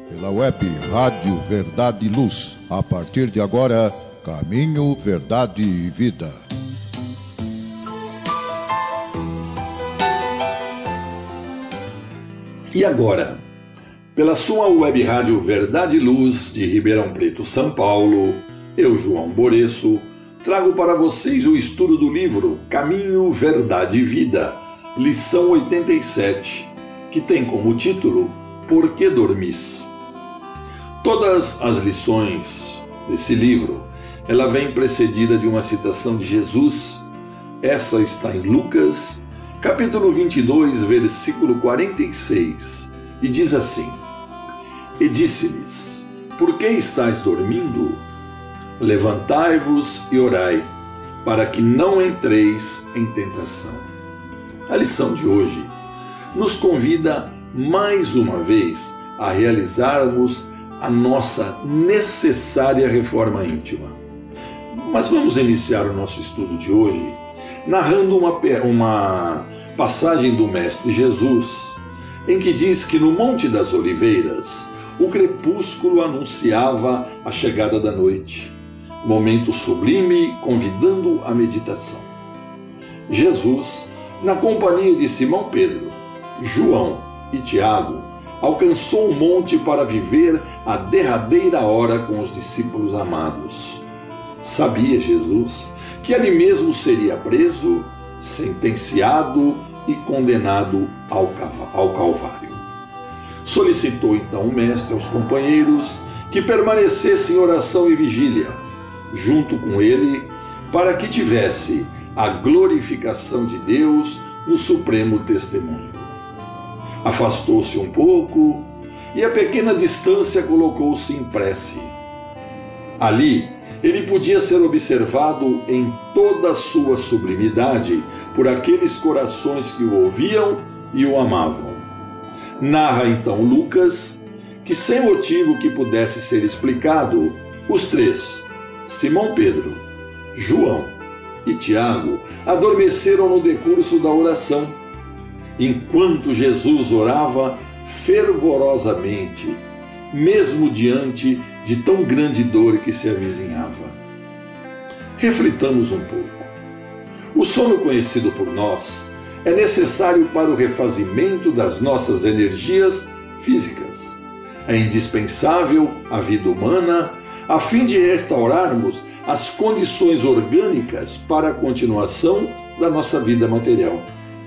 pela web Rádio Verdade e Luz. A partir de agora, Caminho, Verdade e Vida. E agora, pela sua web Rádio Verdade e Luz de Ribeirão Preto, São Paulo, eu, João Boreço, trago para vocês o estudo do livro Caminho, Verdade e Vida, lição 87, que tem como título Por que dormis? Todas as lições desse livro, ela vem precedida de uma citação de Jesus. Essa está em Lucas, capítulo 22, versículo 46, e diz assim: E disse-lhes, por que estáis dormindo? Levantai-vos e orai, para que não entreis em tentação. A lição de hoje nos convida mais uma vez a realizarmos a nossa necessária reforma íntima. Mas vamos iniciar o nosso estudo de hoje narrando uma passagem do Mestre Jesus, em que diz que no Monte das Oliveiras o crepúsculo anunciava a chegada da noite, momento sublime convidando à meditação. Jesus, na companhia de Simão Pedro, João e Tiago, alcançou o monte para viver a derradeira hora com os discípulos amados. Sabia Jesus que ali mesmo seria preso, sentenciado e condenado ao Calvário. Solicitou então o Mestre aos companheiros que permanecessem em oração e vigília, junto com ele, para que tivesse a glorificação de Deus no supremo testemunho. Afastou-se um pouco e a pequena distância colocou-se em prece. Ali, ele podia ser observado em toda a sua sublimidade por aqueles corações que o ouviam e o amavam. Narra então Lucas que, sem motivo que pudesse ser explicado, os três, Simão Pedro, João e Tiago, adormeceram no decurso da oração, enquanto Jesus orava fervorosamente, mesmo diante de tão grande dor que se avizinhava. Reflitamos um pouco. O sono conhecido por nós é necessário para o refazimento das nossas energias físicas. É indispensável à vida humana a fim de restaurarmos as condições orgânicas para a continuação da nossa vida material.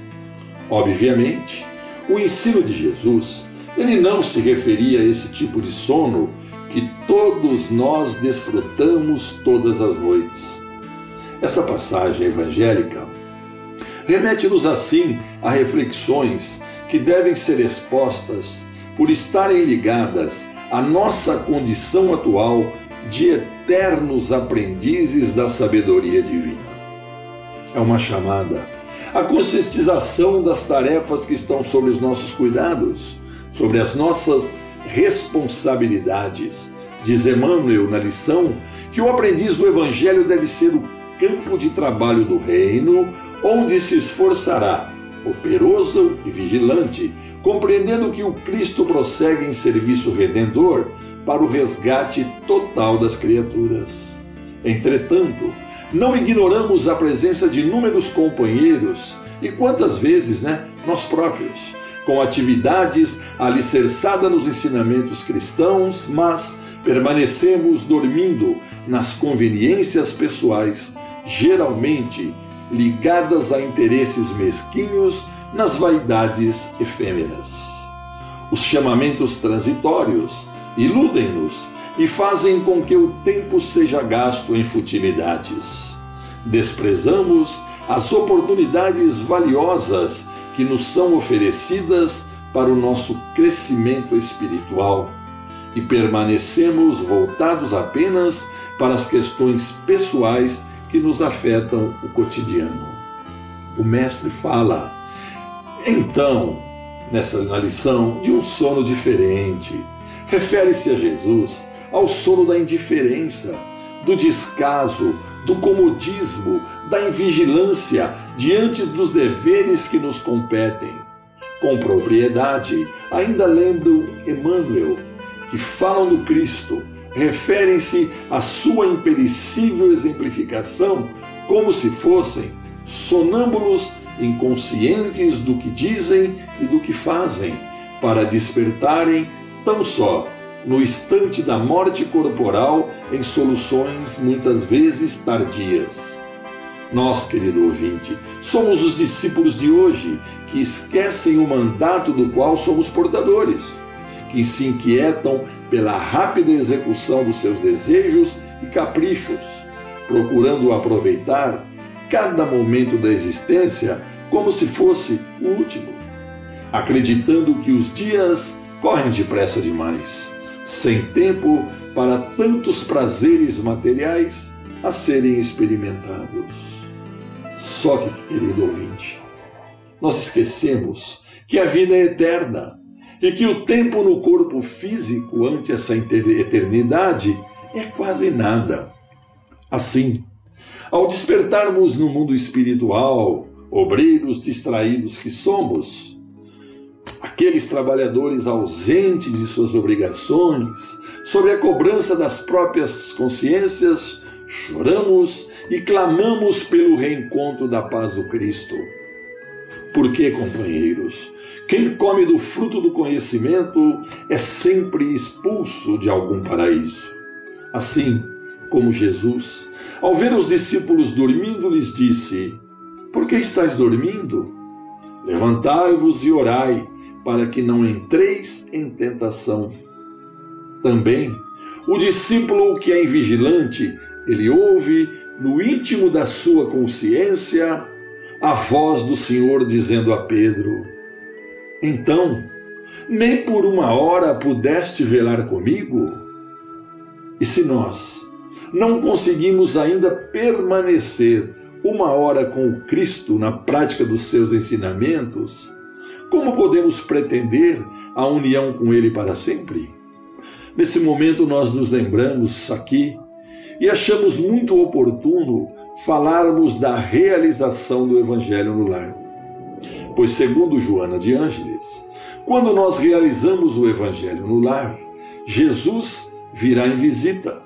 Obviamente, o ensino de Jesus, ele não se referia a esse tipo de sono que todos nós desfrutamos todas as noites. Esta passagem evangélica remete-nos assim a reflexões que devem ser expostas por estarem ligadas à nossa condição atual de eternos aprendizes da sabedoria divina. É uma chamada à conscientização das tarefas que estão sob os nossos cuidados, sobre as nossas responsabilidades. Diz Emmanuel na lição que o aprendiz do Evangelho deve ser o campo de trabalho do reino, onde se esforçará, operoso e vigilante, compreendendo que o Cristo prossegue em serviço redentor para o resgate total das criaturas. Entretanto, não ignoramos a presença de inúmeros companheiros e quantas vezes, nós próprios, com atividades alicerçadas nos ensinamentos cristãos, mas permanecemos dormindo nas conveniências pessoais, geralmente ligadas a interesses mesquinhos, nas vaidades efêmeras. Os chamamentos transitórios iludem-nos e fazem com que o tempo seja gasto em futilidades. Desprezamos as oportunidades valiosas que nos são oferecidas para o nosso crescimento espiritual e permanecemos voltados apenas para as questões pessoais que nos afetam o cotidiano. O Mestre fala, então, na lição, de um sono diferente. Refere-se a Jesus ao sono da indiferença, do descaso, do comodismo, da invigilância diante dos deveres que nos competem. Com propriedade, ainda lembro Emmanuel que falam do Cristo referem-se à sua imperecível exemplificação como se fossem sonâmbulos inconscientes do que dizem e do que fazem, para despertarem tão só no instante da morte corporal em soluções muitas vezes tardias. Nós, querido ouvinte, somos os discípulos de hoje que esquecem o mandato do qual somos portadores, que se inquietam pela rápida execução dos seus desejos e caprichos, procurando aproveitar cada momento da existência como se fosse o último, acreditando que os dias correm depressa demais, sem tempo para tantos prazeres materiais a serem experimentados. Só que, querido ouvinte, nós esquecemos que a vida é eterna e que o tempo no corpo físico ante essa eternidade é quase nada. Assim, ao despertarmos no mundo espiritual, obreiros distraídos que somos, aqueles trabalhadores ausentes de suas obrigações, sob a cobrança das próprias consciências, choramos e clamamos pelo reencontro da paz do Cristo. Porque, companheiros, quem come do fruto do conhecimento é sempre expulso de algum paraíso. Assim como Jesus, ao ver os discípulos dormindo, lhes disse: por que estáis dormindo? Levantai-vos e orai, para que não entreis em tentação. Também, o discípulo que é invigilante, ele ouve no íntimo da sua consciência a voz do Senhor dizendo a Pedro: então, nem por uma hora pudeste velar comigo? E se nós não conseguimos ainda permanecer uma hora com o Cristo na prática dos seus ensinamentos, como podemos pretender a união com Ele para sempre? Nesse momento nós nos lembramos aqui e achamos muito oportuno falarmos da realização do Evangelho no lar. Pois, segundo Joana de Ângeles, quando nós realizamos o Evangelho no lar, Jesus virá em visita.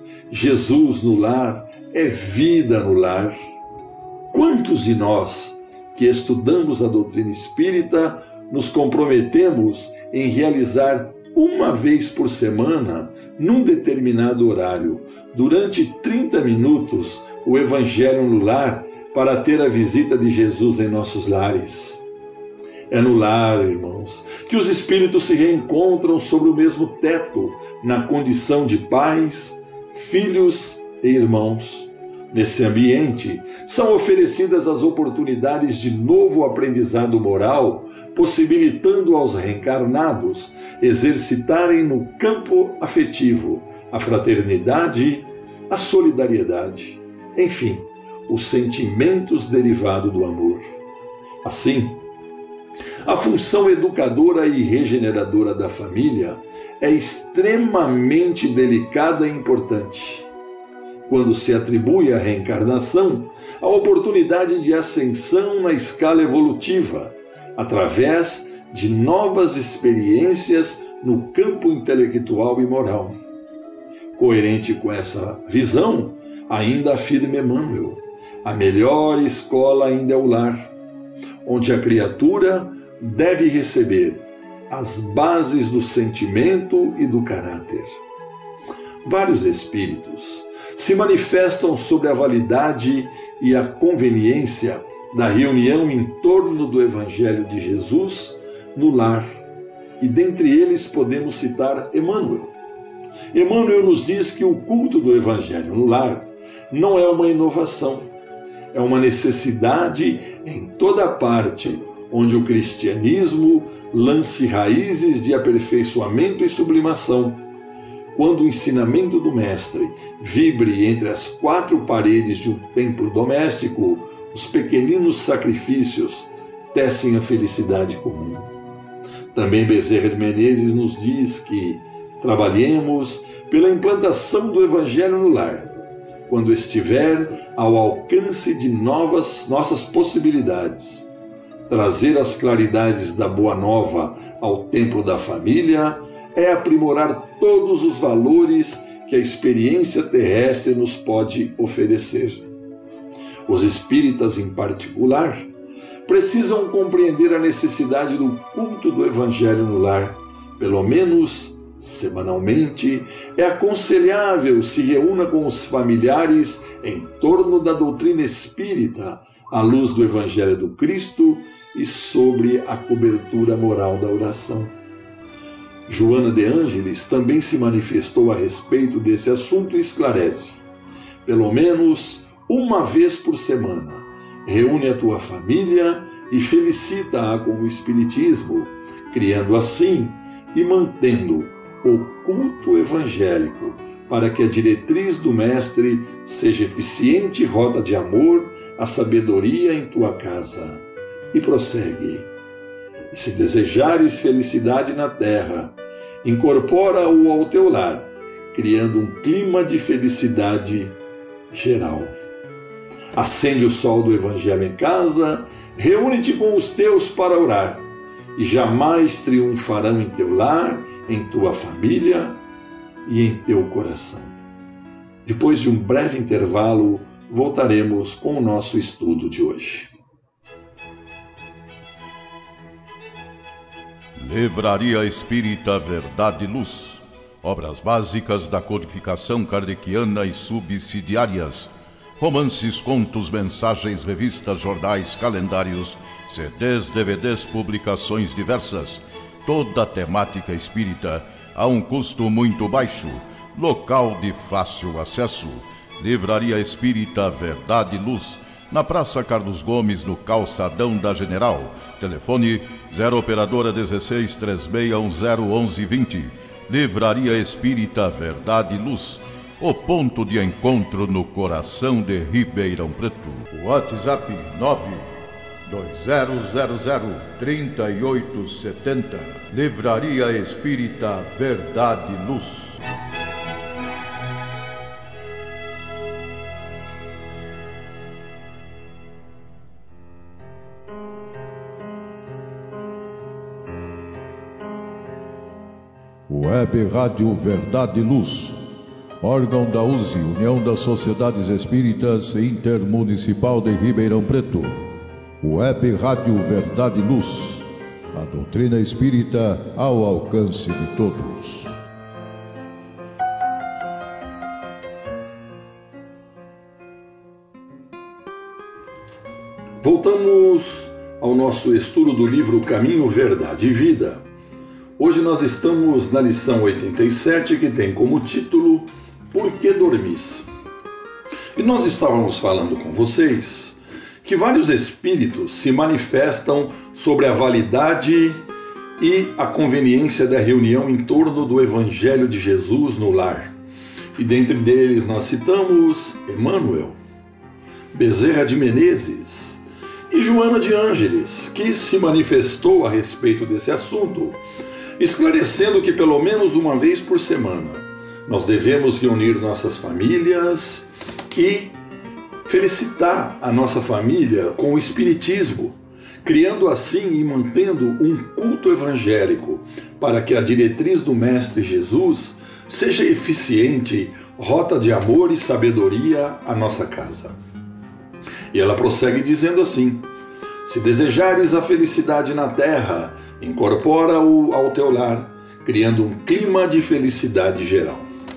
Jesus no lar é vida no lar. Quantos de nós que estudamos a doutrina espírita nos comprometemos em realizar uma vez por semana, num determinado horário, durante 30 minutos, o Evangelho no lar para ter a visita de Jesus em nossos lares? É no lar, irmãos, que os espíritos se reencontram sobre o mesmo teto, na condição de pais, filhos e irmãos. Nesse ambiente, são oferecidas as oportunidades de novo aprendizado moral, possibilitando aos reencarnados exercitarem no campo afetivo a fraternidade, a solidariedade, enfim, os sentimentos derivados do amor. Assim, a função educadora e regeneradora da família é extremamente delicada e importante. Quando se atribui à reencarnação a oportunidade de ascensão na escala evolutiva, através de novas experiências no campo intelectual e moral. Coerente com essa visão, ainda afirma Emmanuel, a melhor escola ainda é o lar, onde a criatura deve receber as bases do sentimento e do caráter. Vários espíritos se manifestam sobre a validade e a conveniência da reunião em torno do Evangelho de Jesus no lar, e dentre eles podemos citar Emmanuel. Emmanuel nos diz que o culto do Evangelho no lar não é uma inovação, é uma necessidade em toda parte onde o cristianismo lance raízes de aperfeiçoamento e sublimação. Quando o ensinamento do Mestre vibre entre as quatro paredes de um templo doméstico, os pequeninos sacrifícios tecem a felicidade comum. Também Bezerra de Menezes nos diz que trabalhemos pela implantação do Evangelho no lar, quando estiver ao alcance de nossas possibilidades, Trazer as claridades da Boa Nova ao templo da família é aprimorar todos os valores que a experiência terrestre nos pode oferecer. Os espíritas, em particular, precisam compreender a necessidade do culto do Evangelho no lar. Pelo menos semanalmente, é aconselhável se reúna com os familiares em torno da doutrina espírita, à luz do Evangelho do Cristo e sobre a cobertura moral da oração. Joana de Ângeles também se manifestou a respeito desse assunto e esclarece: pelo menos uma vez por semana, reúne a tua família e felicita-a com o Espiritismo, criando assim e mantendo o culto evangélico, para que a diretriz do Mestre seja eficiente rota de amor, a sabedoria em tua casa. E prossegue: e se desejares felicidade na terra, incorpora-o ao teu lar, criando um clima de felicidade geral. Acende o sol do Evangelho em casa, reúne-te com os teus para orar, e jamais triunfarão em teu lar, em tua família e em teu coração. Depois de um breve intervalo, voltaremos com o nosso estudo de hoje. Livraria Espírita Verdade e Luz. Obras básicas da codificação kardeciana e subsidiárias. Romances, contos, mensagens, revistas, jornais, calendários, CDs, DVDs, publicações diversas. Toda a temática espírita a um custo muito baixo. Local de fácil acesso. Livraria Espírita Verdade e Luz. Na Praça Carlos Gomes, no Calçadão da General. Telefone 0 operadora 16 3610 1120. Livraria Espírita Verdade e Luz. O ponto de encontro no coração de Ribeirão Preto. WhatsApp 920003870. Livraria Espírita Verdade e Luz. Web Rádio Verdade e Luz, órgão da USE, União das Sociedades Espíritas Intermunicipal de Ribeirão Preto. Web Rádio Verdade e Luz, a doutrina espírita ao alcance de todos. Voltamos ao nosso estudo do livro Caminho, Verdade e Vida. Hoje nós estamos na lição 87, que tem como título Por que dormis? E nós estávamos falando com vocês que vários espíritos se manifestam sobre a validade e a conveniência da reunião em torno do Evangelho de Jesus no lar. E dentre deles nós citamos Emmanuel, Bezerra de Menezes e Joana de Ângeles, que se manifestou a respeito desse assunto, esclarecendo que pelo menos uma vez por semana nós devemos reunir nossas famílias e felicitar a nossa família com o Espiritismo, criando assim e mantendo um culto evangélico para que a diretriz do Mestre Jesus seja eficiente, rota de amor e sabedoria à nossa casa. E ela prossegue dizendo assim: se desejares a felicidade na terra, incorpora-o ao teu lar, criando um clima de felicidade geral.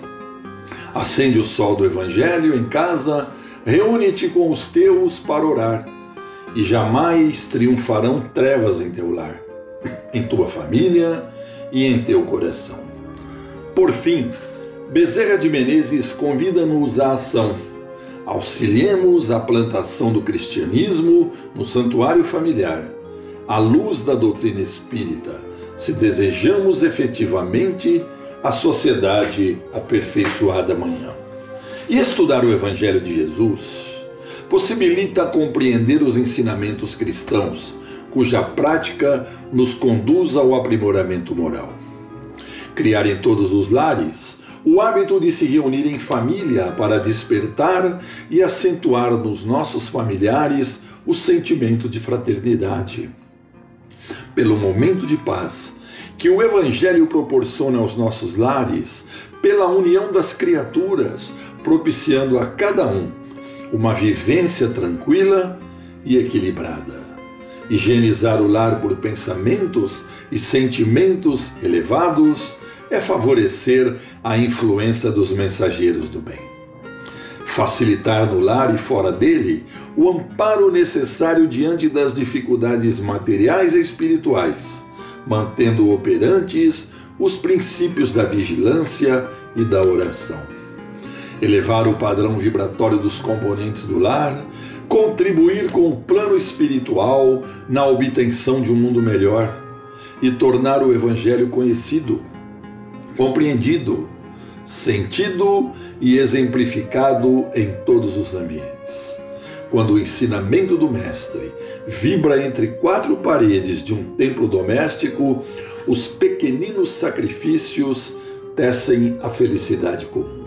Acende o sol do Evangelho em casa, reúne-te com os teus para orar, e jamais triunfarão trevas em teu lar, em tua família e em teu coração. Por fim, Bezerra de Menezes convida-nos à ação. Auxiliemos a plantação do cristianismo no santuário familiar, à luz da doutrina espírita, se desejamos efetivamente a sociedade aperfeiçoada amanhã. E estudar o Evangelho de Jesus possibilita compreender os ensinamentos cristãos, cuja prática nos conduz ao aprimoramento moral. Criar em todos os lares o hábito de se reunir em família para despertar e acentuar nos nossos familiares o sentimento de fraternidade. pelo momento de paz que o Evangelho proporciona aos nossos lares, pela união das criaturas, propiciando a cada um uma vivência tranquila e equilibrada. Higienizar o lar por pensamentos e sentimentos elevados é favorecer a influência dos mensageiros do bem. Facilitar no lar e fora dele o amparo necessário diante das dificuldades materiais e espirituais, mantendo operantes os princípios da vigilância e da oração. Elevar o padrão vibratório dos componentes do lar, contribuir com o plano espiritual na obtenção de um mundo melhor e tornar o Evangelho conhecido, compreendido, sentido e exemplificado em todos os ambientes. Quando o ensinamento do Mestre vibra entre quatro paredes de um templo doméstico, os pequeninos sacrifícios tecem a felicidade comum.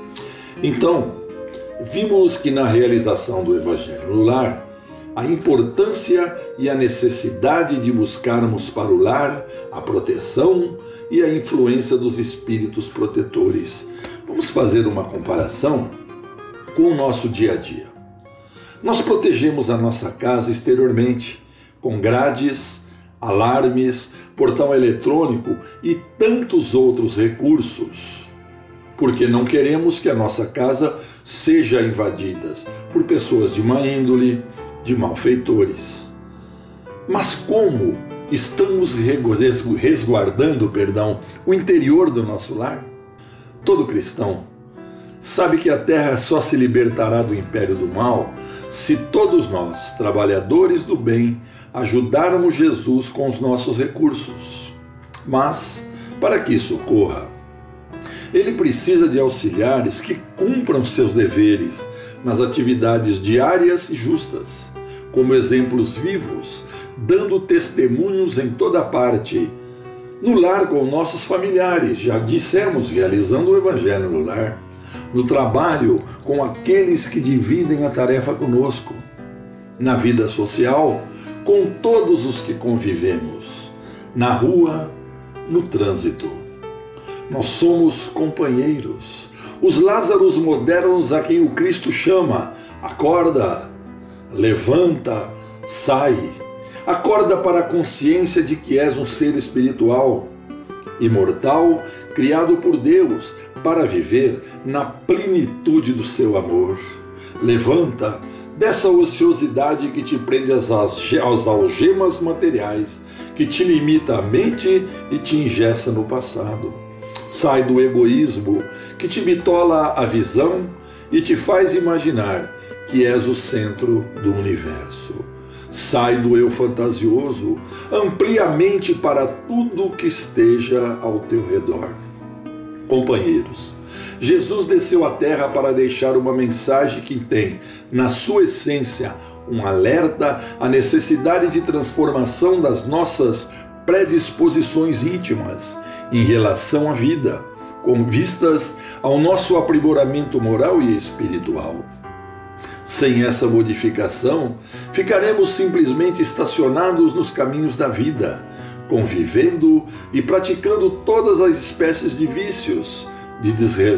Então, vimos que na realização do Evangelho no lar, a importância e a necessidade de buscarmos para o lar a proteção e a influência dos espíritos protetores. Vamos fazer uma comparação com o nosso dia a dia. Nós protegemos a nossa casa exteriormente, com grades, alarmes, portão eletrônico e tantos outros recursos, porque não queremos que a nossa casa seja invadida por pessoas de má índole, de malfeitores. Mas como estamos resguardando, o interior do nosso lar? Todo cristão sabe que a terra só se libertará do império do mal se todos nós, trabalhadores do bem, ajudarmos Jesus com os nossos recursos. Mas, para que isso ocorra, ele precisa de auxiliares que cumpram seus deveres nas atividades diárias e justas, como exemplos vivos, dando testemunhos em toda parte, no lar com nossos familiares, já dissemos, realizando o Evangelho no lar, no trabalho com aqueles que dividem a tarefa conosco, na vida social, com todos os que convivemos, na rua, no trânsito. Nós somos companheiros, os Lázaros modernos a quem o Cristo chama: acorda, levanta, sai. Acorda para a consciência de que és um ser espiritual, imortal, criado por Deus para viver na plenitude do seu amor. Levanta dessa ociosidade que te prende às algemas materiais, que te limita a mente e te engessa no passado. Sai do egoísmo que te bitola a visão e te faz imaginar que és o centro do universo. Sai do eu fantasioso, amplia a mente para tudo que esteja ao teu redor. Companheiros, Jesus desceu à terra para deixar uma mensagem que tem, na sua essência, um alerta à necessidade de transformação das nossas predisposições íntimas em relação à vida, com vistas ao nosso aprimoramento moral e espiritual. Sem essa modificação, ficaremos simplesmente estacionados nos caminhos da vida, convivendo e praticando todas as espécies de vícios, de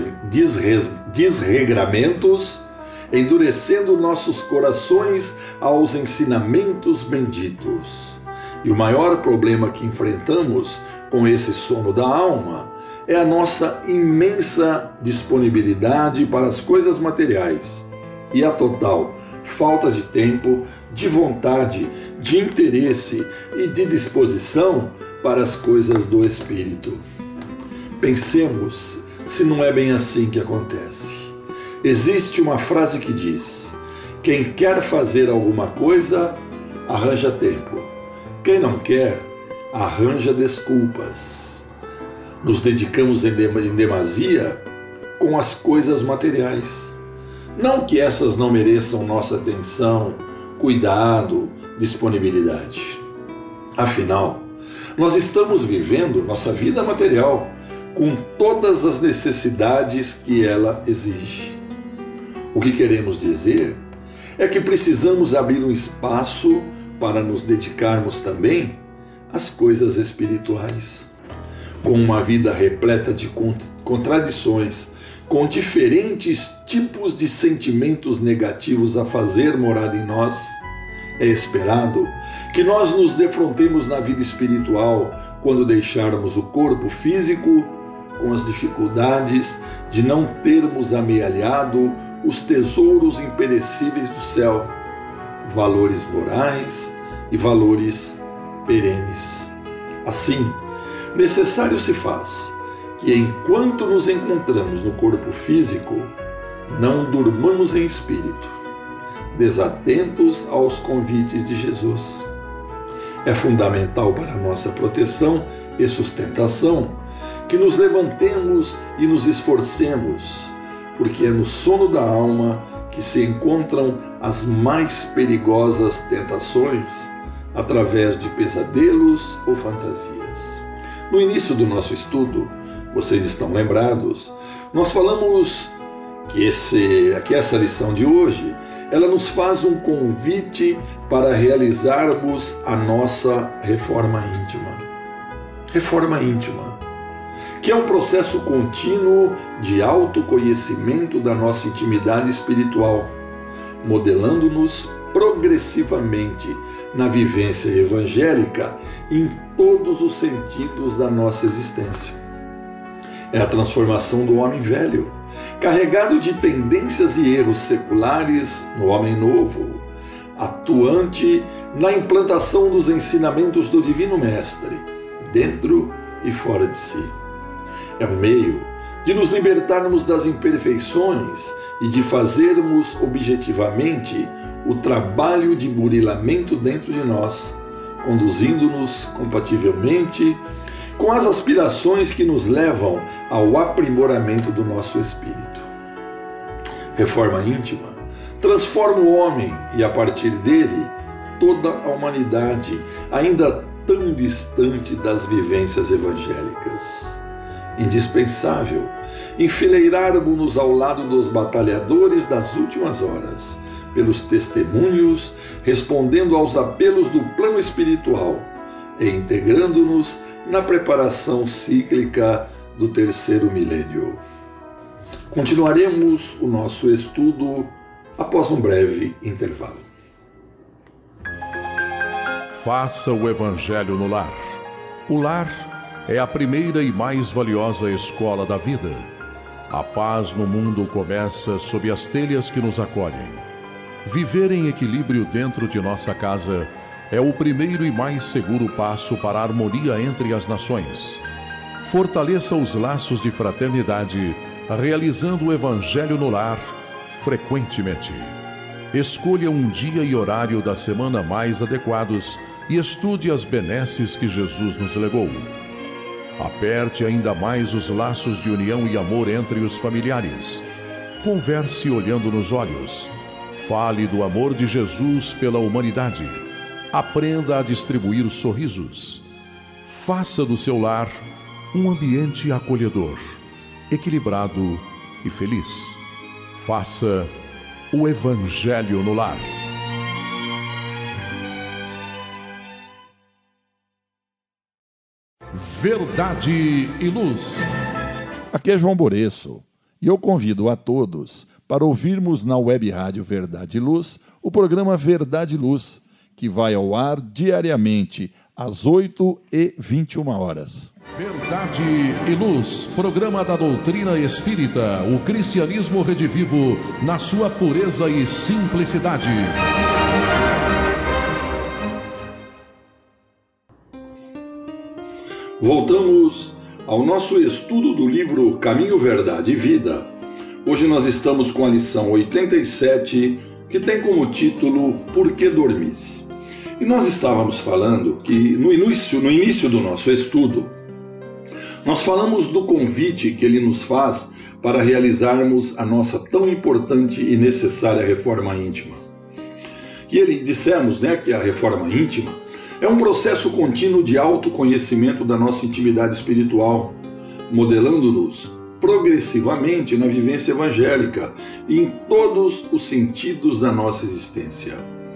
desregramentos, endurecendo nossos corações aos ensinamentos benditos. E o maior problema que enfrentamos com esse sono da alma é a nossa imensa disponibilidade para as coisas materiais e a total falta de tempo, de vontade, de interesse e de disposição para as coisas do Espírito. Pensemos se não é bem assim que acontece. Existe uma frase que diz: quem quer fazer alguma coisa, arranja tempo. Quem não quer, arranja desculpas. Nos dedicamos em demasia com as coisas materiais. Não que essas não mereçam nossa atenção, cuidado, disponibilidade. Afinal, nós estamos vivendo nossa vida material com todas as necessidades que ela exige. O que queremos dizer é que precisamos abrir um espaço para nos dedicarmos também as coisas espirituais. Com uma vida repleta de contradições, com diferentes tipos de sentimentos negativos a fazer morada em nós, é esperado que nós nos defrontemos na vida espiritual quando deixarmos o corpo físico com as dificuldades de não termos amealhado os tesouros imperecíveis do céu, valores morais e valores perenes. Assim, necessário se faz que, enquanto nos encontramos no corpo físico, não durmamos em espírito, desatentos aos convites de Jesus. É fundamental para nossa proteção e sustentação que nos levantemos e nos esforcemos, porque é no sono da alma que se encontram as mais perigosas tentações, através de pesadelos ou fantasias. No início do nosso estudo, vocês estão lembrados, nós falamos que essa lição de hoje, ela nos faz um convite para realizarmos a nossa reforma íntima. Reforma íntima, que é um processo contínuo de autoconhecimento da nossa intimidade espiritual, modelando-nos progressivamente na vivência evangélica em todos os sentidos da nossa existência. É a transformação do homem velho, carregado de tendências e erros seculares, no homem novo, atuante na implantação dos ensinamentos do Divino Mestre, dentro e fora de si. É um meio de nos libertarmos das imperfeições e de fazermos objetivamente o trabalho de burilamento dentro de nós, conduzindo-nos compativelmente com as aspirações que nos levam ao aprimoramento do nosso espírito. Reforma íntima transforma o homem e, a partir dele, toda a humanidade, ainda tão distante das vivências evangélicas. Indispensável enfileirarmos-nos ao lado dos batalhadores das últimas horas, pelos testemunhos, respondendo aos apelos do plano espiritual e integrando-nos na preparação cíclica do terceiro milênio. Continuaremos o nosso estudo após um breve intervalo. Faça o Evangelho no lar. O lar é a primeira e mais valiosa escola da vida. A paz no mundo começa sob as telhas que nos acolhem. Viver em equilíbrio dentro de nossa casa é o primeiro e mais seguro passo para a harmonia entre as nações. Fortaleça os laços de fraternidade, realizando o Evangelho no lar frequentemente. Escolha um dia e horário da semana mais adequados e estude as benesses que Jesus nos legou. Aperte ainda mais os laços de união e amor entre os familiares. Converse olhando nos olhos. Fale do amor de Jesus pela humanidade. Aprenda a distribuir sorrisos. Faça do seu lar um ambiente acolhedor, equilibrado e feliz. Faça o Evangelho no lar. Verdade e Luz. Aqui é João Boreço e eu convido a todos para ouvirmos na Web Rádio Verdade e Luz o programa Verdade e Luz, que vai ao ar diariamente às 8h21. Verdade e Luz, programa da doutrina espírita, o cristianismo redivivo na sua pureza e simplicidade. Voltamos ao nosso estudo do livro Caminho, Verdade e Vida. Hoje nós estamos com a lição 87, que tem como título Por que dormis? E nós estávamos falando que no início do nosso estudo, nós falamos do convite que ele nos faz para realizarmos a nossa tão importante e necessária reforma íntima. E dissemos, que a reforma íntima é um processo contínuo de autoconhecimento da nossa intimidade espiritual, modelando-nos progressivamente na vivência evangélica e em todos os sentidos da nossa existência.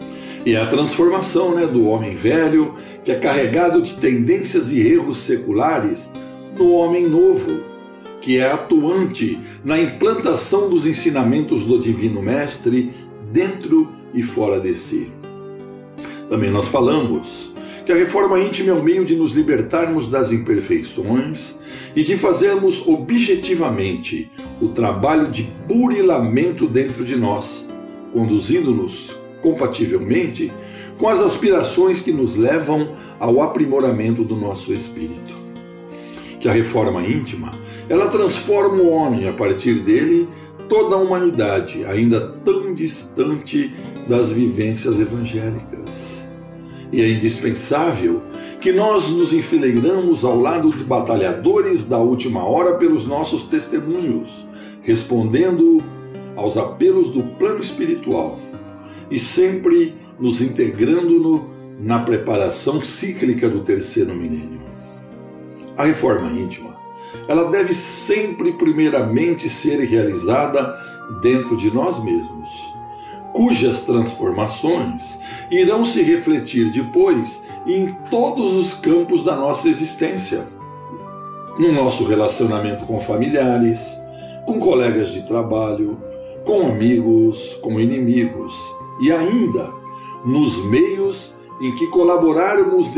E é a transformação, do homem velho, que é carregado de tendências e erros seculares, no homem novo, que é atuante na implantação dos ensinamentos do Divino Mestre dentro e fora de si. Também nós falamos que a reforma íntima é o meio de nos libertarmos das imperfeições e de fazermos objetivamente o trabalho de burilamento dentro de nós, conduzindo-nos compativelmente com as aspirações que nos levam ao aprimoramento do nosso espírito. Que a reforma íntima, ela transforma o homem, a partir dele, toda a humanidade, ainda tão distante das vivências evangélicas. E é indispensável que nós nos enfileiramos ao lado de batalhadores da última hora pelos nossos testemunhos, respondendo aos apelos do plano espiritual e sempre nos integrando na preparação cíclica do terceiro milênio. A reforma íntima, ela deve sempre primeiramente ser realizada dentro de nós mesmos, cujas transformações irão se refletir depois em todos os campos da nossa existência. No nosso relacionamento com familiares, com colegas de trabalho, com amigos, com inimigos e ainda nos meios em que colaborarmos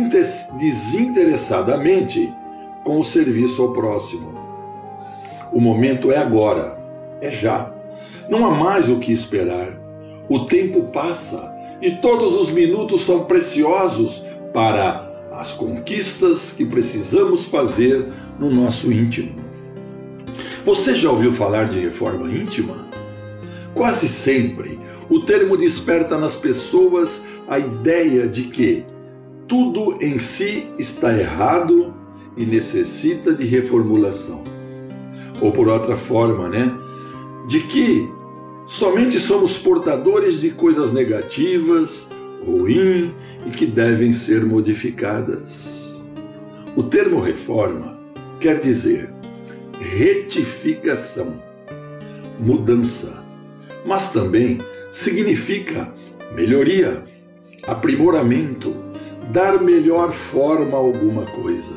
desinteressadamente com o serviço ao próximo. O momento é agora, é já. Não há mais o que esperar. O tempo passa e todos os minutos são preciosos para as conquistas que precisamos fazer no nosso íntimo. Você já ouviu falar de reforma íntima? Quase sempre, o termo desperta nas pessoas a ideia de que tudo em si está errado e necessita de reformulação. Ou por outra forma, de que somente somos portadores de coisas negativas, ruins e que devem ser modificadas. O termo reforma quer dizer retificação, mudança, mas também significa melhoria, aprimoramento, dar melhor forma a alguma coisa.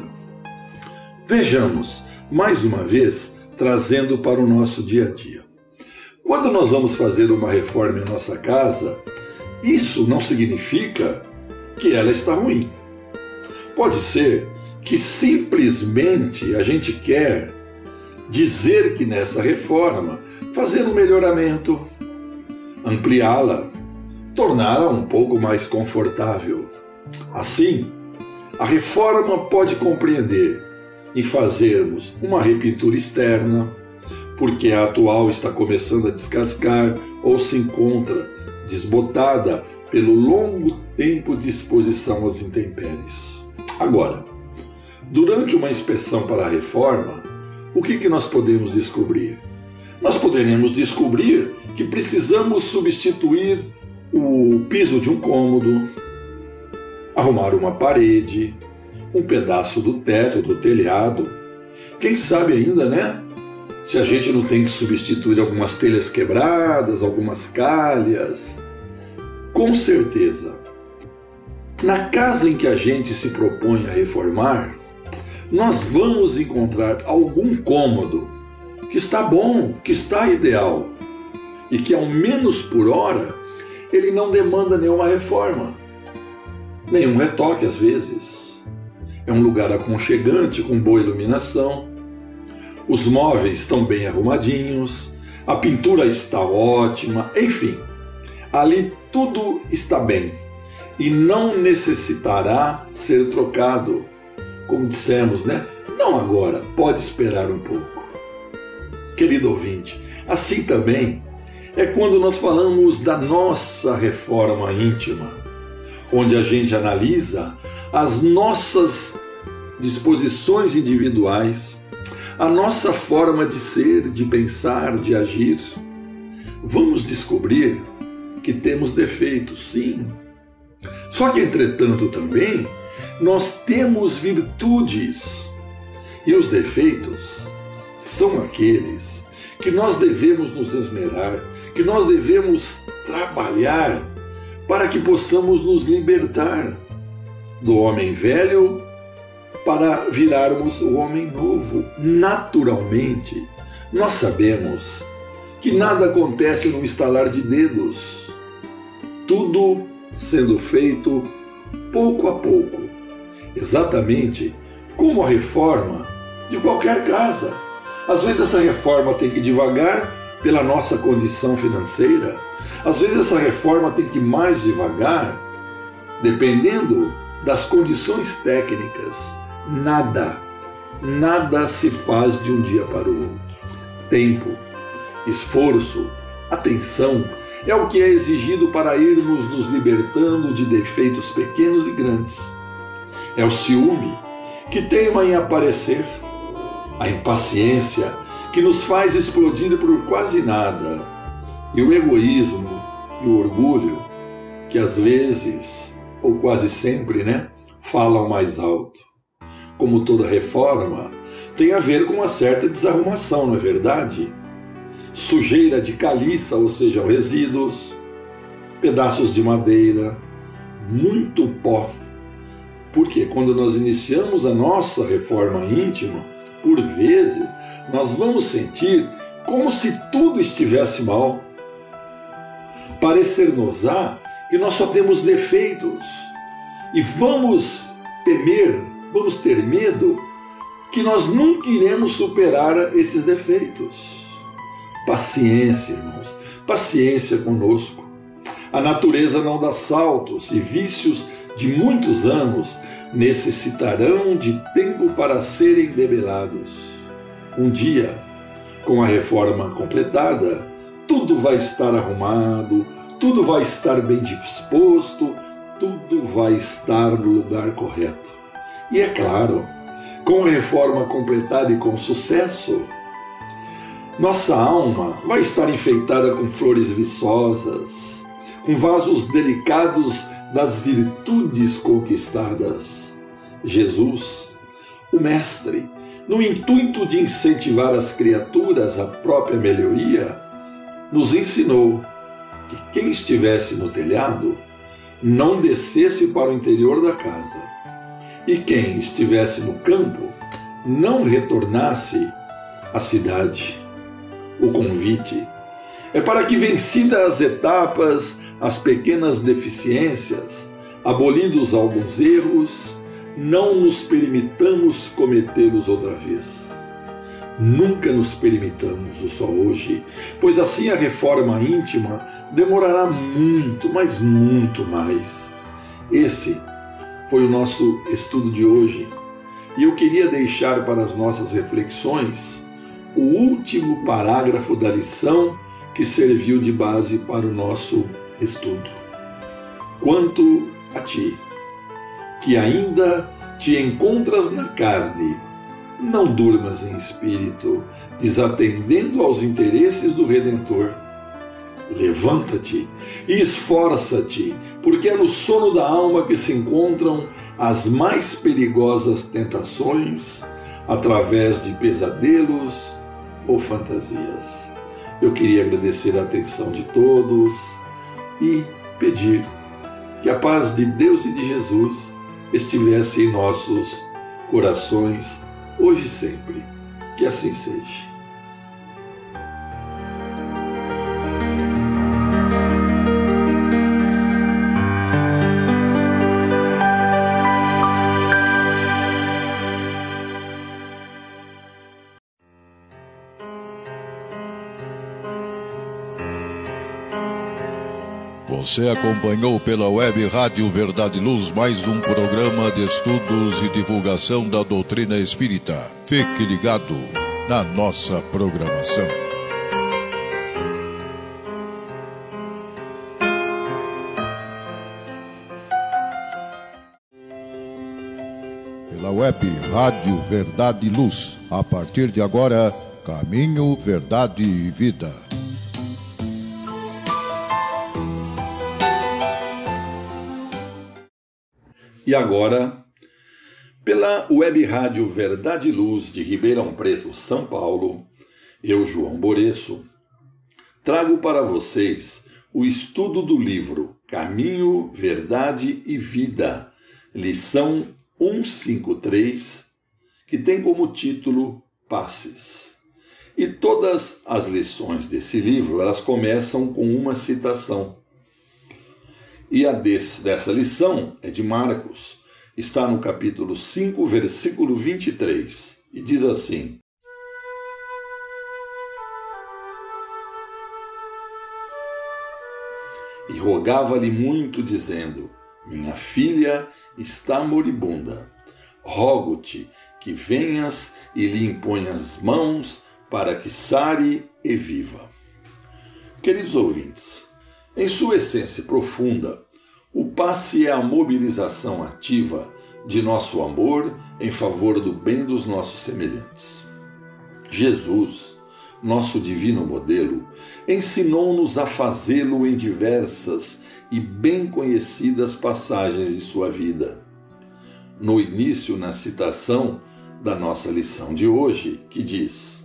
Vejamos, mais uma vez, trazendo para o nosso dia a dia. Quando nós vamos fazer uma reforma em nossa casa, isso não significa que ela está ruim. Pode ser que simplesmente a gente quer dizer que nessa reforma, fazer um melhoramento, ampliá-la, torná-la um pouco mais confortável. Assim, a reforma pode compreender em fazermos uma repintura externa, porque a atual está começando a descascar ou se encontra desbotada pelo longo tempo de exposição às intempéries. Agora, durante uma inspeção para a reforma, o que nós podemos descobrir? Nós poderemos descobrir que precisamos substituir o piso de um cômodo, arrumar uma parede, um pedaço do teto, do telhado. Quem sabe ainda, se a gente não tem que substituir algumas telhas quebradas, algumas calhas. Com certeza, na casa em que a gente se propõe a reformar, nós vamos encontrar algum cômodo que está bom, que está ideal e que, ao menos por hora, ele não demanda nenhuma reforma, nenhum retoque às vezes. É um lugar aconchegante, com boa iluminação, os móveis estão bem arrumadinhos, a pintura está ótima, enfim, ali tudo está bem e não necessitará ser trocado. Como dissemos, não agora, pode esperar um pouco. Querido ouvinte, assim também é quando nós falamos da nossa reforma íntima, onde a gente analisa as nossas disposições individuais, a nossa forma de ser, de pensar, de agir. Vamos descobrir que temos defeitos, sim. Só que, entretanto, também nós temos virtudes. E os defeitos são aqueles que nós devemos nos esmerar, que nós devemos trabalhar para que possamos nos libertar do homem velho para virarmos o homem novo. Naturalmente, nós sabemos que nada acontece num estalar de dedos. Tudo sendo feito pouco a pouco. Exatamente como a reforma de qualquer casa. Às vezes essa reforma tem que ir devagar pela nossa condição financeira. Às vezes essa reforma tem que ir mais devagar, dependendo das condições técnicas. Nada se faz de um dia para o outro. Tempo, esforço, atenção é o que é exigido para irmos nos libertando de defeitos pequenos e grandes. É o ciúme que teima em aparecer, a impaciência que nos faz explodir por quase nada, e o egoísmo e o orgulho que às vezes, ou quase sempre, falam mais alto. Como toda reforma, tem a ver com uma certa desarrumação, não é verdade? Sujeira de caliça, ou seja, resíduos, pedaços de madeira, muito pó. Porque quando nós iniciamos a nossa reforma íntima, por vezes, nós vamos sentir como se tudo estivesse mal. Parecer-nos-á que nós só temos defeitos e vamos ter medo que nós nunca iremos superar esses defeitos. Paciência, irmãos, paciência conosco. A natureza não dá saltos e vícios de muitos anos necessitarão de tempo para serem debelados. Um dia, com a reforma completada, tudo vai estar arrumado, tudo vai estar bem disposto, tudo vai estar no lugar correto. E é claro, com a reforma completada e com sucesso, nossa alma vai estar enfeitada com flores viçosas, com vasos delicados das virtudes conquistadas. Jesus, o Mestre, no intuito de incentivar as criaturas à própria melhoria, nos ensinou que quem estivesse no telhado não descesse para o interior da casa, e quem estivesse no campo não retornasse à cidade. O convite é para que, vencidas as etapas, as pequenas deficiências, abolidos alguns erros, não nos permitamos cometê-los outra vez. Nunca nos permitamos o só hoje, pois assim a reforma íntima demorará muito, mas muito mais. Esse foi o nosso estudo de hoje, e eu queria deixar para as nossas reflexões o último parágrafo da lição que serviu de base para o nosso estudo. Quanto a ti, que ainda te encontras na carne, não durmas em espírito, desatendendo aos interesses do Redentor. Levanta-te e esforça-te, porque é no sono da alma que se encontram as mais perigosas tentações, através de pesadelos ou fantasias. Eu queria agradecer a atenção de todos e pedir que a paz de Deus e de Jesus estivesse em nossos corações, hoje e sempre. Que assim seja. Você acompanhou pela Web Rádio Verdade e Luz mais um programa de estudos e divulgação da doutrina espírita. Fique ligado na nossa programação. Pela Web Rádio Verdade e Luz. A partir de agora, caminho, verdade e vida. E agora, pela Web Rádio Verdade e Luz de Ribeirão Preto, São Paulo, eu, João Boreço, trago para vocês o estudo do livro Caminho, Verdade e Vida, lição 153, que tem como título Passes. E todas as lições desse livro, elas começam com uma citação. E a dessa lição é de Marcos, está no capítulo 5, versículo 23, e diz assim: E rogava-lhe muito, dizendo: Minha filha está moribunda. Rogo-te que venhas e lhe imponha as mãos para que sare e viva. Queridos ouvintes, em sua essência profunda, o passe é a mobilização ativa de nosso amor em favor do bem dos nossos semelhantes. Jesus, nosso divino modelo, ensinou-nos a fazê-lo em diversas e bem conhecidas passagens de sua vida. No início, na citação da nossa lição de hoje, que diz: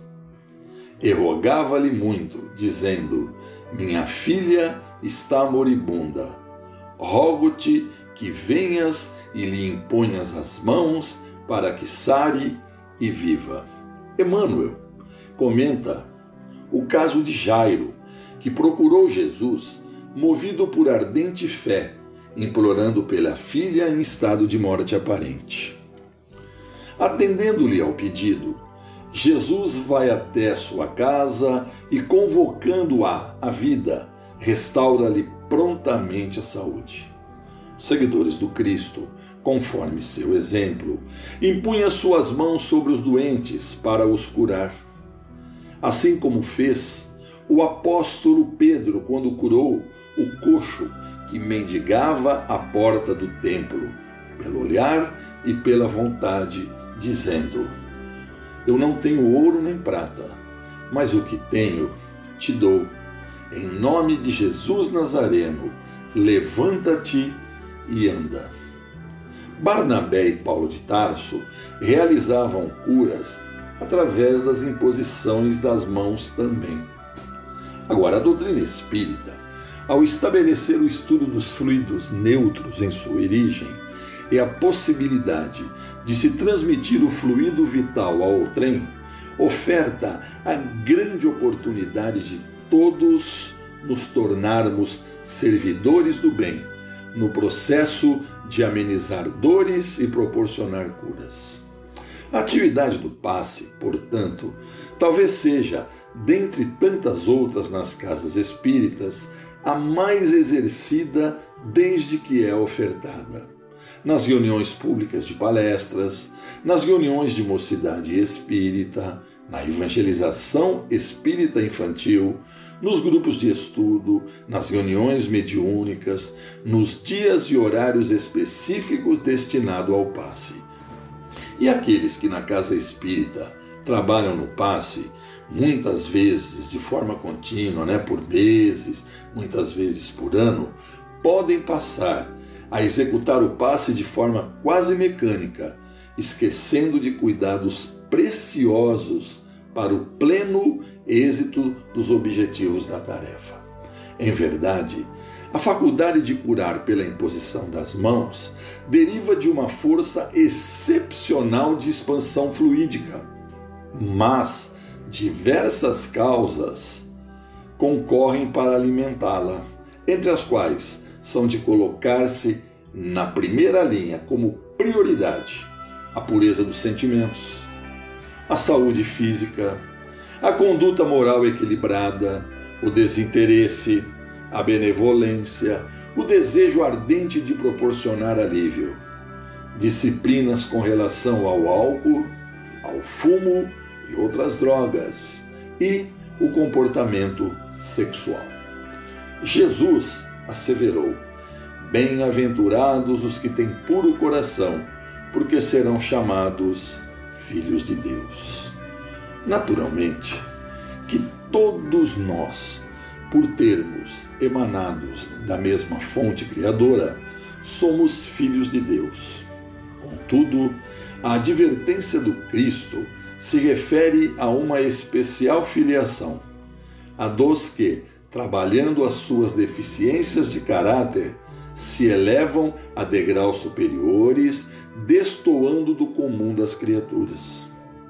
E rogava-lhe muito, dizendo: Minha filha está moribunda. Rogo-te que venhas e lhe imponhas as mãos para que sare e viva. Emmanuel comenta o caso de Jairo, que procurou Jesus movido por ardente fé, implorando pela filha em estado de morte aparente. Atendendo-lhe ao pedido, Jesus vai até sua casa e, convocando-a à vida, restaura-lhe prontamente a saúde. Os seguidores do Cristo, conforme seu exemplo, impunham suas mãos sobre os doentes para os curar. Assim como fez o apóstolo Pedro quando curou o coxo que mendigava à porta do templo, pelo olhar e pela vontade, dizendo: Eu não tenho ouro nem prata, mas o que tenho te dou. Em nome de Jesus Nazareno, levanta-te e anda. Barnabé e Paulo de Tarso realizavam curas através das imposições das mãos também. Agora, a doutrina espírita, ao estabelecer o estudo dos fluidos neutros em sua origem e a possibilidade de se transmitir o fluido vital ao outrem, oferta a grande oportunidade de todos nos tornarmos servidores do bem, no processo de amenizar dores e proporcionar curas. A atividade do passe, portanto, talvez seja, dentre tantas outras nas casas espíritas, a mais exercida desde que é ofertada. Nas reuniões públicas de palestras, nas reuniões de mocidade espírita, na evangelização espírita infantil, nos grupos de estudo, nas reuniões mediúnicas, nos dias e horários específicos destinados ao passe. E aqueles que na casa espírita trabalham no passe, muitas vezes de forma contínua, por meses, muitas vezes por ano, podem passar a executar o passe de forma quase mecânica, esquecendo de cuidados preciosos para o pleno êxito dos objetivos da tarefa. Em verdade, a faculdade de curar pela imposição das mãos deriva de uma força excepcional de expansão fluídica, mas diversas causas concorrem para alimentá-la, entre as quais são de colocar-se na primeira linha como prioridade a pureza dos sentimentos, a saúde física, a conduta moral equilibrada, o desinteresse, a benevolência, o desejo ardente de proporcionar alívio, disciplinas com relação ao álcool, ao fumo e outras drogas, e o comportamento sexual. Jesus asseverou: Bem-aventurados os que têm puro coração, porque serão chamados filhos de Deus. Naturalmente, que todos nós, por termos emanados da mesma fonte criadora, somos filhos de Deus. Contudo, a advertência do Cristo se refere a uma especial filiação, a dos que, trabalhando as suas deficiências de caráter, se elevam a degraus superiores, destoando do comum das criaturas.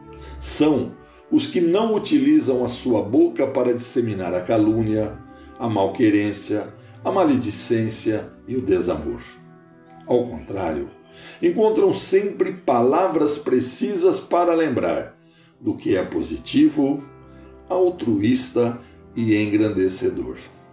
São os que não utilizam a sua boca para disseminar a calúnia, a malquerência, a maledicência e o desamor. Ao contrário, encontram sempre palavras precisas para lembrar do que é positivo, altruísta e engrandecedor.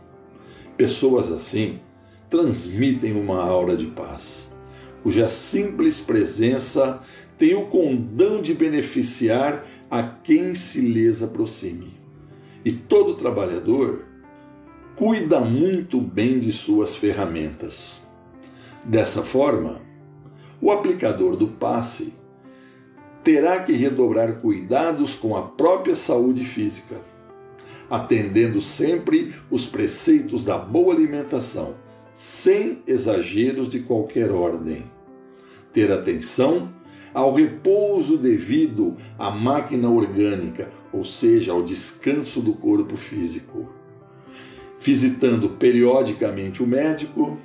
Pessoas assim transmitem uma aura de paz, cuja simples presença tem o condão de beneficiar a quem se lhes aproxime. E todo trabalhador cuida muito bem de suas ferramentas. Dessa forma, o aplicador do passe terá que redobrar cuidados com a própria saúde física, atendendo sempre os preceitos da boa alimentação, sem exageros de qualquer ordem. Ter atenção ao repouso devido à máquina orgânica, ou seja, ao descanso do corpo físico, visitando periodicamente o médico,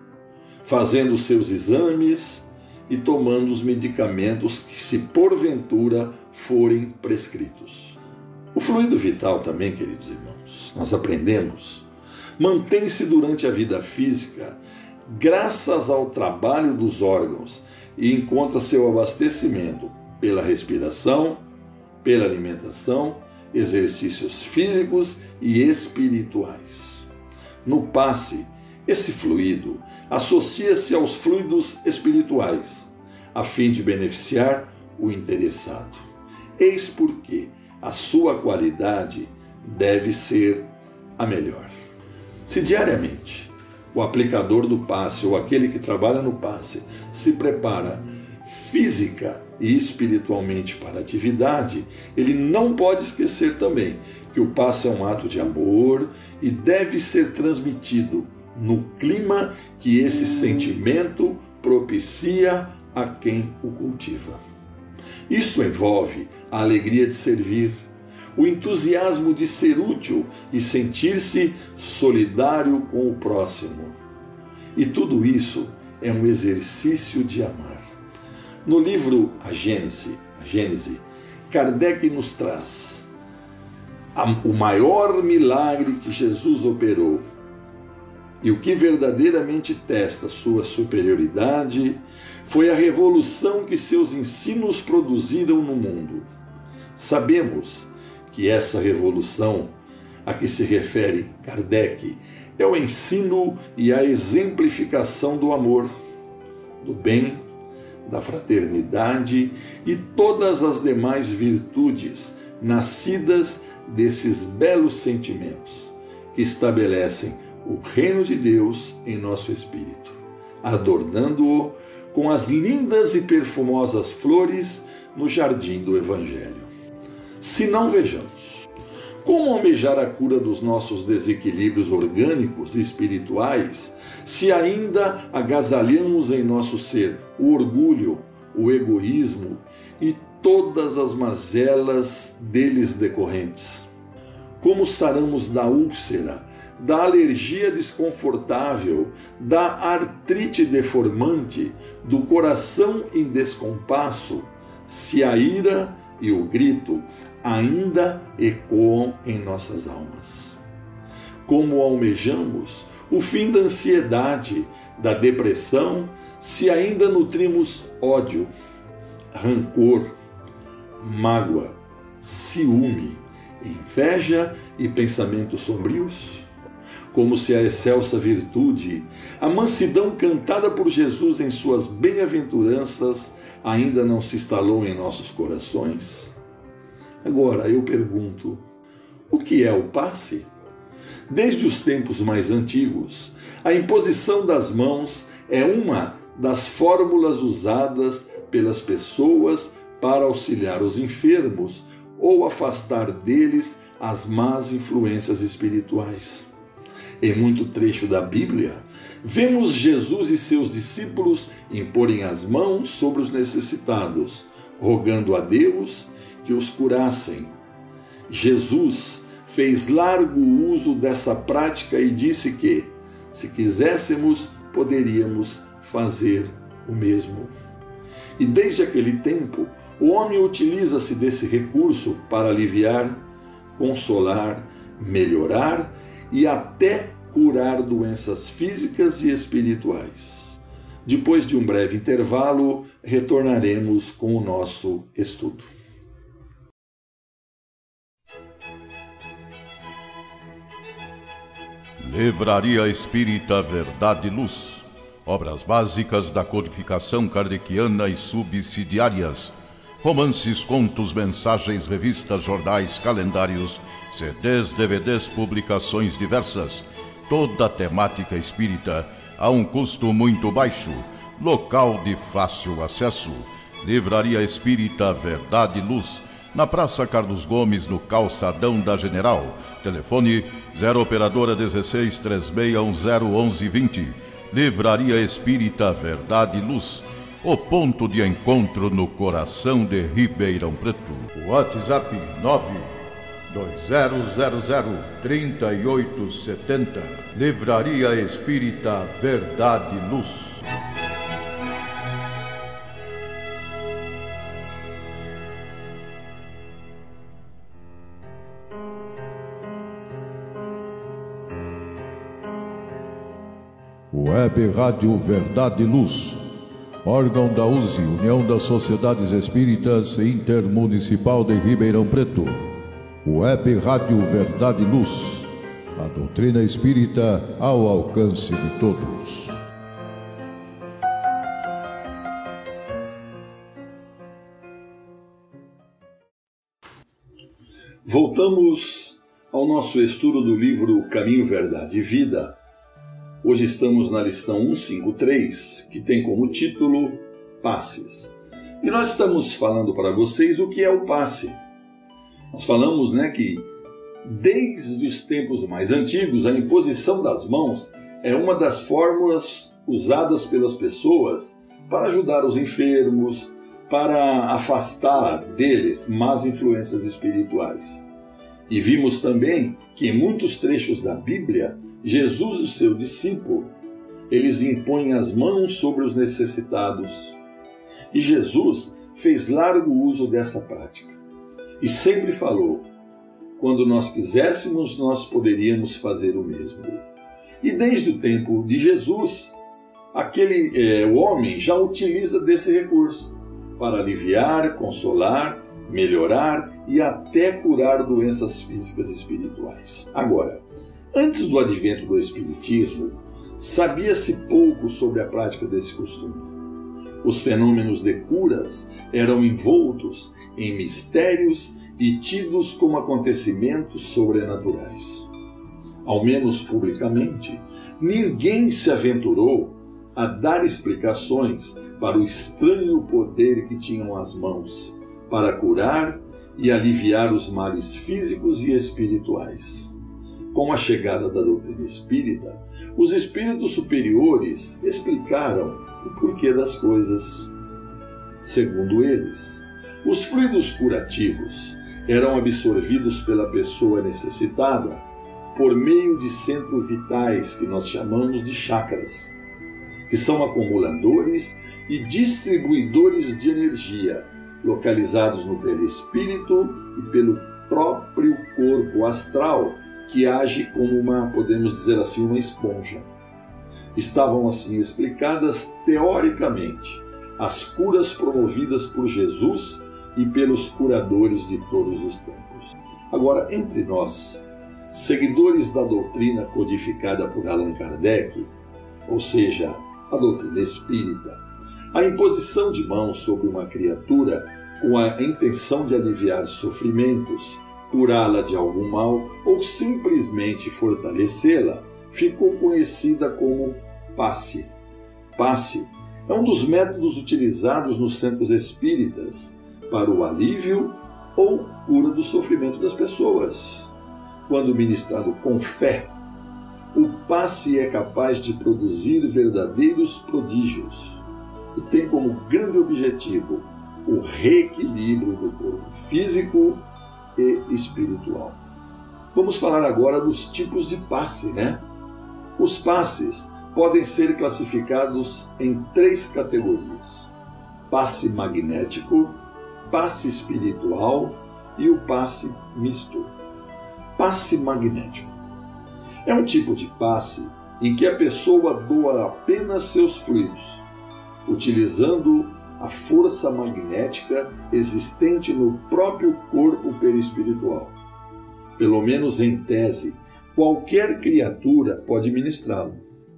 fazendo seus exames e tomando os medicamentos que, se porventura forem prescritos. O fluido vital também, queridos irmãos, nós aprendemos, mantém-se durante a vida física graças ao trabalho dos órgãos e encontra seu abastecimento pela respiração, pela alimentação, exercícios físicos e espirituais. No passe, esse fluido associa-se aos fluidos espirituais, a fim de beneficiar o interessado. Eis porque a sua qualidade deve ser a melhor. Se diariamente o aplicador do passe ou aquele que trabalha no passe se prepara física e espiritualmente para a atividade, ele não pode esquecer também que o passe é um ato de amor e deve ser transmitido no clima que esse sentimento propicia a quem o cultiva. Isto envolve a alegria de servir, o entusiasmo de ser útil e sentir-se solidário com o próximo. E tudo isso é um exercício de amar. No livro A Gênese, Kardec nos traz o maior milagre que Jesus operou. E o que verdadeiramente testa sua superioridade foi a revolução que seus ensinos produziram no mundo. Sabemos que essa revolução a que se refere Kardec é o ensino e a exemplificação do amor, do bem, da fraternidade e todas as demais virtudes nascidas desses belos sentimentos que estabelecem o reino de Deus em nosso espírito, adornando-o com as lindas e perfumosas flores no jardim do Evangelho. Se não, vejamos como almejar a cura dos nossos desequilíbrios orgânicos e espirituais, se ainda agasalhamos em nosso ser o orgulho, o egoísmo e todas as mazelas deles decorrentes. Como saramos da úlcera, da alergia desconfortável, da artrite deformante, do coração em descompasso, se a ira e o grito ainda ecoam em nossas almas? Como almejamos o fim da ansiedade, da depressão, se ainda nutrimos ódio, rancor, mágoa, ciúme, inveja e pensamentos sombrios? Como se a excelsa virtude, a mansidão cantada por Jesus em suas bem-aventuranças ainda não se instalou em nossos corações? Agora eu pergunto, o que é o passe? Desde os tempos mais antigos, a imposição das mãos é uma das fórmulas usadas pelas pessoas para auxiliar os enfermos ou afastar deles as más influências espirituais. Em muito trecho da Bíblia, vemos Jesus e seus discípulos imporem as mãos sobre os necessitados, rogando a Deus que os curassem. Jesus fez largo uso dessa prática e disse que, se quiséssemos, poderíamos fazer o mesmo. E desde aquele tempo, o homem utiliza-se desse recurso para aliviar, consolar, melhorar e até curar doenças físicas e espirituais. Depois de um breve intervalo, retornaremos com o nosso estudo. Livraria Espírita Verdade e Luz. Obras básicas da codificação kardeciana e subsidiárias. Romances, contos, mensagens, revistas, jornais, calendários, CDs, DVDs, publicações diversas. Toda a temática espírita a um custo muito baixo. Local de fácil acesso. Livraria Espírita Verdade e Luz. Na Praça Carlos Gomes, no Calçadão da General. Telefone 0 operadora 16 3610 1120. Livraria Espírita Verdade e Luz. O ponto de encontro no coração de Ribeirão Preto. WhatsApp 920003870. Livraria Espírita Verdade e Luz. Web Rádio Verdade e Luz, órgão da USE, União das Sociedades Espíritas Intermunicipal de Ribeirão Preto. Web Rádio Verdade e Luz, a doutrina espírita ao alcance de todos. Voltamos ao nosso estudo do livro Caminho, Verdade e Vida. Hoje estamos na lição 153, que tem como título Passes. E nós estamos falando para vocês o que é o passe. Nós falamos, que desde os tempos mais antigos, a imposição das mãos é uma das fórmulas usadas pelas pessoas para ajudar os enfermos, para afastar deles más influências espirituais. E vimos também que em muitos trechos da Bíblia, Jesus e o seu discípulo, eles impõem as mãos sobre os necessitados. E Jesus fez largo uso dessa prática. E sempre falou, quando nós quiséssemos, nós poderíamos fazer o mesmo. E desde o tempo de Jesus, o homem já utiliza desse recurso para aliviar, consolar, melhorar e até curar doenças físicas e espirituais. Agora, antes do advento do Espiritismo, sabia-se pouco sobre a prática desse costume. Os fenômenos de curas eram envoltos em mistérios e tidos como acontecimentos sobrenaturais. Ao menos publicamente, ninguém se aventurou a dar explicações para o estranho poder que tinham as mãos para curar e aliviar os males físicos e espirituais. Com a chegada da doutrina espírita, os espíritos superiores explicaram o porquê das coisas. Segundo eles, os fluidos curativos eram absorvidos pela pessoa necessitada por meio de centros vitais que nós chamamos de chakras, que são acumuladores e distribuidores de energia, localizados no perispírito e pelo próprio corpo astral, que age como podemos dizer assim, uma esponja. Estavam assim explicadas teoricamente as curas promovidas por Jesus e pelos curadores de todos os tempos. Agora, entre nós, seguidores da doutrina codificada por Allan Kardec, ou seja, a doutrina espírita, a imposição de mãos sobre uma criatura com a intenção de aliviar sofrimentos, curá-la de algum mal ou simplesmente fortalecê-la, ficou conhecida como passe. Passe é um dos métodos utilizados nos centros espíritas para o alívio ou cura do sofrimento das pessoas. Quando ministrado com fé, o passe é capaz de produzir verdadeiros prodígios e tem como grande objetivo o reequilíbrio do corpo físico e espiritual. Vamos falar agora dos tipos de passe, né? Os passes podem ser classificados em 3 categorias: passe magnético, passe espiritual e o passe misto. Passe magnético é um tipo de passe em que a pessoa doa apenas seus fluidos, utilizando a força magnética existente no próprio corpo perispiritual. Pelo menos em tese, qualquer criatura pode ministrá-lo.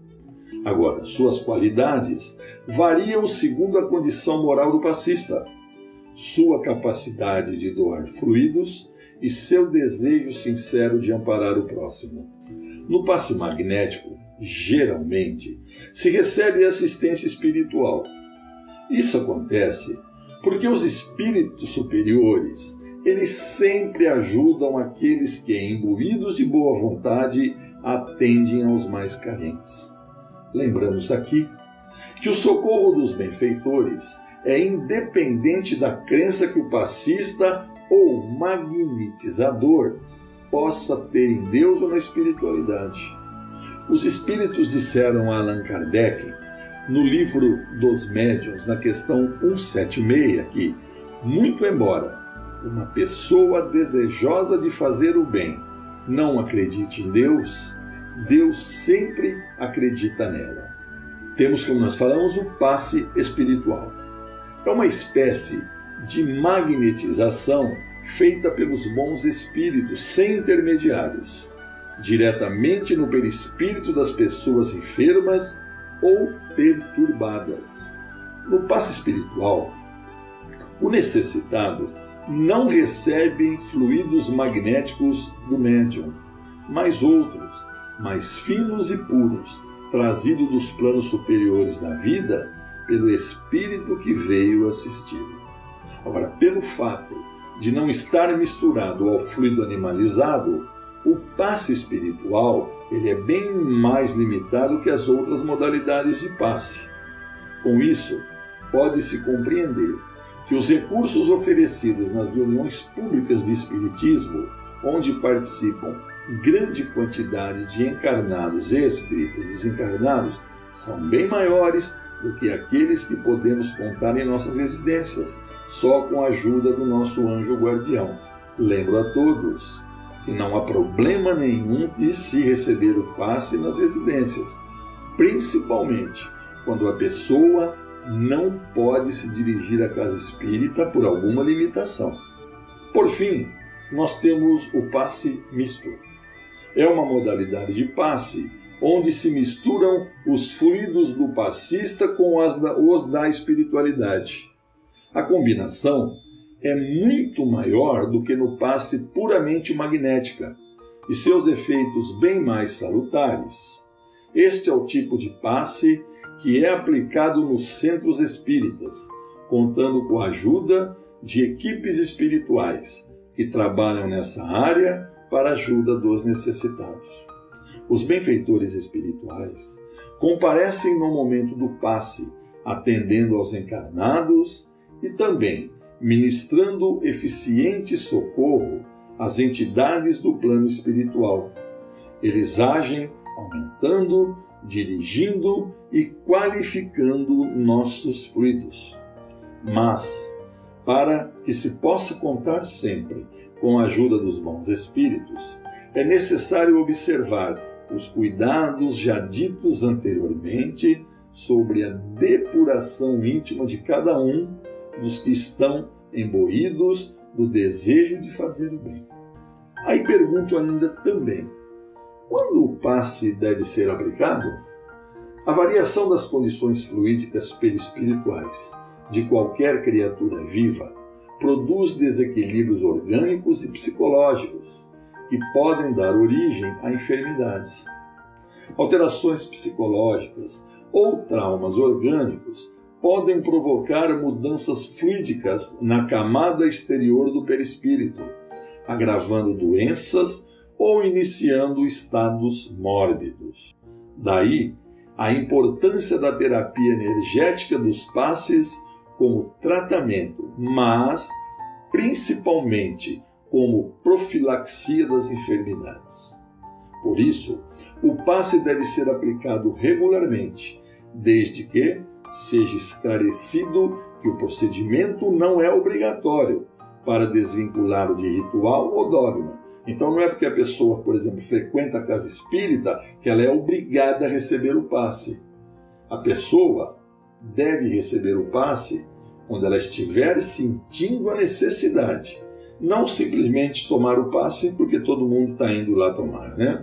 Agora, suas qualidades variam segundo a condição moral do passista, sua capacidade de doar fluidos e seu desejo sincero de amparar o próximo. No passe magnético, geralmente, se recebe assistência espiritual. Isso acontece porque os espíritos superiores, eles sempre ajudam aqueles que, imbuídos de boa vontade, atendem aos mais carentes. Lembramos aqui que o socorro dos benfeitores é independente da crença que o passista ou magnetizador possa ter em Deus ou na espiritualidade. Os espíritos disseram a Allan Kardec, no livro dos Médiuns, na questão 176, que, muito embora uma pessoa desejosa de fazer o bem não acredite em Deus, Deus sempre acredita nela. Temos, como nós falamos, o passe espiritual. É uma espécie de magnetização feita pelos bons espíritos, sem intermediários, diretamente no perispírito das pessoas enfermas ou perturbadas. No passe espiritual, o necessitado não recebe fluidos magnéticos do médium, mas outros, mais finos e puros, trazidos dos planos superiores da vida pelo espírito que veio assisti-lo. Agora, pelo fato de não estar misturado ao fluido animalizado, o passe espiritual ele é bem mais limitado que as outras modalidades de passe. Com isso, pode-se compreender que os recursos oferecidos nas reuniões públicas de espiritismo, onde participam grande quantidade de encarnados e espíritos desencarnados, são bem maiores do que aqueles que podemos contar em nossas residências, só com a ajuda do nosso anjo guardião. Lembro a todos que não há problema nenhum de se receber o passe nas residências, principalmente quando a pessoa não pode se dirigir à casa espírita por alguma limitação. Por fim, nós temos o passe misto. É uma modalidade de passe onde se misturam os fluidos do passista com os da espiritualidade. A combinação é muito maior do que no passe puramente magnética e seus efeitos bem mais salutares. Este é o tipo de passe que é aplicado nos centros espíritas, contando com a ajuda de equipes espirituais que trabalham nessa área para a ajuda dos necessitados. Os benfeitores espirituais comparecem no momento do passe, atendendo aos encarnados e também ministrando eficiente socorro às entidades do plano espiritual. Eles agem aumentando, dirigindo e qualificando nossos fluidos. Mas, para que se possa contar sempre com a ajuda dos bons espíritos, é necessário observar os cuidados já ditos anteriormente sobre a depuração íntima de cada um dos que estão imbuídos do desejo de fazer o bem. Aí pergunto ainda também, quando o passe deve ser aplicado? A variação das condições fluídicas perispirituais de qualquer criatura viva produz desequilíbrios orgânicos e psicológicos que podem dar origem a enfermidades. Alterações psicológicas ou traumas orgânicos podem provocar mudanças fluídicas na camada exterior do perispírito, agravando doenças ou iniciando estados mórbidos. Daí, a importância da terapia energética dos passes como tratamento, mas principalmente como profilaxia das enfermidades. Por isso, o passe deve ser aplicado regularmente, desde que seja esclarecido que o procedimento não é obrigatório para desvinculá-lo de ritual ou dogma. Então não é porque a pessoa, por exemplo, frequenta a casa espírita que ela é obrigada a receber o passe. A pessoa deve receber o passe quando ela estiver sentindo a necessidade. Não simplesmente tomar o passe porque todo mundo está indo lá tomar, né?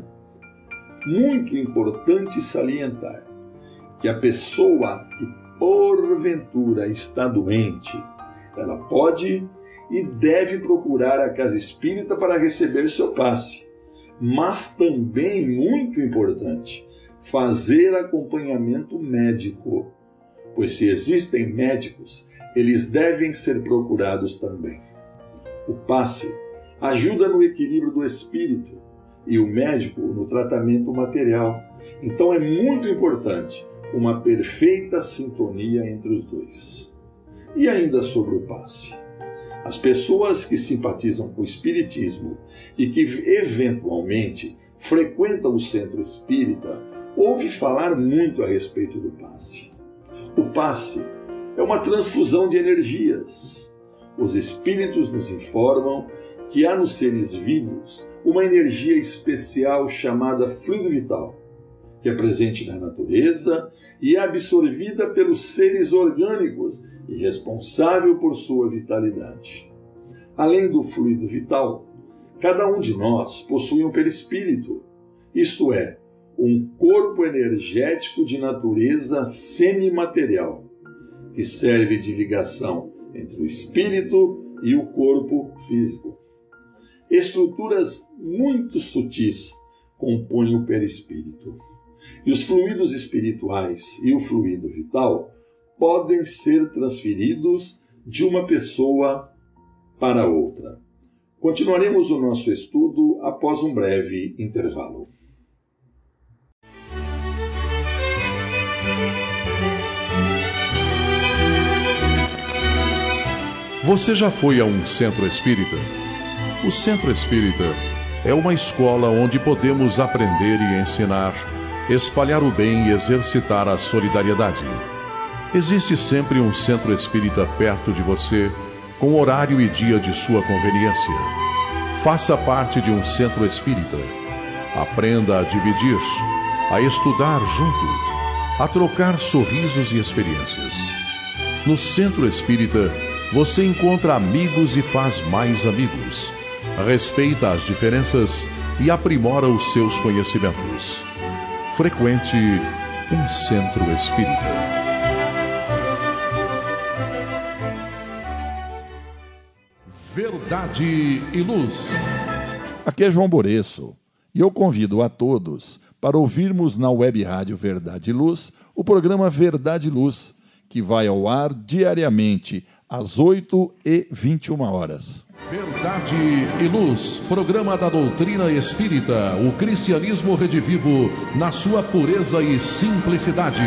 Muito importante salientar que a pessoa que porventura está doente, ela pode e deve procurar a casa espírita para receber seu passe. Mas também, muito importante, fazer acompanhamento médico, pois se existem médicos, eles devem ser procurados também. O passe ajuda no equilíbrio do espírito e o médico no tratamento material. Então é muito importante uma perfeita sintonia entre os dois. E ainda sobre o passe. As pessoas que simpatizam com o espiritismo e que eventualmente frequentam o centro espírita ouvem falar muito a respeito do passe. O passe é uma transfusão de energias. Os espíritos nos informam que há nos seres vivos uma energia especial chamada fluido vital, que é presente na natureza e é absorvida pelos seres orgânicos e responsável por sua vitalidade. Além do fluido vital, cada um de nós possui um perispírito, isto é, um corpo energético de natureza semimaterial, que serve de ligação entre o espírito e o corpo físico. Estruturas muito sutis compõem o perispírito. E os fluidos espirituais e o fluido vital podem ser transferidos de uma pessoa para outra. Continuaremos o nosso estudo após um breve intervalo. Você já foi a um centro espírita? O centro espírita é uma escola onde podemos aprender e ensinar, espalhar o bem e exercitar a solidariedade. Existe sempre um centro espírita perto de você, com horário e dia de sua conveniência. Faça parte de um centro espírita. Aprenda a dividir, a estudar junto, a trocar sorrisos e experiências. No centro espírita, você encontra amigos e faz mais amigos. Respeita as diferenças e aprimora os seus conhecimentos. Frequente um centro espírita. Verdade e Luz. Aqui é João Boreço e eu convido a todos para ouvirmos na Web Rádio Verdade e Luz o programa Verdade e Luz, que vai ao ar diariamente às 8h21. Verdade e Luz, programa da doutrina espírita, o cristianismo redivivo na sua pureza e simplicidade.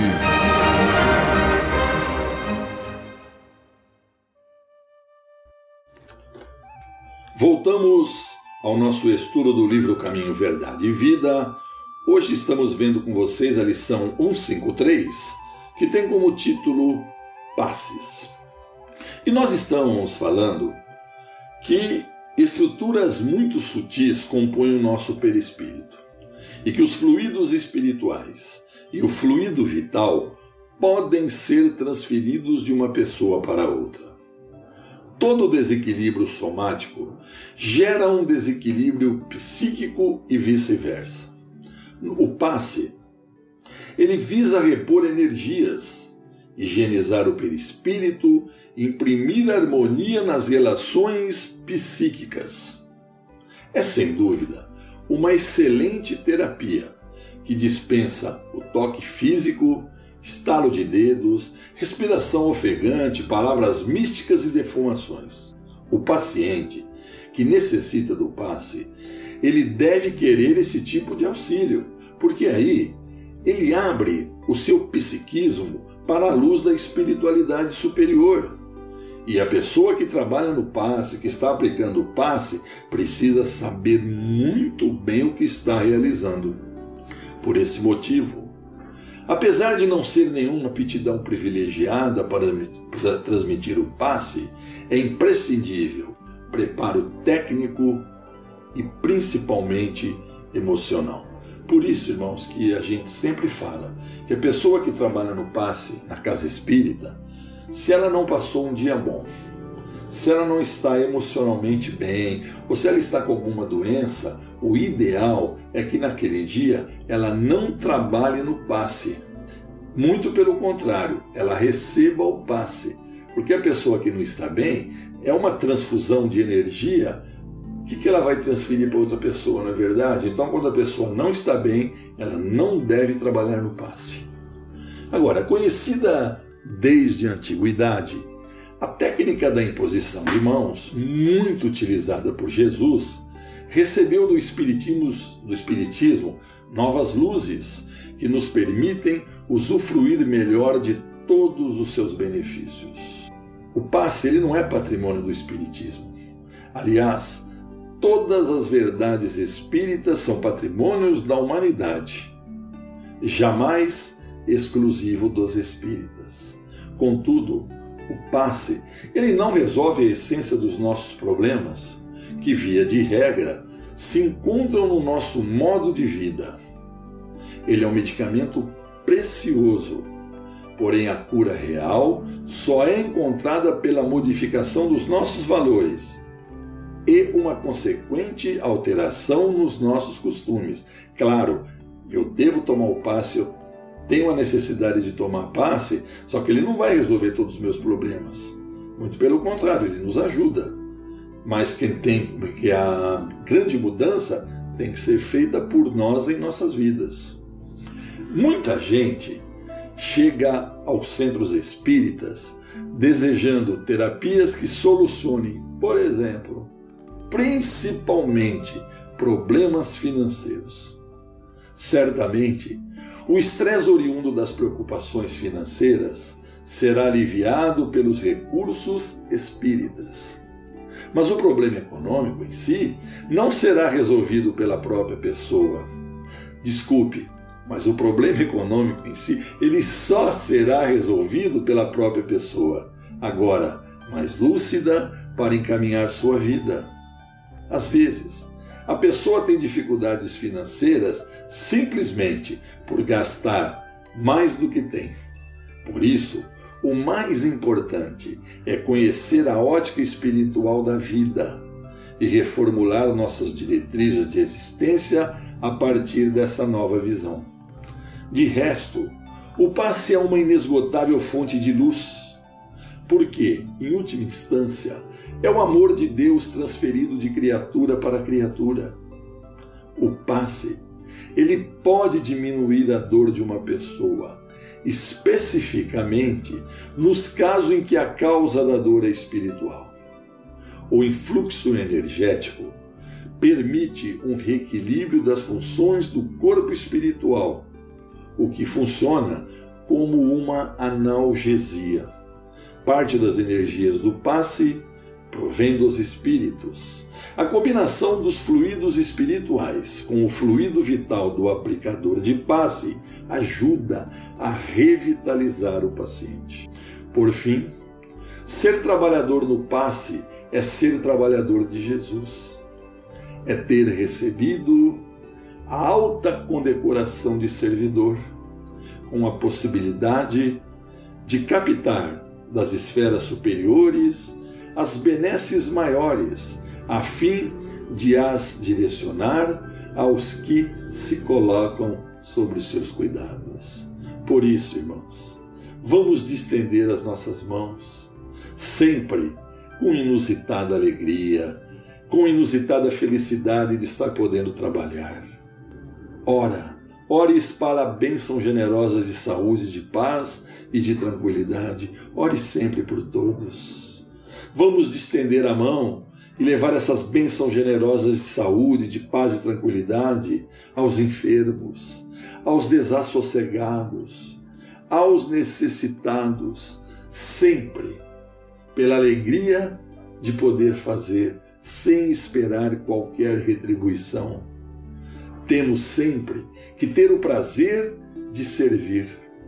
Voltamos ao nosso estudo do livro Caminho, Verdade e Vida. Hoje estamos vendo com vocês a lição 153, que tem como título Passes. E nós estamos falando que estruturas muito sutis compõem o nosso perispírito e que os fluidos espirituais e o fluido vital podem ser transferidos de uma pessoa para outra. Todo desequilíbrio somático gera um desequilíbrio psíquico e vice-versa. O passe, ele visa repor energias, higienizar o perispírito, imprimir harmonia nas relações psíquicas. É, sem dúvida, uma excelente terapia que dispensa o toque físico, estalo de dedos, respiração ofegante, palavras místicas e defumações. O paciente que necessita do passe, ele deve querer esse tipo de auxílio, porque aí ele abre o seu psiquismo para a luz da espiritualidade superior. E a pessoa que trabalha no passe, que está aplicando o passe, precisa saber muito bem o que está realizando. Por esse motivo, apesar de não ser nenhuma aptidão privilegiada para transmitir o passe, é imprescindível preparo técnico e principalmente emocional. Por isso, irmãos, que a gente sempre fala que a pessoa que trabalha no passe, na casa espírita, se ela não passou um dia bom, se ela não está emocionalmente bem, ou se ela está com alguma doença, o ideal é que naquele dia ela não trabalhe no passe. Muito pelo contrário, ela receba o passe. Porque a pessoa que não está bem é uma transfusão de energia. O que ela vai transferir para outra pessoa, não é verdade? Então, quando a pessoa não está bem, ela não deve trabalhar no passe. Agora, conhecida desde a antiguidade, a técnica da imposição de mãos, muito utilizada por Jesus, recebeu do Espiritismo novas luzes que nos permitem usufruir melhor de todos os seus benefícios. O passe ele não é patrimônio do Espiritismo. Aliás, todas as verdades espíritas são patrimônios da humanidade, jamais exclusivo dos espíritas. Contudo, o passe ele não resolve a essência dos nossos problemas, que via de regra se encontram no nosso modo de vida. Ele é um medicamento precioso, porém a cura real só é encontrada pela modificação dos nossos valores e uma consequente alteração nos nossos costumes. Claro, eu devo tomar o passe, eu tenho a necessidade de tomar passe, só que ele não vai resolver todos os meus problemas. Muito pelo contrário, ele nos ajuda. Mas que a grande mudança tem que ser feita por nós em nossas vidas. Muita gente chega aos centros espíritas desejando terapias que solucionem, por exemplo, principalmente problemas financeiros. Certamente, o estresse oriundo das preocupações financeiras será aliviado pelos recursos espíritas. Mas o problema econômico em si não será resolvido pela própria pessoa. Desculpe, mas o problema econômico em si, ele só será resolvido pela própria pessoa, agora mais lúcida para encaminhar sua vida. Às vezes, a pessoa tem dificuldades financeiras simplesmente por gastar mais do que tem. Por isso, o mais importante é conhecer a ótica espiritual da vida e reformular nossas diretrizes de existência a partir dessa nova visão. De resto, o passe é uma inesgotável fonte de luz, porque, em última instância, é o amor de Deus transferido de criatura para criatura. O passe, ele pode diminuir a dor de uma pessoa, especificamente nos casos em que a causa da dor é espiritual. O influxo energético permite um reequilíbrio das funções do corpo espiritual, o que funciona como uma analgesia. Parte das energias do passe provém dos espíritos. A combinação dos fluidos espirituais com o fluido vital do aplicador de passe ajuda a revitalizar o paciente. Por fim, ser trabalhador no passe é ser trabalhador de Jesus. É ter recebido a alta condecoração de servidor, com a possibilidade de captar das esferas superiores as benesses maiores, a fim de as direcionar aos que se colocam sobre os seus cuidados. Por isso, irmãos, vamos distender as nossas mãos, sempre com inusitada alegria, com inusitada felicidade de estar podendo trabalhar. Ora e espalha bênçãos generosas de saúde, de paz e de tranquilidade. Ore sempre por todos. Vamos distender a mão e levar essas bênçãos generosas de saúde, de paz e tranquilidade aos enfermos, aos desassossegados, aos necessitados, sempre pela alegria de poder fazer sem esperar qualquer retribuição. Temos sempre que ter o prazer de servir.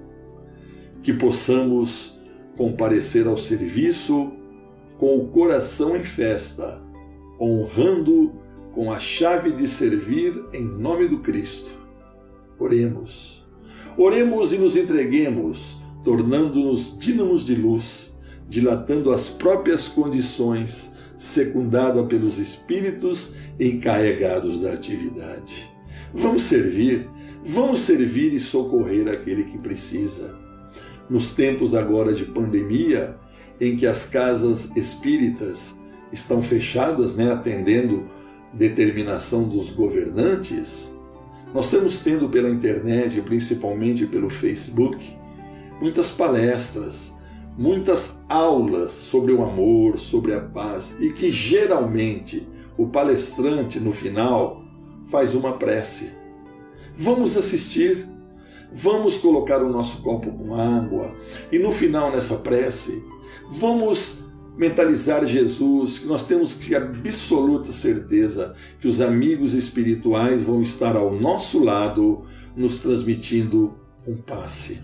Que possamos comparecer ao serviço com o coração em festa, honrando com a chave de servir em nome do Cristo. Oremos. Oremos e nos entreguemos, tornando-nos dínamos de luz, dilatando as próprias condições, secundada pelos espíritos encarregados da atividade. Vamos servir e socorrer aquele que precisa. Nos tempos agora de pandemia, em que as casas espíritas estão fechadas, atendendo determinação dos governantes, nós estamos tendo pela internet, principalmente pelo Facebook, muitas palestras, muitas aulas sobre o amor, sobre a paz, e que geralmente o palestrante no final faz uma prece. Vamos assistir, vamos colocar o nosso copo com água e no final nessa prece vamos mentalizar Jesus, que nós temos que absoluta certeza que os amigos espirituais vão estar ao nosso lado, nos transmitindo um passe.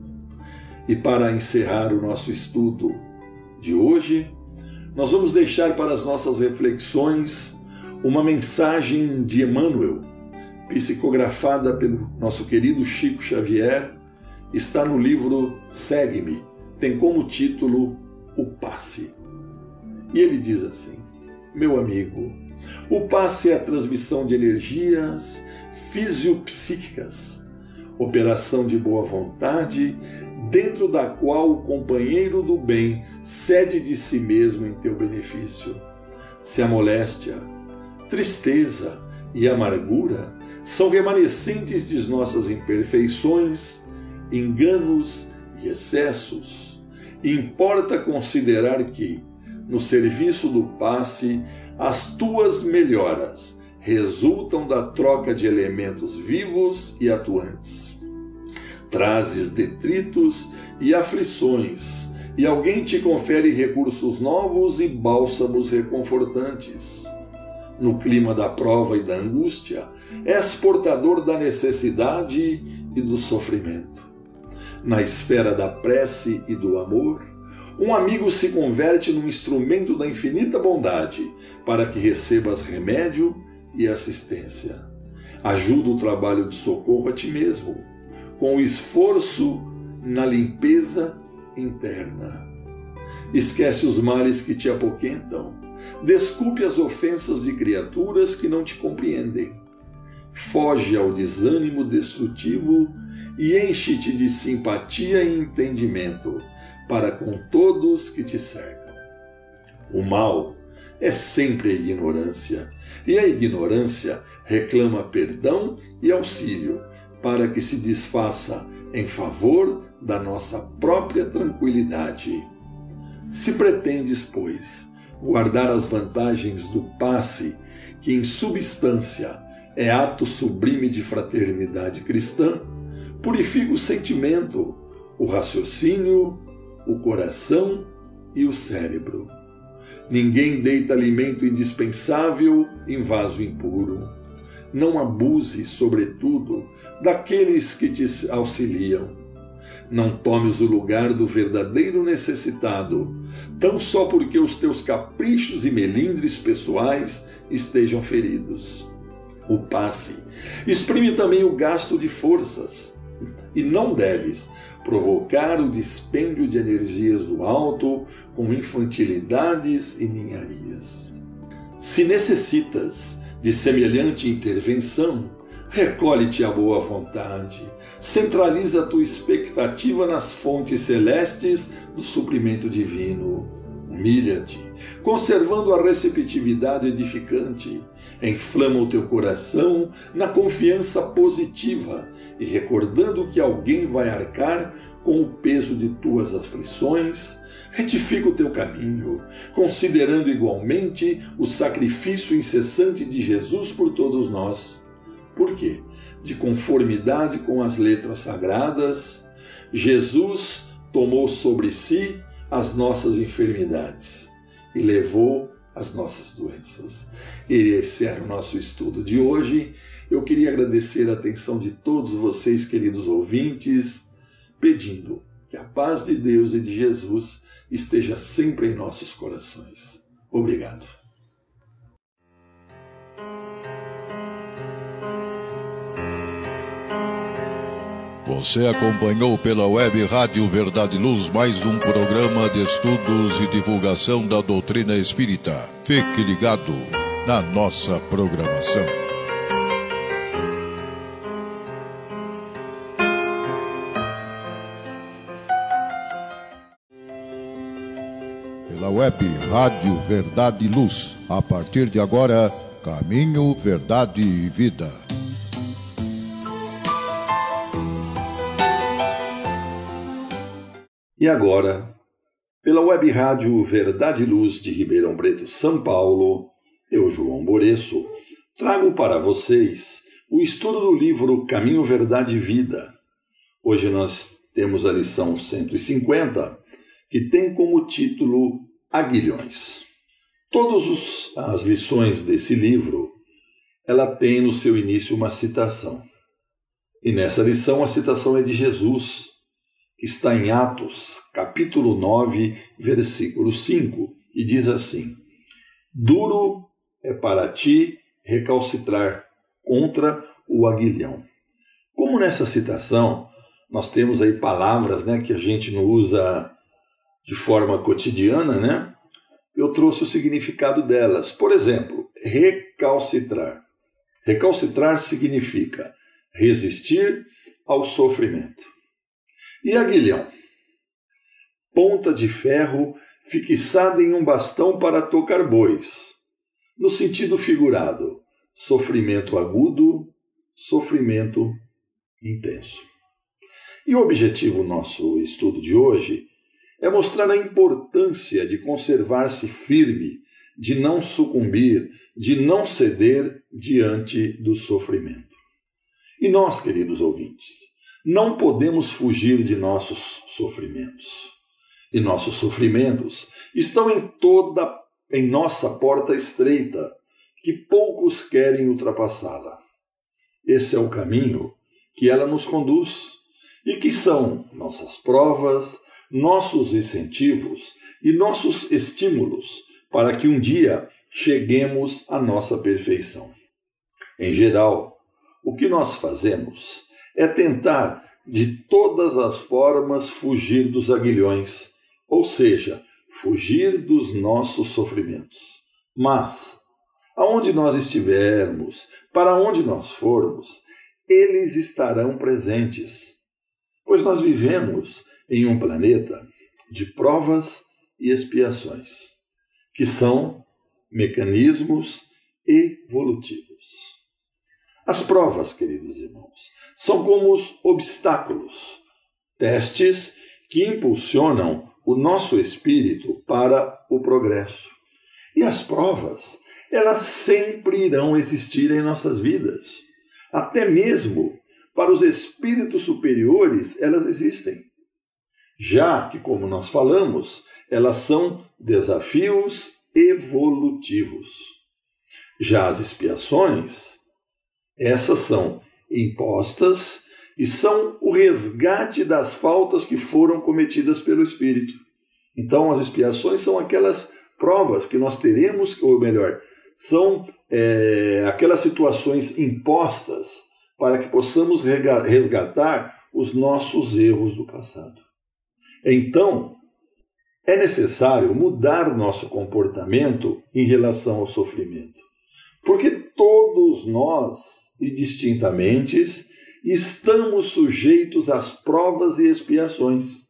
E para encerrar o nosso estudo de hoje, nós vamos deixar para as nossas reflexões uma mensagem de Emmanuel, psicografada pelo nosso querido Chico Xavier, está no livro Segue-me, tem como título O Passe. E ele diz assim: meu amigo, o passe é a transmissão de energias fisiopsíquicas, operação de boa vontade, dentro da qual o companheiro do bem cede de si mesmo em teu benefício. Se a moléstia, tristeza e amargura são remanescentes de nossas imperfeições, enganos e excessos, importa considerar que, no serviço do passe, as tuas melhoras resultam da troca de elementos vivos e atuantes. Trazes detritos e aflições, e alguém te confere recursos novos e bálsamos reconfortantes. No clima da prova e da angústia, és portador da necessidade e do sofrimento. Na esfera da prece e do amor, um amigo se converte num instrumento da infinita bondade para que recebas remédio e assistência. Ajuda o trabalho de socorro a ti mesmo, com o esforço na limpeza interna. Esquece os males que te apoquentam. Desculpe as ofensas de criaturas que não te compreendem. Foge ao desânimo destrutivo e enche-te de simpatia e entendimento para com todos que te cercam. O mal é sempre a ignorância, e a ignorância reclama perdão e auxílio para que se desfaça em favor da nossa própria tranquilidade. Se pretendes, pois, guardar as vantagens do passe, que em substância é ato sublime de fraternidade cristã, purifica o sentimento, o raciocínio, o coração e o cérebro. Ninguém deita alimento indispensável em vaso impuro. Não abuse, sobretudo, daqueles que te auxiliam. Não tomes o lugar do verdadeiro necessitado, tão só porque os teus caprichos e melindres pessoais estejam feridos. O passe exprime também o gasto de forças, e não deves provocar o dispêndio de energias do alto com infantilidades e ninharias. Se necessitas de semelhante intervenção, recolhe-te à boa vontade, centraliza a tua expectativa nas fontes celestes do suprimento divino. Humilha-te, conservando a receptividade edificante, inflama o teu coração na confiança positiva e recordando que alguém vai arcar com o peso de tuas aflições, retifica o teu caminho, considerando igualmente o sacrifício incessante de Jesus por todos nós. Por quê? De conformidade com as letras sagradas, Jesus tomou sobre si as nossas enfermidades e levou as nossas doenças. Esse era o nosso estudo de hoje. Eu queria agradecer a atenção de todos vocês, queridos ouvintes, pedindo que a paz de Deus e de Jesus esteja sempre em nossos corações. Obrigado. Você acompanhou pela Web Rádio Verdade e Luz mais um programa de estudos e divulgação da doutrina espírita. Fique ligado na nossa programação. Pela Web Rádio Verdade e Luz, a partir de agora, caminho, verdade e vida. E agora, pela Web Rádio Verdade e Luz de Ribeirão Preto, São Paulo, eu, João Boreço, trago para vocês o estudo do livro Caminho, Verdade e Vida. Hoje nós temos a lição 150, que tem como título Aguilhões. Todas as lições desse livro, ela tem no seu início uma citação. E nessa lição a citação é de Jesus, que está em Atos, capítulo 9, versículo 5, e diz assim: duro é para ti recalcitrar contra o aguilhão. Como nessa citação, nós temos aí palavras, que a gente não usa de forma cotidiana, eu trouxe o significado delas. Por exemplo, recalcitrar. Recalcitrar significa resistir ao sofrimento. E aguilhão? Ponta de ferro fixada em um bastão para tocar bois. No sentido figurado, sofrimento agudo, sofrimento intenso. E o objetivo do nosso estudo de hoje é mostrar a importância de conservar-se firme, de não sucumbir, de não ceder diante do sofrimento. E nós, queridos ouvintes, não podemos fugir de nossos sofrimentos. E nossos sofrimentos estão em nossa porta estreita, que poucos querem ultrapassá-la. Esse é o caminho que ela nos conduz, e que são nossas provas, nossos incentivos e nossos estímulos para que um dia cheguemos à nossa perfeição. Em geral, o que nós fazemos é tentar, de todas as formas, fugir dos aguilhões, ou seja, fugir dos nossos sofrimentos. Mas, aonde nós estivermos, para onde nós formos, eles estarão presentes, pois nós vivemos em um planeta de provas e expiações, que são mecanismos evolutivos. As provas, queridos irmãos, são como os obstáculos, testes que impulsionam o nosso espírito para o progresso. E as provas, elas sempre irão existir em nossas vidas. Até mesmo para os espíritos superiores, elas existem. Já que, como nós falamos, elas são desafios evolutivos. Já as expiações, essas são impostas e são o resgate das faltas que foram cometidas pelo Espírito. Então, as expiações são aquelas provas que nós teremos, ou melhor, são aquelas situações impostas para que possamos resgatar os nossos erros do passado. Então, é necessário mudar nosso comportamento em relação ao sofrimento, porque todos nós, indistintamente, estamos sujeitos às provas e expiações.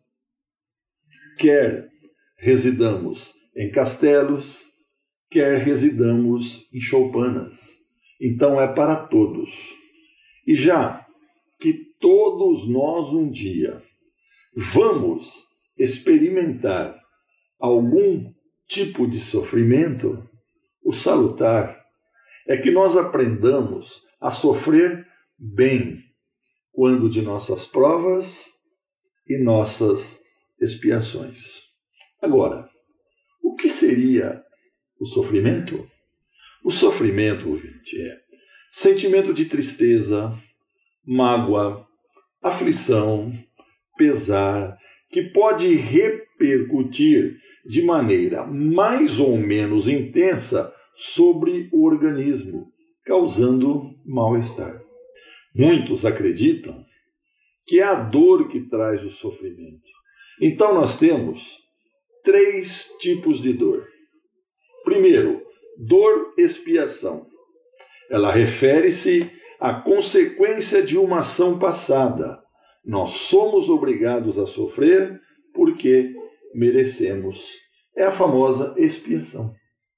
Quer residamos em castelos, quer residamos em choupanas. Então é para todos. E já que todos nós um dia vamos experimentar algum tipo de sofrimento, o salutar é que nós aprendamos a sofrer bem quando de nossas provas e nossas expiações. Agora, o que seria o sofrimento? O sofrimento, ouvinte, é sentimento de tristeza, mágoa, aflição, pesar, que pode repercutir de maneira mais ou menos intensa sobre o organismo, causando mal-estar. Muitos acreditam que é a dor que traz o sofrimento. Então nós temos 3 tipos de dor. Primeiro, dor expiação. Ela refere-se à consequência de uma ação passada. Nós somos obrigados a sofrer porque merecemos. É a famosa expiação.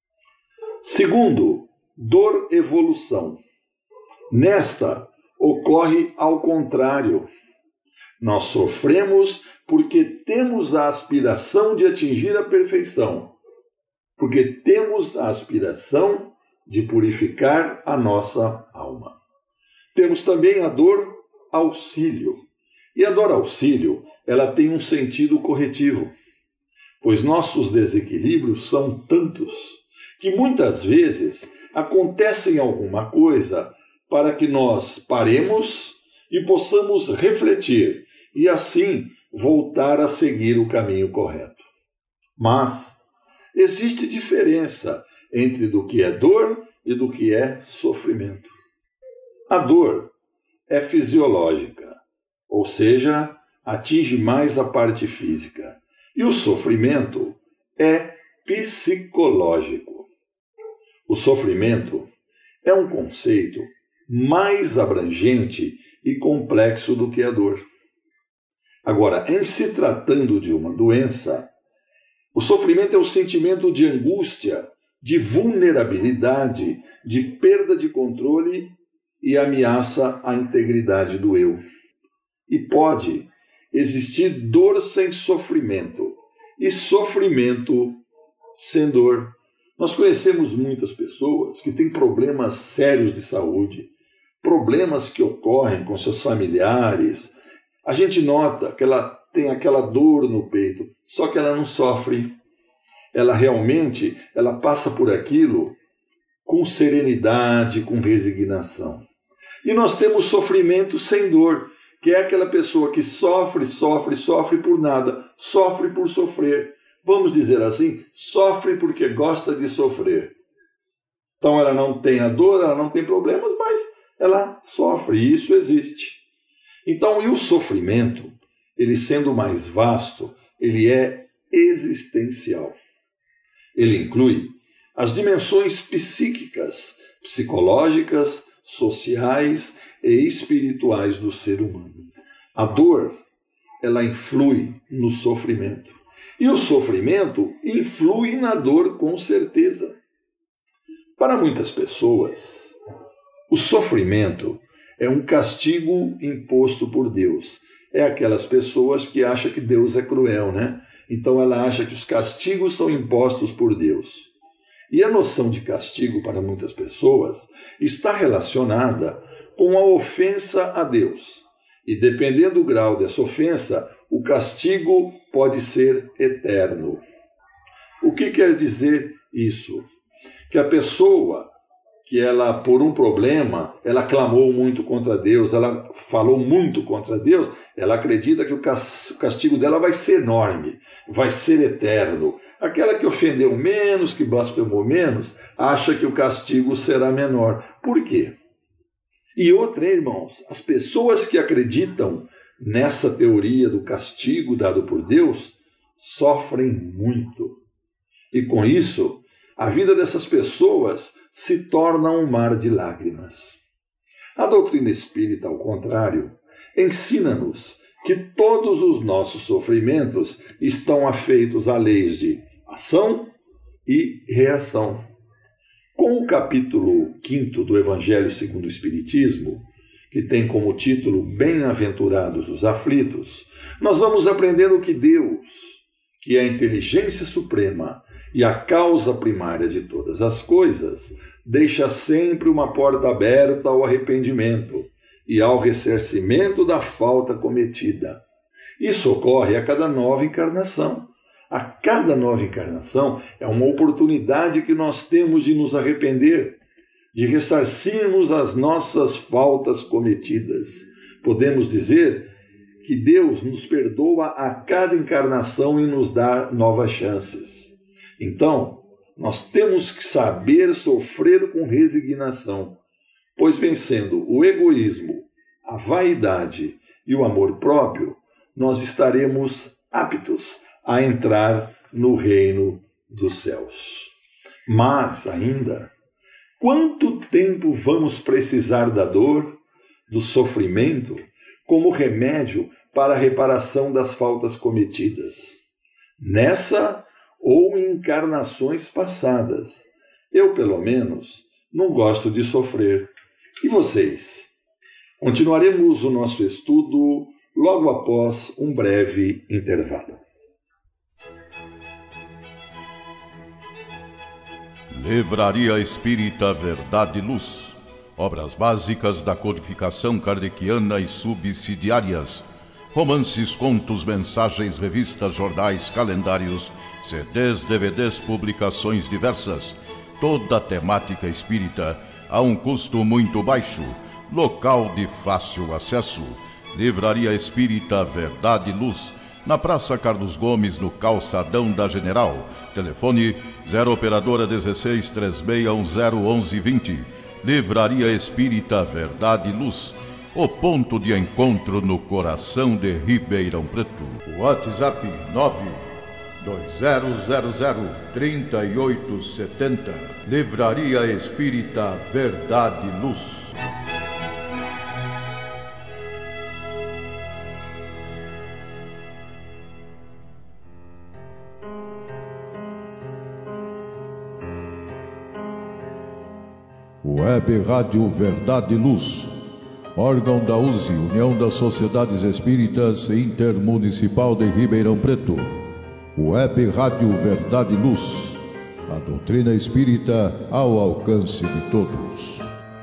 Segundo, dor evolução. Nesta, ocorre ao contrário. Nós sofremos porque temos a aspiração de atingir a perfeição, porque temos a aspiração de purificar a nossa alma. Temos também a dor auxílio. E a dor auxílio, ela tem um sentido corretivo, pois nossos desequilíbrios são tantos que muitas vezes acontecem alguma coisa para que nós paremos e possamos refletir e assim voltar a seguir o caminho correto. Mas existe diferença entre do que é dor e do que é sofrimento. A dor é fisiológica, ou seja, atinge mais a parte física. E o sofrimento é psicológico. O sofrimento é um conceito mais abrangente e complexo do que a dor. Agora, em se tratando de uma doença, o sofrimento é o sentimento de angústia, de vulnerabilidade, de perda de controle e ameaça à integridade do eu. E pode existir dor sem sofrimento e sofrimento sem dor. Nós conhecemos muitas pessoas que têm problemas sérios de saúde, problemas que ocorrem com seus familiares. A gente nota que ela tem aquela dor no peito, só que ela não sofre. Ela passa por aquilo com serenidade, com resignação. E nós temos sofrimento sem dor, que é aquela pessoa que sofre por nada, sofre por sofrer. Vamos dizer assim, sofre porque gosta de sofrer. Então ela não tem a dor, ela não tem problemas, mas ela sofre, e isso existe. Então, e o sofrimento, ele sendo mais vasto, ele é existencial. Ele inclui as dimensões psíquicas, psicológicas, sociais e espirituais do ser humano. A dor, ela influi no sofrimento. E o sofrimento influi na dor com certeza. Para muitas pessoas, o sofrimento é um castigo imposto por Deus. É aquelas pessoas que acham que Deus é cruel, né? Então ela acha que os castigos são impostos por Deus. E a noção de castigo para muitas pessoas está relacionada com a ofensa a Deus. E dependendo do grau dessa ofensa, o castigo pode ser eterno. O que quer dizer isso? Que a pessoa que ela, por um problema, ela clamou muito contra Deus, ela falou muito contra Deus, ela acredita que o castigo dela vai ser enorme, vai ser eterno. Aquela que ofendeu menos, que blasfemou menos, acha que o castigo será menor. Por quê? E outra, irmãos, as pessoas que acreditam nessa teoria do castigo dado por Deus sofrem muito. E com isso, a vida dessas pessoas se torna um mar de lágrimas. A doutrina espírita, ao contrário, ensina-nos que todos os nossos sofrimentos estão afeitos a leis de ação e reação. Com o capítulo 5º do Evangelho segundo o Espiritismo, que tem como título Bem-aventurados os aflitos, nós vamos aprendendo que Deus, que é a inteligência suprema e a causa primária de todas as coisas, deixa sempre uma porta aberta ao arrependimento e ao ressarcimento da falta cometida. Isso ocorre a cada nova encarnação, A cada nova encarnação é uma oportunidade que nós temos de nos arrepender, de ressarcirmos as nossas faltas cometidas. Podemos dizer que Deus nos perdoa a cada encarnação e nos dá novas chances. Então, nós temos que saber sofrer com resignação, pois vencendo o egoísmo, a vaidade e o amor próprio, nós estaremos aptos a entrar no reino dos céus. Mas ainda, quanto tempo vamos precisar da dor, do sofrimento, como remédio para a reparação das faltas cometidas? Nessa ou em encarnações passadas. Eu, pelo menos, não gosto de sofrer. E vocês? Continuaremos o nosso estudo logo após um breve intervalo. Livraria Espírita Verdade e Luz. Obras básicas da codificação kardeciana e subsidiárias. Romances, contos, mensagens, revistas, jornais, calendários, CDs, DVDs, publicações diversas. Toda a temática espírita a um custo muito baixo. Local de fácil acesso. Livraria Espírita Verdade e Luz. Na Praça Carlos Gomes, no Calçadão da General. Telefone 0 operadora 16 3610 1120. Livraria Espírita Verdade e Luz. O ponto de encontro no coração de Ribeirão Preto. WhatsApp 920003870. Livraria Espírita Verdade e Luz. Web Rádio Verdade e Luz, órgão da USE, União das Sociedades Espíritas Intermunicipal de Ribeirão Preto. Web Rádio Verdade e Luz, a doutrina espírita ao alcance de todos.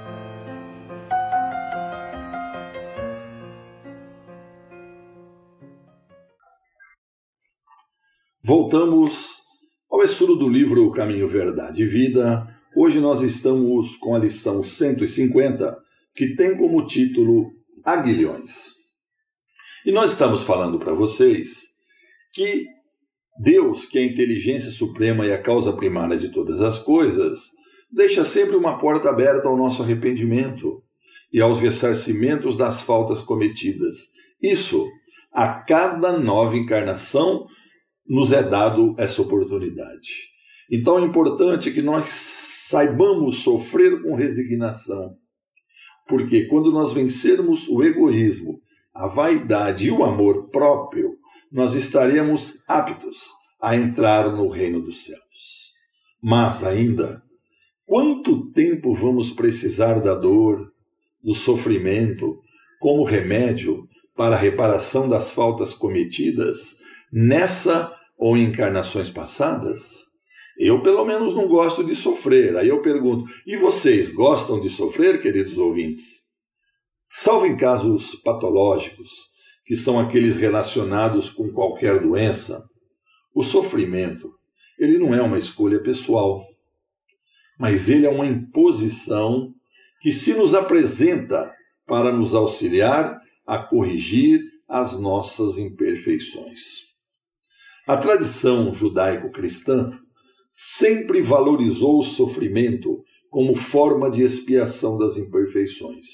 Voltamos ao estudo do livro Caminho, Verdade e Vida. Hoje nós estamos com a lição 150, que tem como título Aguilhões. E nós estamos falando para vocês que Deus, que é a inteligência suprema e a causa primária de todas as coisas, deixa sempre uma porta aberta ao nosso arrependimento e aos ressarcimentos das faltas cometidas. Isso, a cada nova encarnação, nos é dado essa oportunidade. Então é importante que nós saibamos sofrer com resignação, porque quando nós vencermos o egoísmo, a vaidade e o amor próprio, nós estaremos aptos a entrar no reino dos céus. Mas ainda, quanto tempo vamos precisar da dor, do sofrimento, como remédio para a reparação das faltas cometidas, nessa ou em encarnações passadas? Eu, pelo menos, não gosto de sofrer. Aí eu pergunto, e vocês gostam de sofrer, queridos ouvintes? Salvo em casos patológicos, que são aqueles relacionados com qualquer doença, o sofrimento, ele não é uma escolha pessoal, mas ele é uma imposição que se nos apresenta para nos auxiliar a corrigir as nossas imperfeições. A tradição judaico-cristã sempre valorizou o sofrimento como forma de expiação das imperfeições.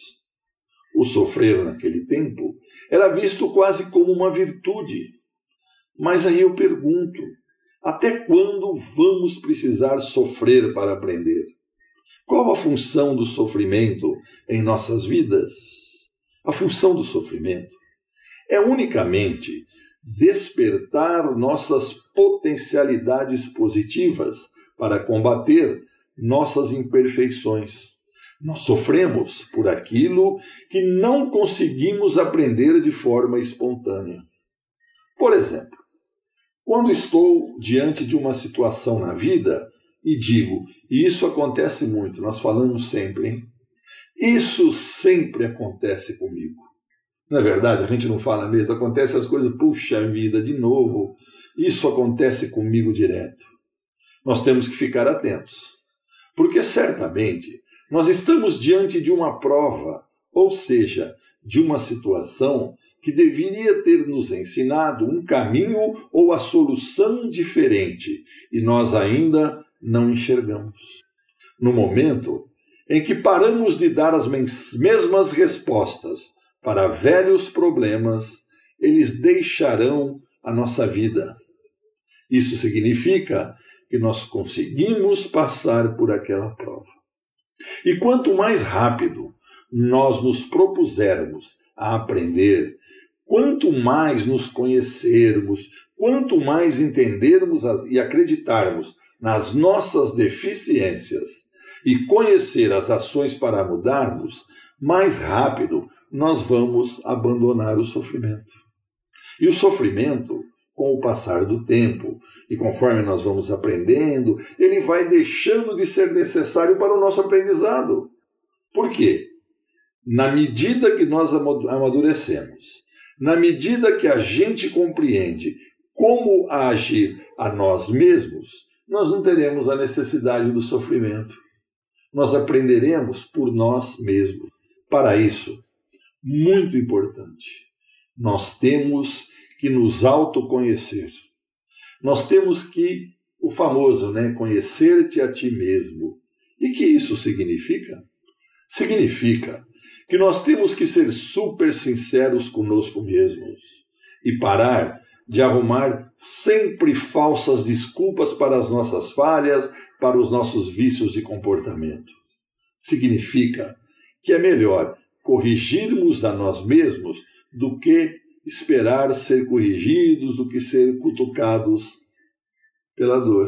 O sofrer naquele tempo era visto quase como uma virtude. Mas aí eu pergunto, até quando vamos precisar sofrer para aprender? Qual a função do sofrimento em nossas vidas? A função do sofrimento é unicamente despertar nossas potencialidades positivas para combater nossas imperfeições. Nós sofremos por aquilo que não conseguimos aprender de forma espontânea. Por exemplo, quando estou diante de uma situação na vida e digo, e isso acontece muito, nós falamos sempre, hein? Isso sempre acontece comigo. Não é verdade? A gente não fala mesmo. Acontece as coisas, puxa vida, de novo. Isso acontece comigo direto. Nós temos que ficar atentos. Porque certamente nós estamos diante de uma prova, ou seja, de uma situação que deveria ter nos ensinado um caminho ou a solução diferente, e nós ainda não enxergamos. No momento em que paramos de dar as mesmas respostas para velhos problemas, eles deixarão a nossa vida. Isso significa que nós conseguimos passar por aquela prova. E quanto mais rápido nós nos propusermos a aprender, quanto mais nos conhecermos, quanto mais entendermos e acreditarmos nas nossas deficiências e conhecer as ações para mudarmos, mais rápido nós vamos abandonar o sofrimento. E o sofrimento, com o passar do tempo, e conforme nós vamos aprendendo, ele vai deixando de ser necessário para o nosso aprendizado. Por quê? Na medida que nós amadurecemos, na medida que a gente compreende como agir a nós mesmos, nós não teremos a necessidade do sofrimento. Nós aprenderemos por nós mesmos. Para isso, muito importante, nós temos que nos autoconhecer. Nós temos que, o famoso, conhecer-te a ti mesmo. E que isso significa? Significa que nós temos que ser super sinceros conosco mesmos e parar de arrumar sempre falsas desculpas para as nossas falhas, para os nossos vícios de comportamento. Significa que é melhor corrigirmos a nós mesmos do que esperar ser corrigidos, do que ser cutucados pela dor.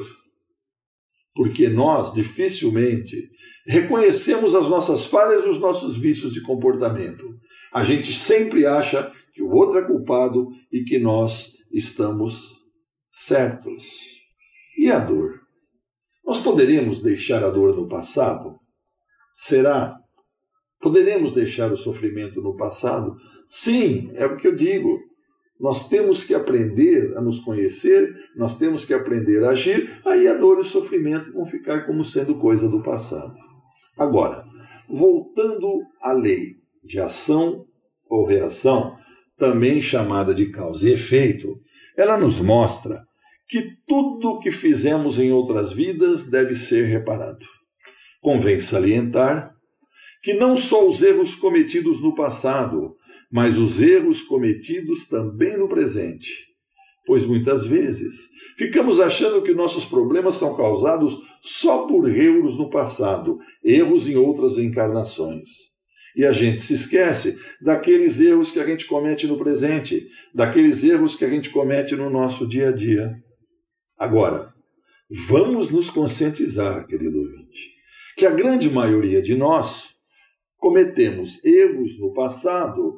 Porque nós dificilmente reconhecemos as nossas falhas e os nossos vícios de comportamento. A gente sempre acha que o outro é culpado e que nós estamos certos. E a dor? Nós poderemos deixar a dor no passado? Será? Poderemos deixar o sofrimento no passado? Sim, é o que eu digo. Nós temos que aprender a nos conhecer, nós temos que aprender a agir, aí a dor e o sofrimento vão ficar como sendo coisa do passado. Agora, voltando à lei de ação ou reação, também chamada de causa e efeito, ela nos mostra que tudo o que fizemos em outras vidas deve ser reparado. Convém salientar que não só os erros cometidos no passado, mas os erros cometidos também no presente. Pois muitas vezes ficamos achando que nossos problemas são causados só por erros no passado, erros em outras encarnações. E a gente se esquece daqueles erros que a gente comete no presente, daqueles erros que a gente comete no nosso dia a dia. Agora, vamos nos conscientizar, querido ouvinte, que a grande maioria de nós cometemos erros no passado,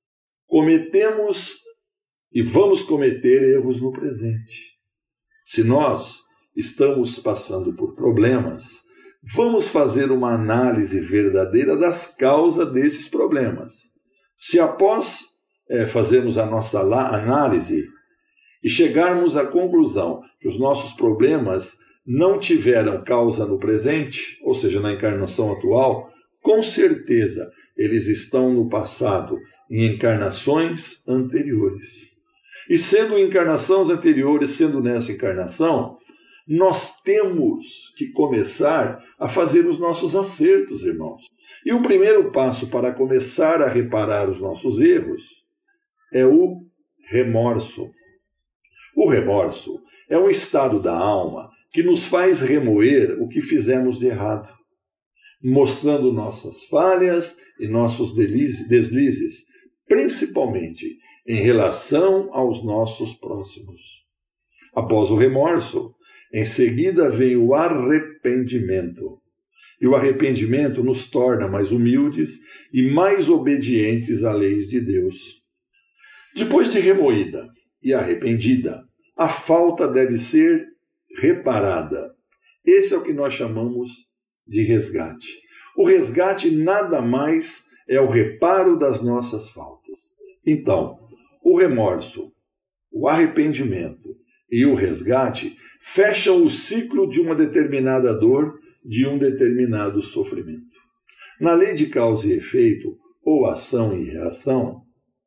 cometemos e vamos cometer erros no presente. Se nós estamos passando por problemas, vamos fazer uma análise verdadeira das causas desses problemas. Se após fazermos a nossa análise e chegarmos à conclusão que os nossos problemas não tiveram causa no presente, ou seja, na encarnação atual, com certeza eles estão no passado, em encarnações anteriores. E sendo encarnações anteriores, sendo nessa encarnação, nós temos que começar a fazer os nossos acertos, irmãos. E o primeiro passo para começar a reparar os nossos erros é o remorso. O remorso é um estado da alma que nos faz remoer o que fizemos de errado, mostrando nossas falhas e nossos deslizes, principalmente em relação aos nossos próximos. Após o remorso, em seguida vem o arrependimento. E o arrependimento nos torna mais humildes e mais obedientes às leis de Deus. Depois de remoída e arrependida, a falta deve ser reparada. Esse é o que nós chamamos de resgate. O resgate nada mais é o reparo das nossas faltas. Então, o remorso, o arrependimento e o resgate fecham o ciclo de uma determinada dor, de um determinado sofrimento. Na lei de causa e efeito, ou ação e reação,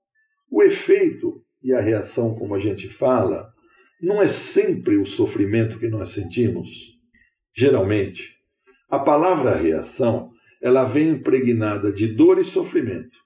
o efeito e a reação, como a gente fala, não é sempre o sofrimento que nós sentimos. Geralmente, a palavra reação, ela vem impregnada de dor e sofrimento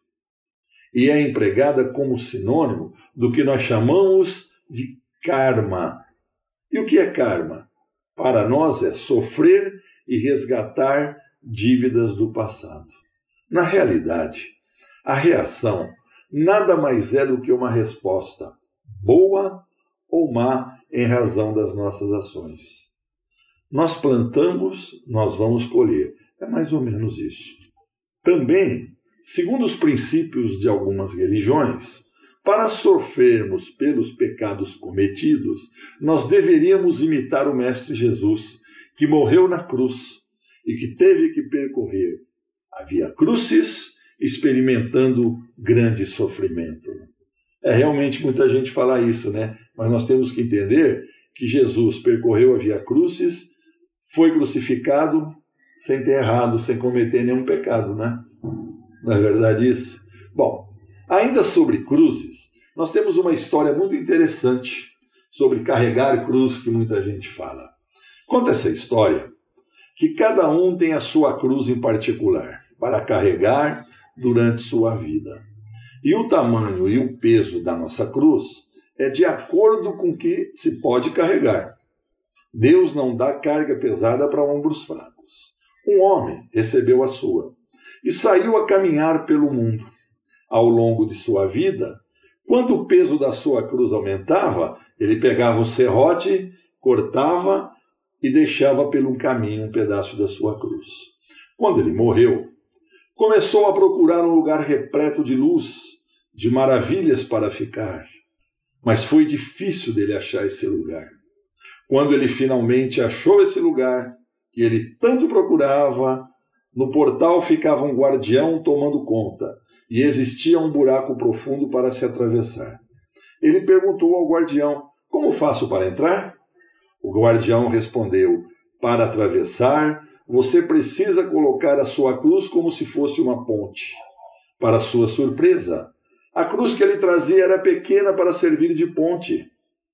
e é empregada como sinônimo do que nós chamamos de karma. E o que é karma? Para nós é sofrer e resgatar dívidas do passado. Na realidade, a reação nada mais é do que uma resposta, boa ou má, em razão das nossas ações. Nós plantamos, nós vamos colher. É mais ou menos isso. Também, segundo os princípios de algumas religiões, para sofrermos pelos pecados cometidos, nós deveríamos imitar o Mestre Jesus, que morreu na cruz e que teve que percorrer a Via Crucis, experimentando grande sofrimento. Realmente muita gente fala isso, né? Mas nós temos que entender que Jesus percorreu a Via Crucis, foi crucificado sem ter errado, sem cometer nenhum pecado, né? Não é verdade isso? Bom, ainda sobre cruzes, nós temos uma história muito interessante sobre carregar cruz que muita gente fala. Conta essa história que cada um tem a sua cruz em particular para carregar durante sua vida. E o tamanho e o peso da nossa cruz é de acordo com o que se pode carregar. Deus não dá carga pesada para ombros fracos. Um homem recebeu a sua e saiu a caminhar pelo mundo. Ao longo de sua vida, quando o peso da sua cruz aumentava, ele pegava um serrote, cortava e deixava pelo caminho um pedaço da sua cruz. Quando ele morreu, começou a procurar um lugar repleto de luz, de maravilhas para ficar. Mas foi difícil dele achar esse lugar. Quando ele finalmente achou esse lugar, que ele tanto procurava, no portal ficava um guardião tomando conta, e existia um buraco profundo para se atravessar. Ele perguntou ao guardião: "Como faço para entrar?" O guardião respondeu: "Para atravessar, você precisa colocar a sua cruz como se fosse uma ponte." Para sua surpresa, a cruz que ele trazia era pequena para servir de ponte.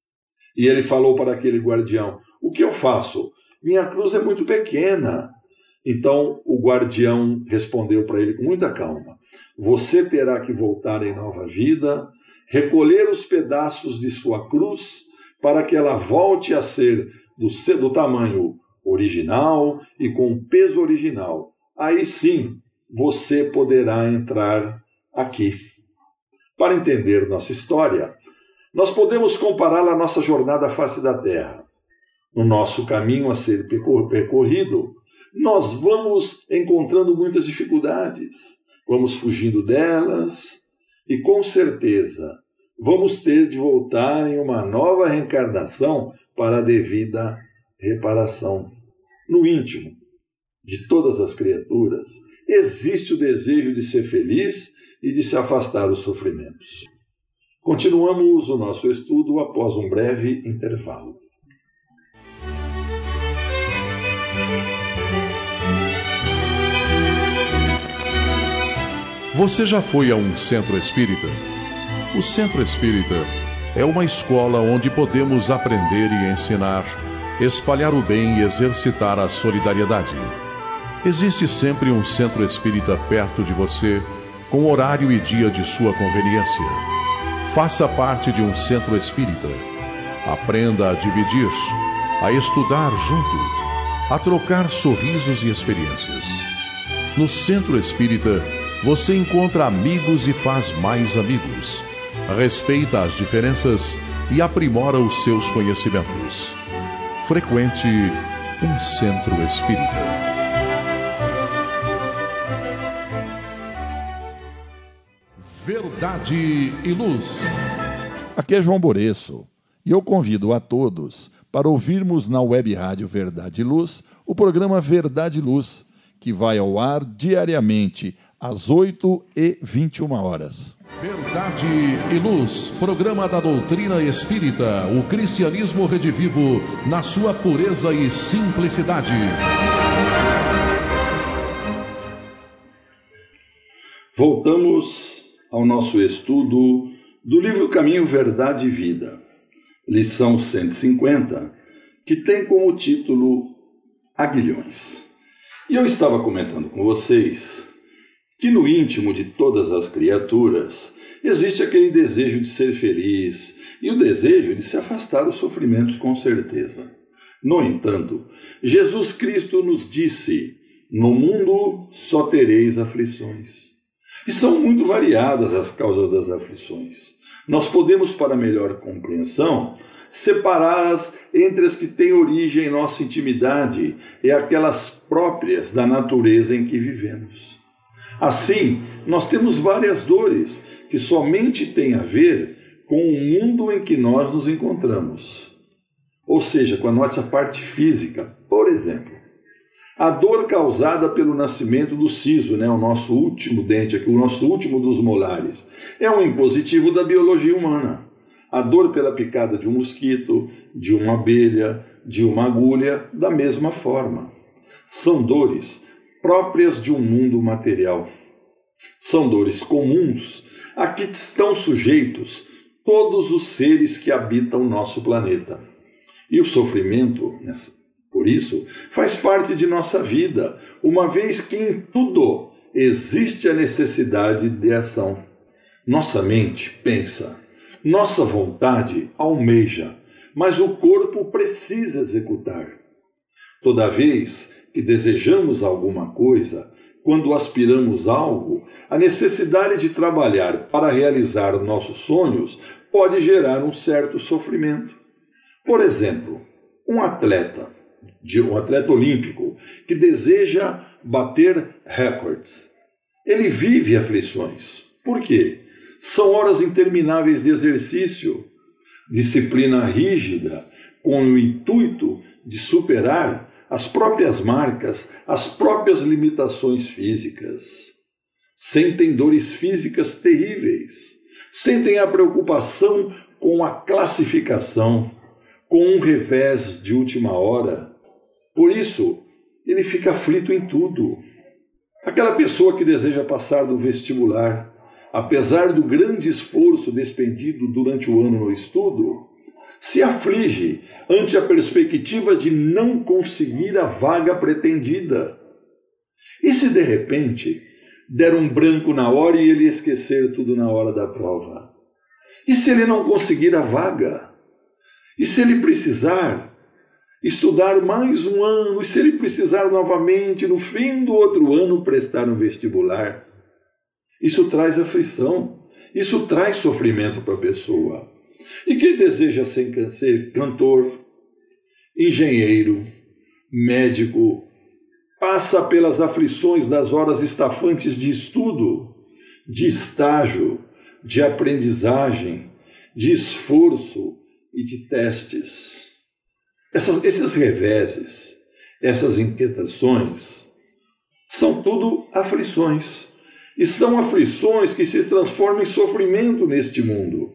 E ele falou para aquele guardião: "O que eu faço? Minha cruz é muito pequena." Então o guardião respondeu para ele com muita calma: "Você terá que voltar em nova vida, recolher os pedaços de sua cruz para que ela volte a ser do tamanho original e com peso original. Aí sim você poderá entrar aqui." Para entender nossa história, nós podemos compará-la à nossa jornada à face da Terra. No nosso caminho a ser percorrido, nós vamos encontrando muitas dificuldades, vamos fugindo delas e, com certeza, vamos ter de voltar em uma nova reencarnação para a devida reparação. No íntimo de todas as criaturas existe o desejo de ser feliz e de se afastar dos sofrimentos. Continuamos o nosso estudo após um breve intervalo. Você já foi a um centro espírita? O centro espírita é uma escola onde podemos aprender e ensinar, espalhar o bem e exercitar a solidariedade. Existe sempre um centro espírita perto de você, com horário e dia de sua conveniência. Faça parte de um centro espírita. Aprenda a dividir, a estudar junto, a trocar sorrisos e experiências. No centro espírita, você encontra amigos e faz mais amigos. Respeita as diferenças e aprimora os seus conhecimentos. Frequente um centro espírita. Verdade e Luz. Aqui é João Boreço e eu convido a todos para ouvirmos na Web Rádio Verdade e Luz o programa Verdade e Luz, que vai ao ar diariamente às 8h21. Verdade e Luz, programa da doutrina espírita, o cristianismo redivivo na sua pureza e simplicidade. Voltamos ao nosso estudo do livro Caminho, Verdade e Vida, lição 150, que tem como título Aguilhões. E eu estava comentando com vocês que no íntimo de todas as criaturas existe aquele desejo de ser feliz e o desejo de se afastar dos sofrimentos, com certeza. No entanto, Jesus Cristo nos disse: no mundo só tereis aflições. E são muito variadas as causas das aflições. Nós podemos, para melhor compreensão, separá-las entre as que têm origem em nossa intimidade e aquelas próprias da natureza em que vivemos. Assim, nós temos várias dores que somente têm a ver com o mundo em que nós nos encontramos. Ou seja, com a nossa parte física. Por exemplo, a dor causada pelo nascimento do siso, o nosso último dente aqui, o nosso último dos molares, é um impositivo da biologia humana. A dor pela picada de um mosquito, de uma abelha, de uma agulha, da mesma forma. São dores próprias de um mundo material. São dores comuns a que estão sujeitos todos os seres que habitam o nosso planeta. E o sofrimento, por isso, faz parte de nossa vida, uma vez que em tudo existe a necessidade de ação. Nossa mente pensa, nossa vontade almeja, mas o corpo precisa executar. Toda vez que desejamos alguma coisa, quando aspiramos algo, a necessidade de trabalhar para realizar nossos sonhos pode gerar um certo sofrimento. Por exemplo, um atleta olímpico que deseja bater recordes. Ele vive aflições. Por quê? São horas intermináveis de exercício, disciplina rígida, com o intuito de superar as próprias marcas, as próprias limitações físicas. Sentem dores físicas terríveis. Sentem a preocupação com a classificação, com um revés de última hora. Por isso, ele fica aflito em tudo. Aquela pessoa que deseja passar do vestibular, apesar do grande esforço despendido durante o ano no estudo, se aflige ante a perspectiva de não conseguir a vaga pretendida. E se de repente der um branco na hora e ele esquecer tudo na hora da prova? E se ele não conseguir a vaga? E se ele precisar estudar mais um ano? E se ele precisar novamente, no fim do outro ano, prestar um vestibular? Isso traz aflição, isso traz sofrimento para a pessoa. E quem deseja ser cantor, engenheiro, médico, passa pelas aflições das horas estafantes de estudo, de estágio, de aprendizagem, de esforço e de testes. Esses reveses, essas inquietações, são tudo aflições. E são aflições que se transformam em sofrimento neste mundo,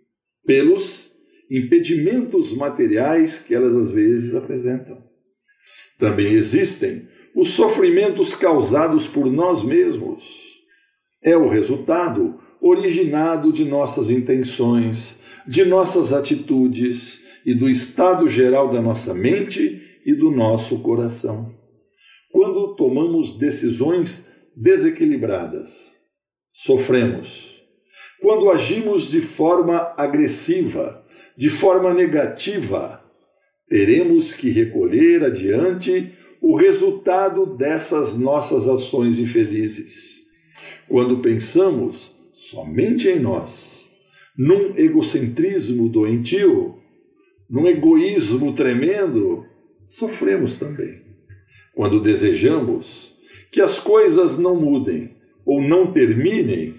pelos impedimentos materiais que elas às vezes apresentam. Também existem os sofrimentos causados por nós mesmos. É o resultado originado de nossas intenções, de nossas atitudes e do estado geral da nossa mente e do nosso coração. Quando tomamos decisões desequilibradas, sofremos. Quando agimos de forma agressiva, de forma negativa, teremos que recolher adiante o resultado dessas nossas ações infelizes. Quando pensamos somente em nós, num egocentrismo doentio, num egoísmo tremendo, sofremos também. Quando desejamos que as coisas não mudem ou não terminem,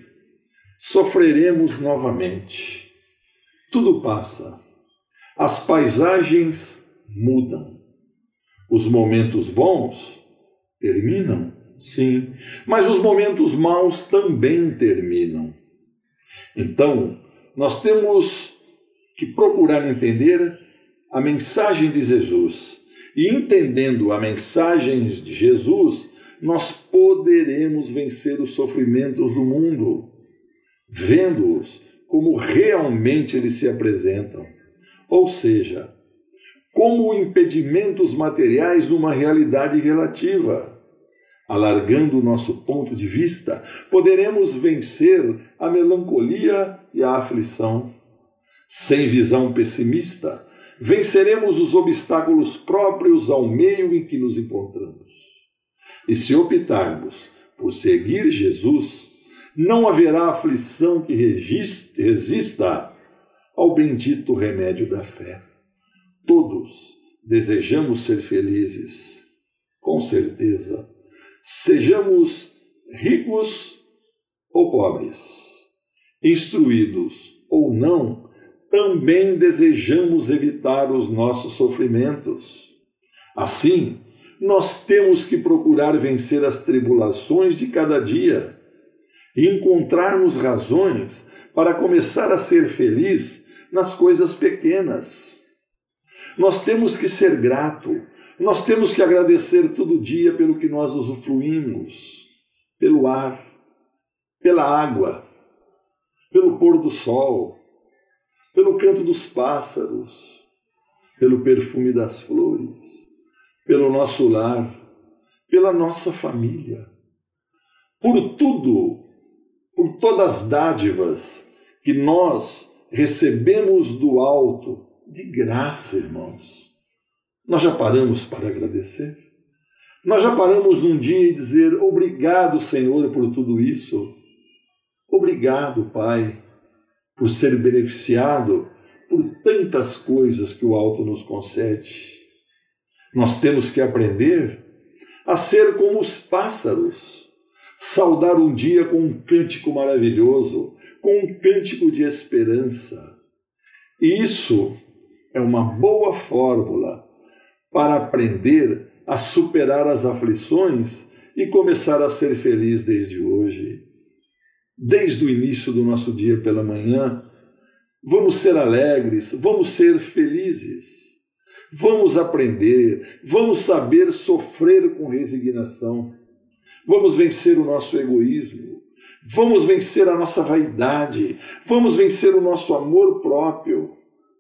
sofreremos novamente. Tudo passa. As paisagens mudam. Os momentos bons terminam, sim, mas os momentos maus também terminam. Então, nós temos que procurar entender a mensagem de Jesus. E entendendo a mensagem de Jesus, nós poderemos vencer os sofrimentos do mundo, vendo-os como realmente eles se apresentam. Ou seja, como impedimentos materiais numa realidade relativa. Alargando o nosso ponto de vista, poderemos vencer a melancolia e a aflição. Sem visão pessimista, venceremos os obstáculos próprios ao meio em que nos encontramos. E se optarmos por seguir Jesus, não haverá aflição que resista ao bendito remédio da fé. Todos desejamos ser felizes, com certeza. Sejamos ricos ou pobres, instruídos ou não, também desejamos evitar os nossos sofrimentos. Assim, nós temos que procurar vencer as tribulações de cada dia e encontrarmos razões para começar a ser feliz nas coisas pequenas. Nós temos que ser grato, nós temos que agradecer todo dia pelo que nós usufruímos, pelo ar, pela água, pelo pôr do sol, pelo canto dos pássaros, pelo perfume das flores, pelo nosso lar, pela nossa família, por tudo, por todas as dádivas que nós recebemos do alto, de graça, irmãos. Nós já paramos para agradecer? Nós já paramos num dia e dizer obrigado, Senhor, por tudo isso? Obrigado, Pai, por ser beneficiado por tantas coisas que o alto nos concede. Nós temos que aprender a ser como os pássaros, saudar um dia com um cântico maravilhoso, com um cântico de esperança. E isso é uma boa fórmula para aprender a superar as aflições e começar a ser feliz desde hoje. Desde o início do nosso dia pela manhã, vamos ser alegres, vamos ser felizes, vamos aprender, vamos saber sofrer com resignação, vamos vencer o nosso egoísmo, vamos vencer a nossa vaidade, vamos vencer o nosso amor próprio.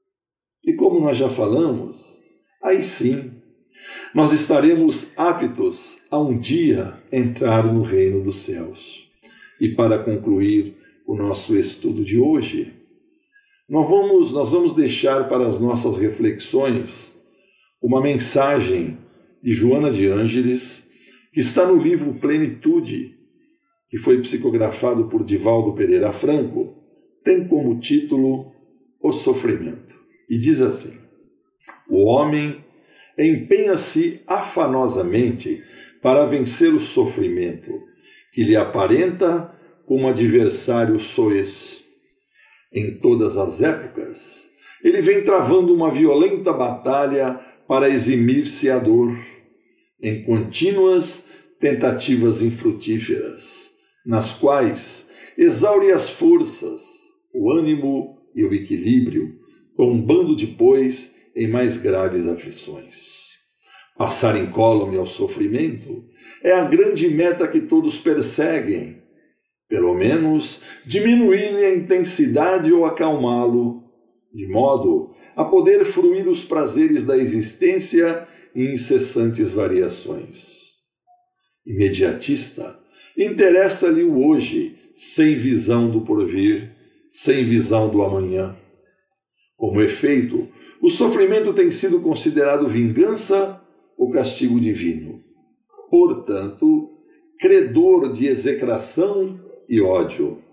E como nós já falamos, aí sim, nós estaremos aptos a um dia entrar no reino dos céus. E para concluir o nosso estudo de hoje, nós vamos deixar para as nossas reflexões uma mensagem de Joana de Ângeles, que está no livro Plenitude, que foi psicografado por Divaldo Pereira Franco, tem como título O Sofrimento. E diz assim: o homem empenha-se afanosamente para vencer o sofrimento, que lhe aparenta como adversário soez. Em todas as épocas, ele vem travando uma violenta batalha para eximir-se a dor, em contínuas tentativas infrutíferas, nas quais exaure as forças, o ânimo e o equilíbrio, tombando depois em mais graves aflições. Passar incólume ao sofrimento é a grande meta que todos perseguem, pelo menos diminuir-lhe a intensidade ou acalmá-lo, de modo a poder fruir os prazeres da existência em incessantes variações. Imediatista, interessa-lhe o hoje, sem visão do porvir, sem visão do amanhã. Como efeito, o sofrimento tem sido considerado vingança ou castigo divino. Portanto, credor de execração e ódio.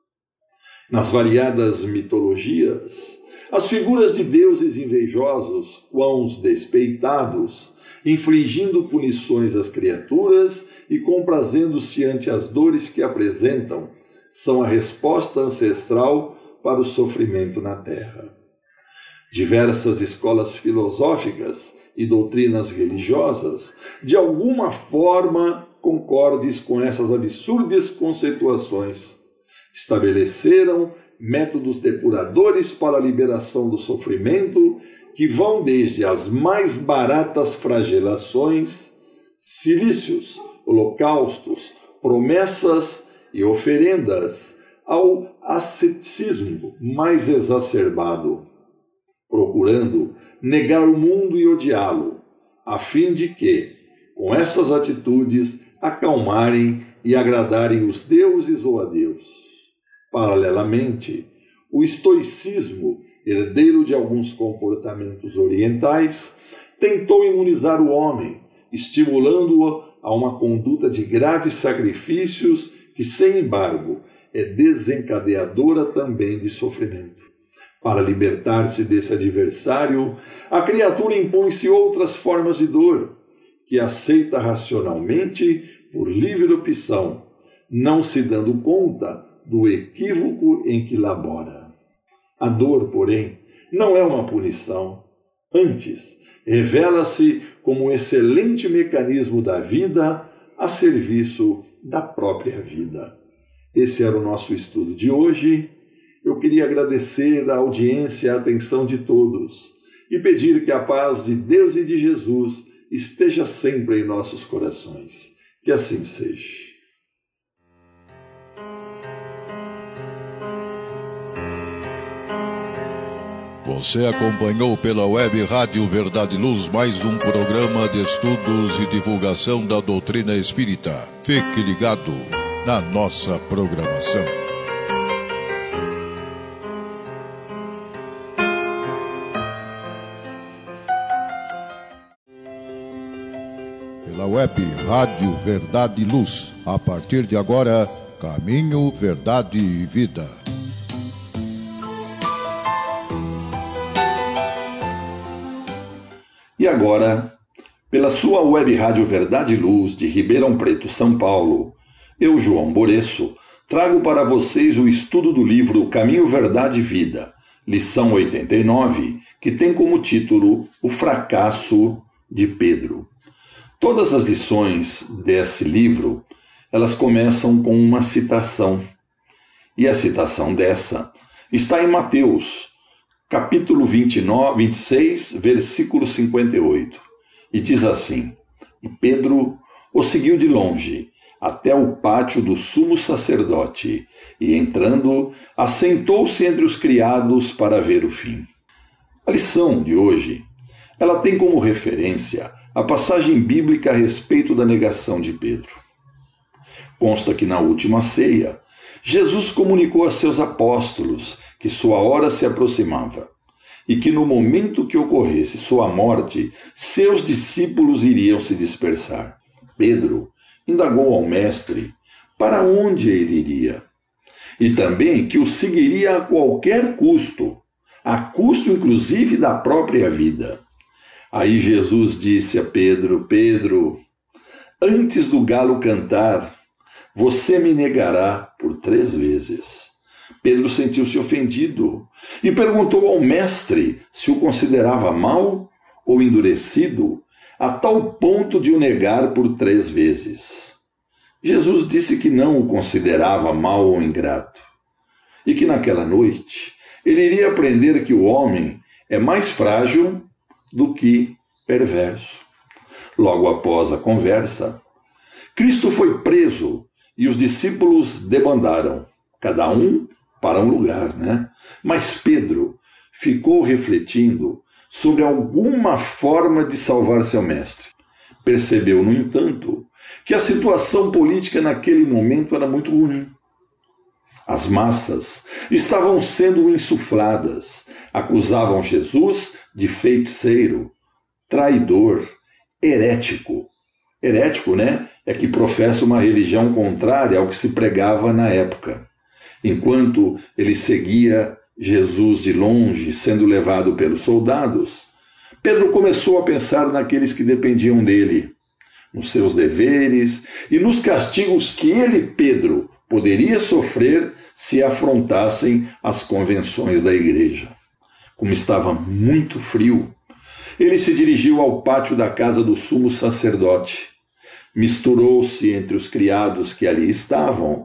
Nas variadas mitologias, as figuras de deuses invejosos, quãos despeitados, infligindo punições às criaturas e comprazendo-se ante as dores que apresentam, são a resposta ancestral para o sofrimento na Terra. Diversas escolas filosóficas e doutrinas religiosas, de alguma forma concordes com essas absurdas conceituações, Estabeleceram métodos depuradores para a liberação do sofrimento, que vão desde as mais baratas flagelações, cilícios, holocaustos, promessas e oferendas, ao asceticismo mais exacerbado, procurando negar o mundo e odiá-lo, a fim de que, com essas atitudes, acalmarem e agradarem os deuses ou a Deus. Paralelamente, o estoicismo, herdeiro de alguns comportamentos orientais, tentou imunizar o homem, estimulando-o a uma conduta de graves sacrifícios que, sem embargo, é desencadeadora também de sofrimento. Para libertar-se desse adversário, a criatura impõe-se outras formas de dor, que aceita racionalmente por livre opção, não se dando conta do equívoco em que labora. A dor, porém, não é uma punição. Antes, revela-se como um excelente mecanismo da vida a serviço da própria vida. Esse era o nosso estudo de hoje. Eu queria agradecer a audiência e a atenção de todos e pedir que a paz de Deus e de Jesus esteja sempre em nossos corações. Que assim seja. Você acompanhou pela Web Rádio Verdade e Luz mais um programa de estudos e divulgação da doutrina espírita. Fique ligado na nossa programação. Pela Web Rádio Verdade e Luz, a partir de agora, caminho, verdade e vida. E agora, pela sua Web Rádio Verdade e Luz de Ribeirão Preto, São Paulo, eu, João Boreço, trago para vocês o estudo do livro Caminho, Verdade e Vida, lição 89, que tem como título O Fracasso de Pedro. Todas as lições desse livro, elas começam com uma citação. E a citação dessa está em Mateus, capítulo 26, versículo 58. E diz assim: E Pedro o seguiu de longe, até o pátio do sumo sacerdote, e entrando, assentou-se entre os criados para ver o fim. A lição de hoje, ela tem como referência a passagem bíblica a respeito da negação de Pedro. Consta que na última ceia, Jesus comunicou a seus apóstolos que sua hora se aproximava e que no momento que ocorresse sua morte, seus discípulos iriam se dispersar. Pedro indagou ao mestre para onde ele iria e também que o seguiria a qualquer custo, a custo inclusive da própria vida. Aí Jesus disse a Pedro: Pedro, antes do galo cantar, você me negará por 3 vezes. Pedro sentiu-se ofendido e perguntou ao mestre se o considerava mau ou endurecido, a tal ponto de o negar por 3 vezes. Jesus disse que não o considerava mau ou ingrato, e que naquela noite ele iria aprender que o homem é mais frágil do que perverso. Logo após a conversa, Cristo foi preso e os discípulos debandaram, cada um para um lugar, Mas Pedro ficou refletindo sobre alguma forma de salvar seu mestre. Percebeu, no entanto, que a situação política naquele momento era muito ruim. As massas estavam sendo insufladas, acusavam Jesus de feiticeiro, traidor, herético. Herético, é que professa uma religião contrária ao que se pregava na época. Enquanto ele seguia Jesus de longe, sendo levado pelos soldados, Pedro começou a pensar naqueles que dependiam dele, nos seus deveres e nos castigos que ele, Pedro, poderia sofrer se afrontassem as convenções da igreja. Como estava muito frio, ele se dirigiu ao pátio da casa do sumo sacerdote. Misturou-se entre os criados que ali estavam,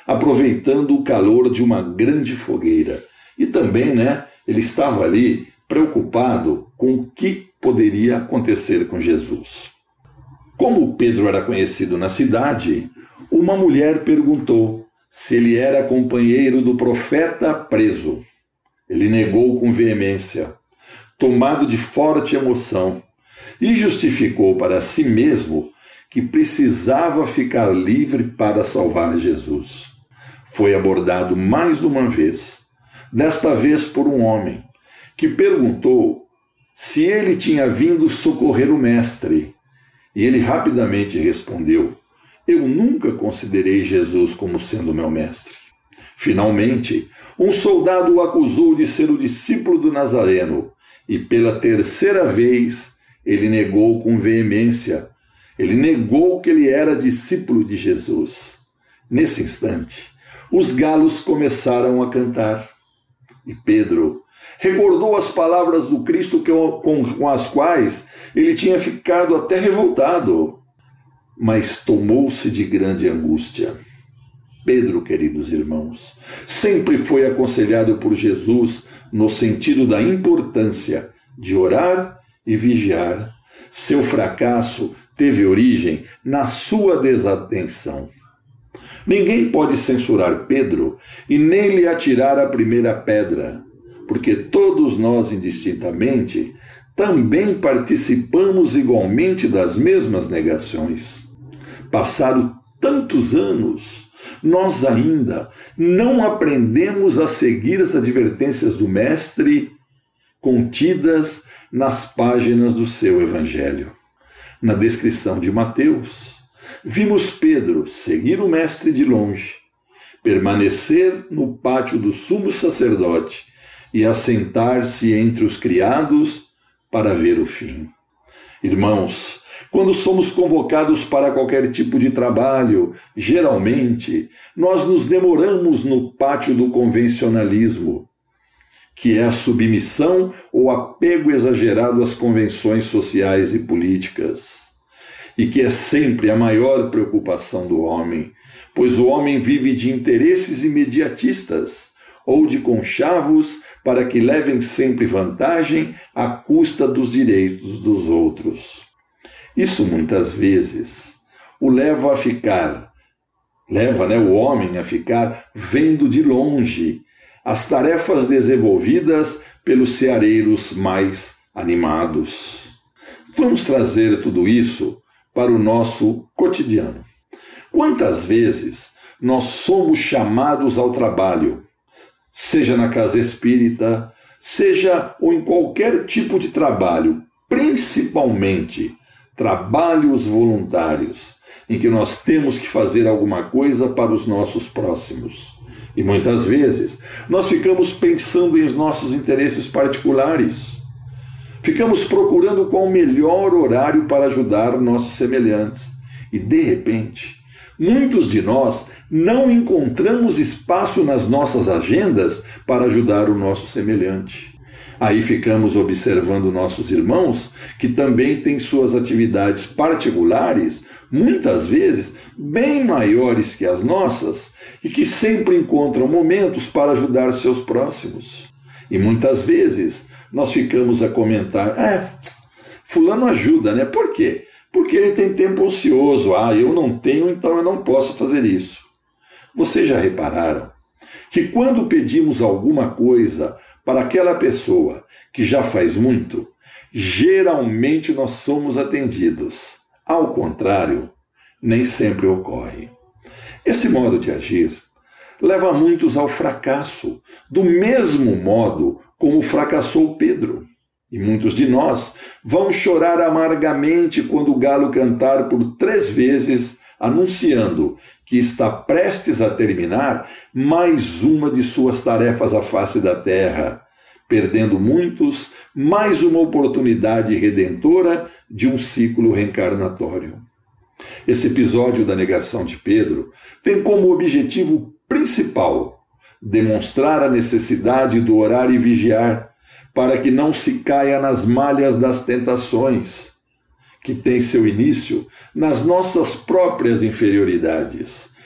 aproveitando o calor de uma grande fogueira. E também, ele estava ali preocupado com o que poderia acontecer com Jesus. Como Pedro era conhecido na cidade, uma mulher perguntou se ele era companheiro do profeta preso. Ele negou com veemência, tomado de forte emoção, e justificou para si mesmo que precisava ficar livre para salvar Jesus. Foi abordado mais uma vez, desta vez por um homem, que perguntou se ele tinha vindo socorrer o mestre. E ele rapidamente respondeu: eu nunca considerei Jesus como sendo meu mestre. Finalmente, um soldado o acusou de ser o discípulo do Nazareno, e pela terceira vez ele negou com veemência. Ele negou que ele era discípulo de Jesus. Nesse instante, os galos começaram a cantar. E Pedro recordou as palavras do Cristo com as quais ele tinha ficado até revoltado, mas tomou-se de grande angústia. Pedro, queridos irmãos, sempre foi aconselhado por Jesus no sentido da importância de orar e vigiar. Seu fracasso teve origem na sua desatenção. Ninguém pode censurar Pedro e nem lhe atirar a primeira pedra, porque todos nós, indistintamente, também participamos igualmente das mesmas negações. Passaram tantos anos, nós ainda não aprendemos a seguir as advertências do Mestre contidas nas páginas do seu Evangelho. Na descrição de Mateus, vimos Pedro seguir o Mestre de longe, permanecer no pátio do sumo sacerdote e assentar-se entre os criados para ver o fim. Irmãos, quando somos convocados para qualquer tipo de trabalho, geralmente nós nos demoramos no pátio do convencionalismo, que é a submissão ou apego exagerado às convenções sociais e políticas, e que é sempre a maior preocupação do homem, pois o homem vive de interesses imediatistas ou de conchavos para que levem sempre vantagem à custa dos direitos dos outros. Isso muitas vezes o leva a ficar, o homem a ficar vendo de longe as tarefas desenvolvidas pelos ceareiros mais animados. Vamos trazer tudo isso para o nosso cotidiano. Quantas vezes nós somos chamados ao trabalho, seja na casa espírita, seja ou em qualquer tipo de trabalho, principalmente trabalhos voluntários, em que nós temos que fazer alguma coisa para os nossos próximos. E muitas vezes nós ficamos pensando em nossos interesses particulares. Ficamos procurando qual o melhor horário para ajudar nossos semelhantes. E, de repente, muitos de nós não encontramos espaço nas nossas agendas para ajudar o nosso semelhante. Aí ficamos observando nossos irmãos, que também têm suas atividades particulares, muitas vezes bem maiores que as nossas, e que sempre encontram momentos para ajudar seus próximos. E muitas vezes nós ficamos a comentar: fulano ajuda, Por quê? Porque ele tem tempo ocioso. Eu não tenho, então eu não posso fazer isso. Vocês já repararam que quando pedimos alguma coisa para aquela pessoa que já faz muito, geralmente nós somos atendidos. Ao contrário, nem sempre ocorre. Esse modo de agir leva muitos ao fracasso, do mesmo modo como fracassou Pedro. E muitos de nós vão chorar amargamente quando o galo cantar por 3 vezes, anunciando que está prestes a terminar mais uma de suas tarefas à face da terra, perdendo muitos mais uma oportunidade redentora de um ciclo reencarnatório. Esse episódio da negação de Pedro tem como objetivo principal demonstrar a necessidade do orar e vigiar, para que não se caia nas malhas das tentações, que tem seu início nas nossas próprias inferioridades,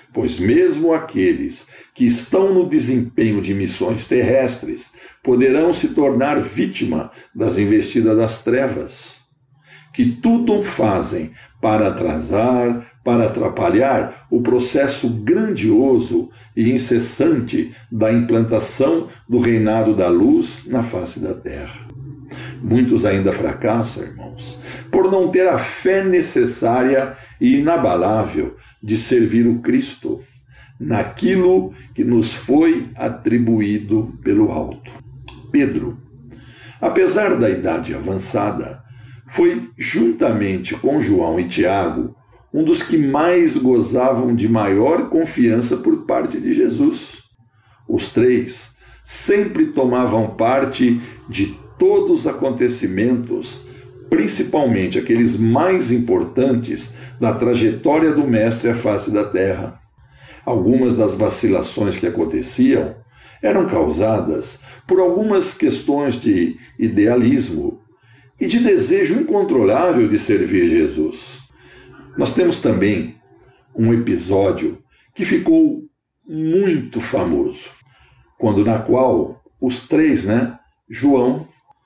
pois mesmo aqueles que estão no desempenho de missões terrestres poderão se tornar vítima das investidas das trevas, que tudo fazem para atrasar, para atrapalhar o processo grandioso e incessante da implantação do reinado da luz na face da terra. Muitos ainda fracassam, irmãos, por não ter a fé necessária e inabalável de servir o Cristo naquilo que nos foi atribuído pelo alto. Pedro, apesar da idade avançada, foi, juntamente com João e Tiago, um dos que mais gozavam de maior confiança por parte de Jesus. Os três sempre tomavam parte de todos os acontecimentos, principalmente aqueles mais importantes da trajetória do Mestre à face da terra. Algumas das vacilações que aconteciam eram causadas por algumas questões de idealismo e de desejo incontrolável de servir Jesus. Nós temos também um episódio que ficou muito famoso, na qual os três, João,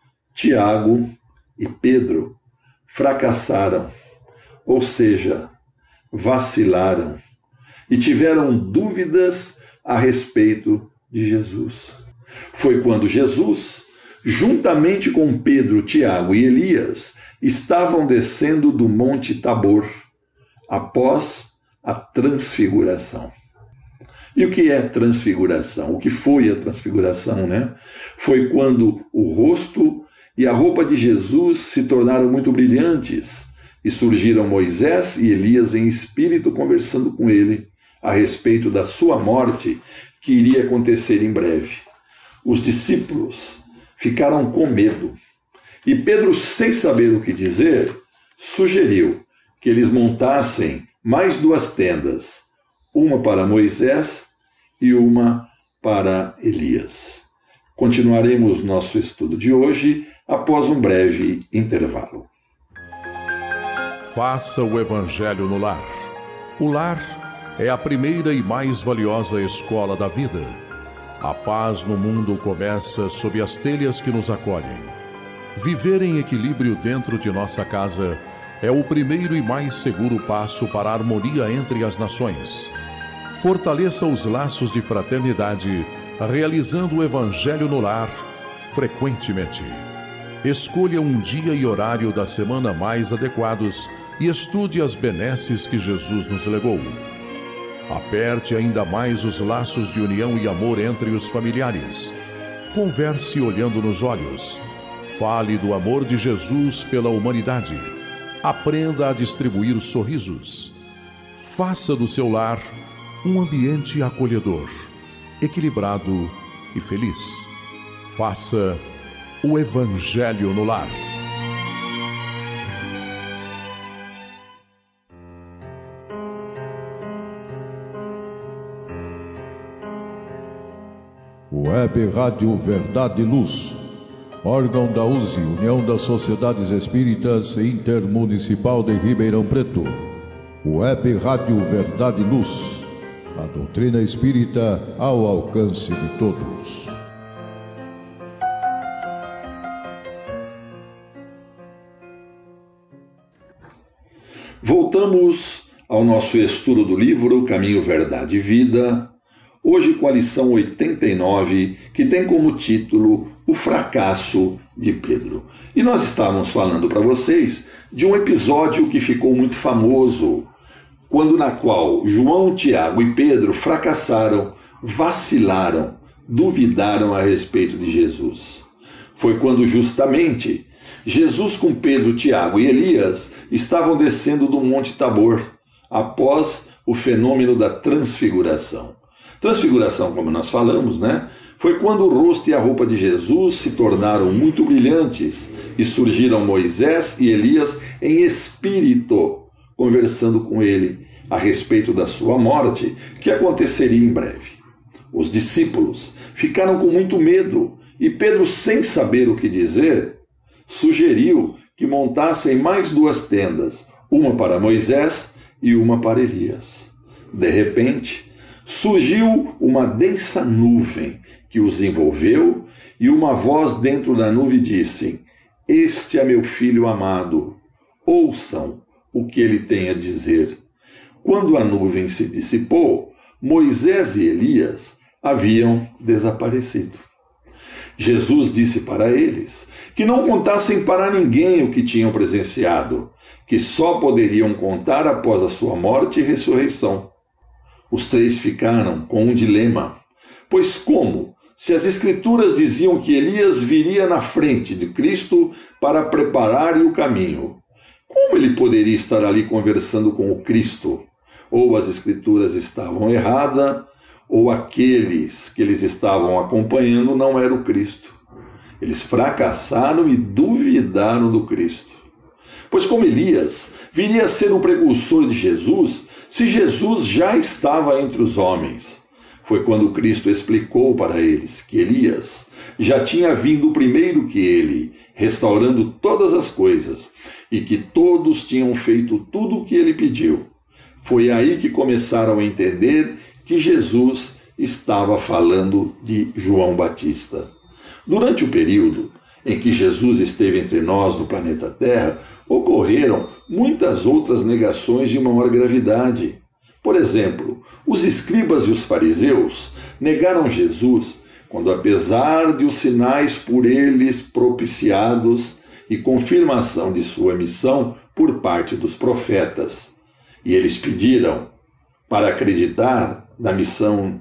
Tiago e Pedro, fracassaram, ou seja, vacilaram e tiveram dúvidas a respeito de Jesus. Foi quando Jesus, juntamente com Pedro, Tiago e Elias, estavam descendo do Monte Tabor, após a transfiguração. E o que é transfiguração? O que foi a transfiguração, Foi quando o rosto e a roupa de Jesus se tornaram muito brilhantes e surgiram Moisés e Elias em espírito conversando com ele a respeito da sua morte que iria acontecer em breve. Os discípulos ficaram com medo e Pedro, sem saber o que dizer, sugeriu que eles montassem mais 2 tendas, uma para Moisés e uma para Elias. Continuaremos nosso estudo de hoje após um breve intervalo. Faça o Evangelho no lar. O lar é a primeira e mais valiosa escola da vida. A paz no mundo começa sob as telhas que nos acolhem. Viver em equilíbrio dentro de nossa casa é o primeiro e mais seguro passo para a harmonia entre as nações. Fortaleça os laços de fraternidade, realizando o Evangelho no lar frequentemente. Escolha um dia e horário da semana mais adequados e estude as benesses que Jesus nos legou. Aperte ainda mais os laços de união e amor entre os familiares. Converse olhando nos olhos. Fale do amor de Jesus pela humanidade. Aprenda a distribuir sorrisos. Faça do seu lar um ambiente acolhedor, equilibrado e feliz. Faça o Evangelho no lar. Web Rádio Verdade e Luz, órgão da USE, União das Sociedades Espíritas Intermunicipal de Ribeirão Preto. Web Rádio Verdade e Luz, a doutrina espírita ao alcance de todos. Voltamos ao nosso estudo do livro Caminho, Verdade e Vida, hoje com a lição 89, que tem como título O Fracasso de Pedro. E nós estávamos falando para vocês de um episódio que ficou muito famoso, na qual João, Tiago e Pedro fracassaram, vacilaram, duvidaram a respeito de Jesus. Foi quando justamente Jesus com Pedro, Tiago e Elias estavam descendo do Monte Tabor, após o fenômeno da transfiguração. Transfiguração, como nós falamos, foi quando o rosto e a roupa de Jesus se tornaram muito brilhantes e surgiram Moisés e Elias em espírito, conversando com ele a respeito da sua morte, que aconteceria em breve. Os discípulos ficaram com muito medo e Pedro, sem saber o que dizer, sugeriu que montassem mais 2 tendas, uma para Moisés e uma para Elias. De repente, surgiu uma densa nuvem que os envolveu e uma voz dentro da nuvem disse: Este é meu filho amado, ouçam o que ele tem a dizer. Quando a nuvem se dissipou, Moisés e Elias haviam desaparecido. Jesus disse para eles que não contassem para ninguém o que tinham presenciado, que só poderiam contar após a sua morte e ressurreição. Os três ficaram com um dilema, pois como, se as Escrituras diziam que Elias viria na frente de Cristo para preparar-lhe o caminho, como ele poderia estar ali conversando com o Cristo? Ou as Escrituras estavam erradas, ou aqueles que eles estavam acompanhando não era o Cristo. Eles fracassaram e duvidaram do Cristo. Pois como Elias viria a ser o precursor de Jesus, se Jesus já estava entre os homens? Foi quando Cristo explicou para eles que Elias já tinha vindo primeiro que ele, restaurando todas as coisas, e que todos tinham feito tudo o que ele pediu. Foi aí que começaram a entender que Jesus estava falando de João Batista. Durante o período em que Jesus esteve entre nós no planeta Terra, ocorreram muitas outras negações de maior gravidade. Por exemplo, os escribas e os fariseus negaram Jesus quando, apesar de os sinais por eles propiciados e confirmação de sua missão por parte dos profetas, e eles pediram para acreditar na missão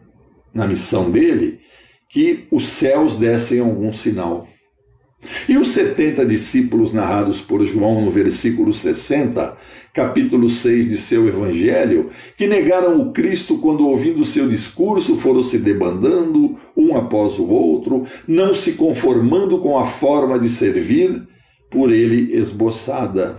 dele, que os céus dessem algum sinal. E os 70 discípulos narrados por João no versículo 60, capítulo 6 de seu evangelho, que negaram o Cristo quando, ouvindo seu discurso, foram se debandando um após o outro, não se conformando com a forma de servir por ele esboçada.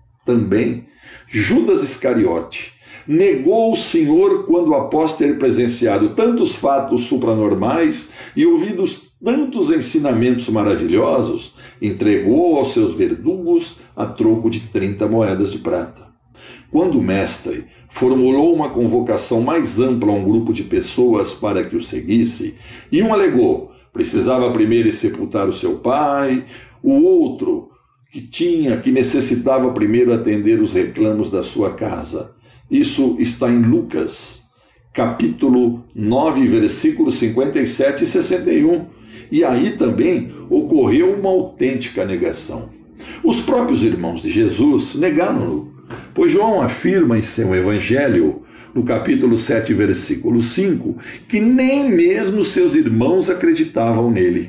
Também Judas Iscariote negou o Senhor quando, após ter presenciado tantos fatos supranormais e ouvido tantos ensinamentos maravilhosos, entregou aos seus verdugos a troco de 30 moedas de prata. Quando o mestre formulou uma convocação mais ampla a um grupo de pessoas para que o seguisse, e um alegou, precisava primeiro sepultar o seu pai, o outro que necessitava primeiro atender os reclamos da sua casa. Isso está em Lucas, capítulo 9, versículos 57 e 61. E aí também ocorreu uma autêntica negação. Os próprios irmãos de Jesus negaram-no, pois João afirma em seu evangelho, no capítulo 7, versículo 5, que nem mesmo seus irmãos acreditavam nele.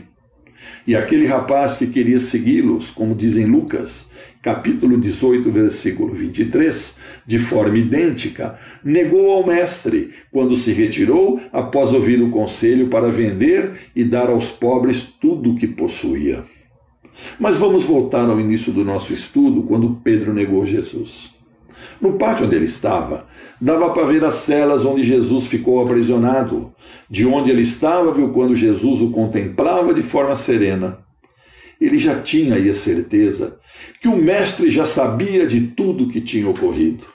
E aquele rapaz que queria segui-los, como diz em Lucas, capítulo 18, versículo 23, de forma idêntica, negou ao mestre quando se retirou após ouvir o conselho para vender e dar aos pobres tudo o que possuía. Mas vamos voltar ao início do nosso estudo, quando Pedro negou Jesus. No pátio onde ele estava, dava para ver as celas onde Jesus ficou aprisionado. De onde ele estava, viu quando Jesus o contemplava de forma serena. Ele já tinha aí a certeza que o mestre já sabia de tudo o que tinha ocorrido.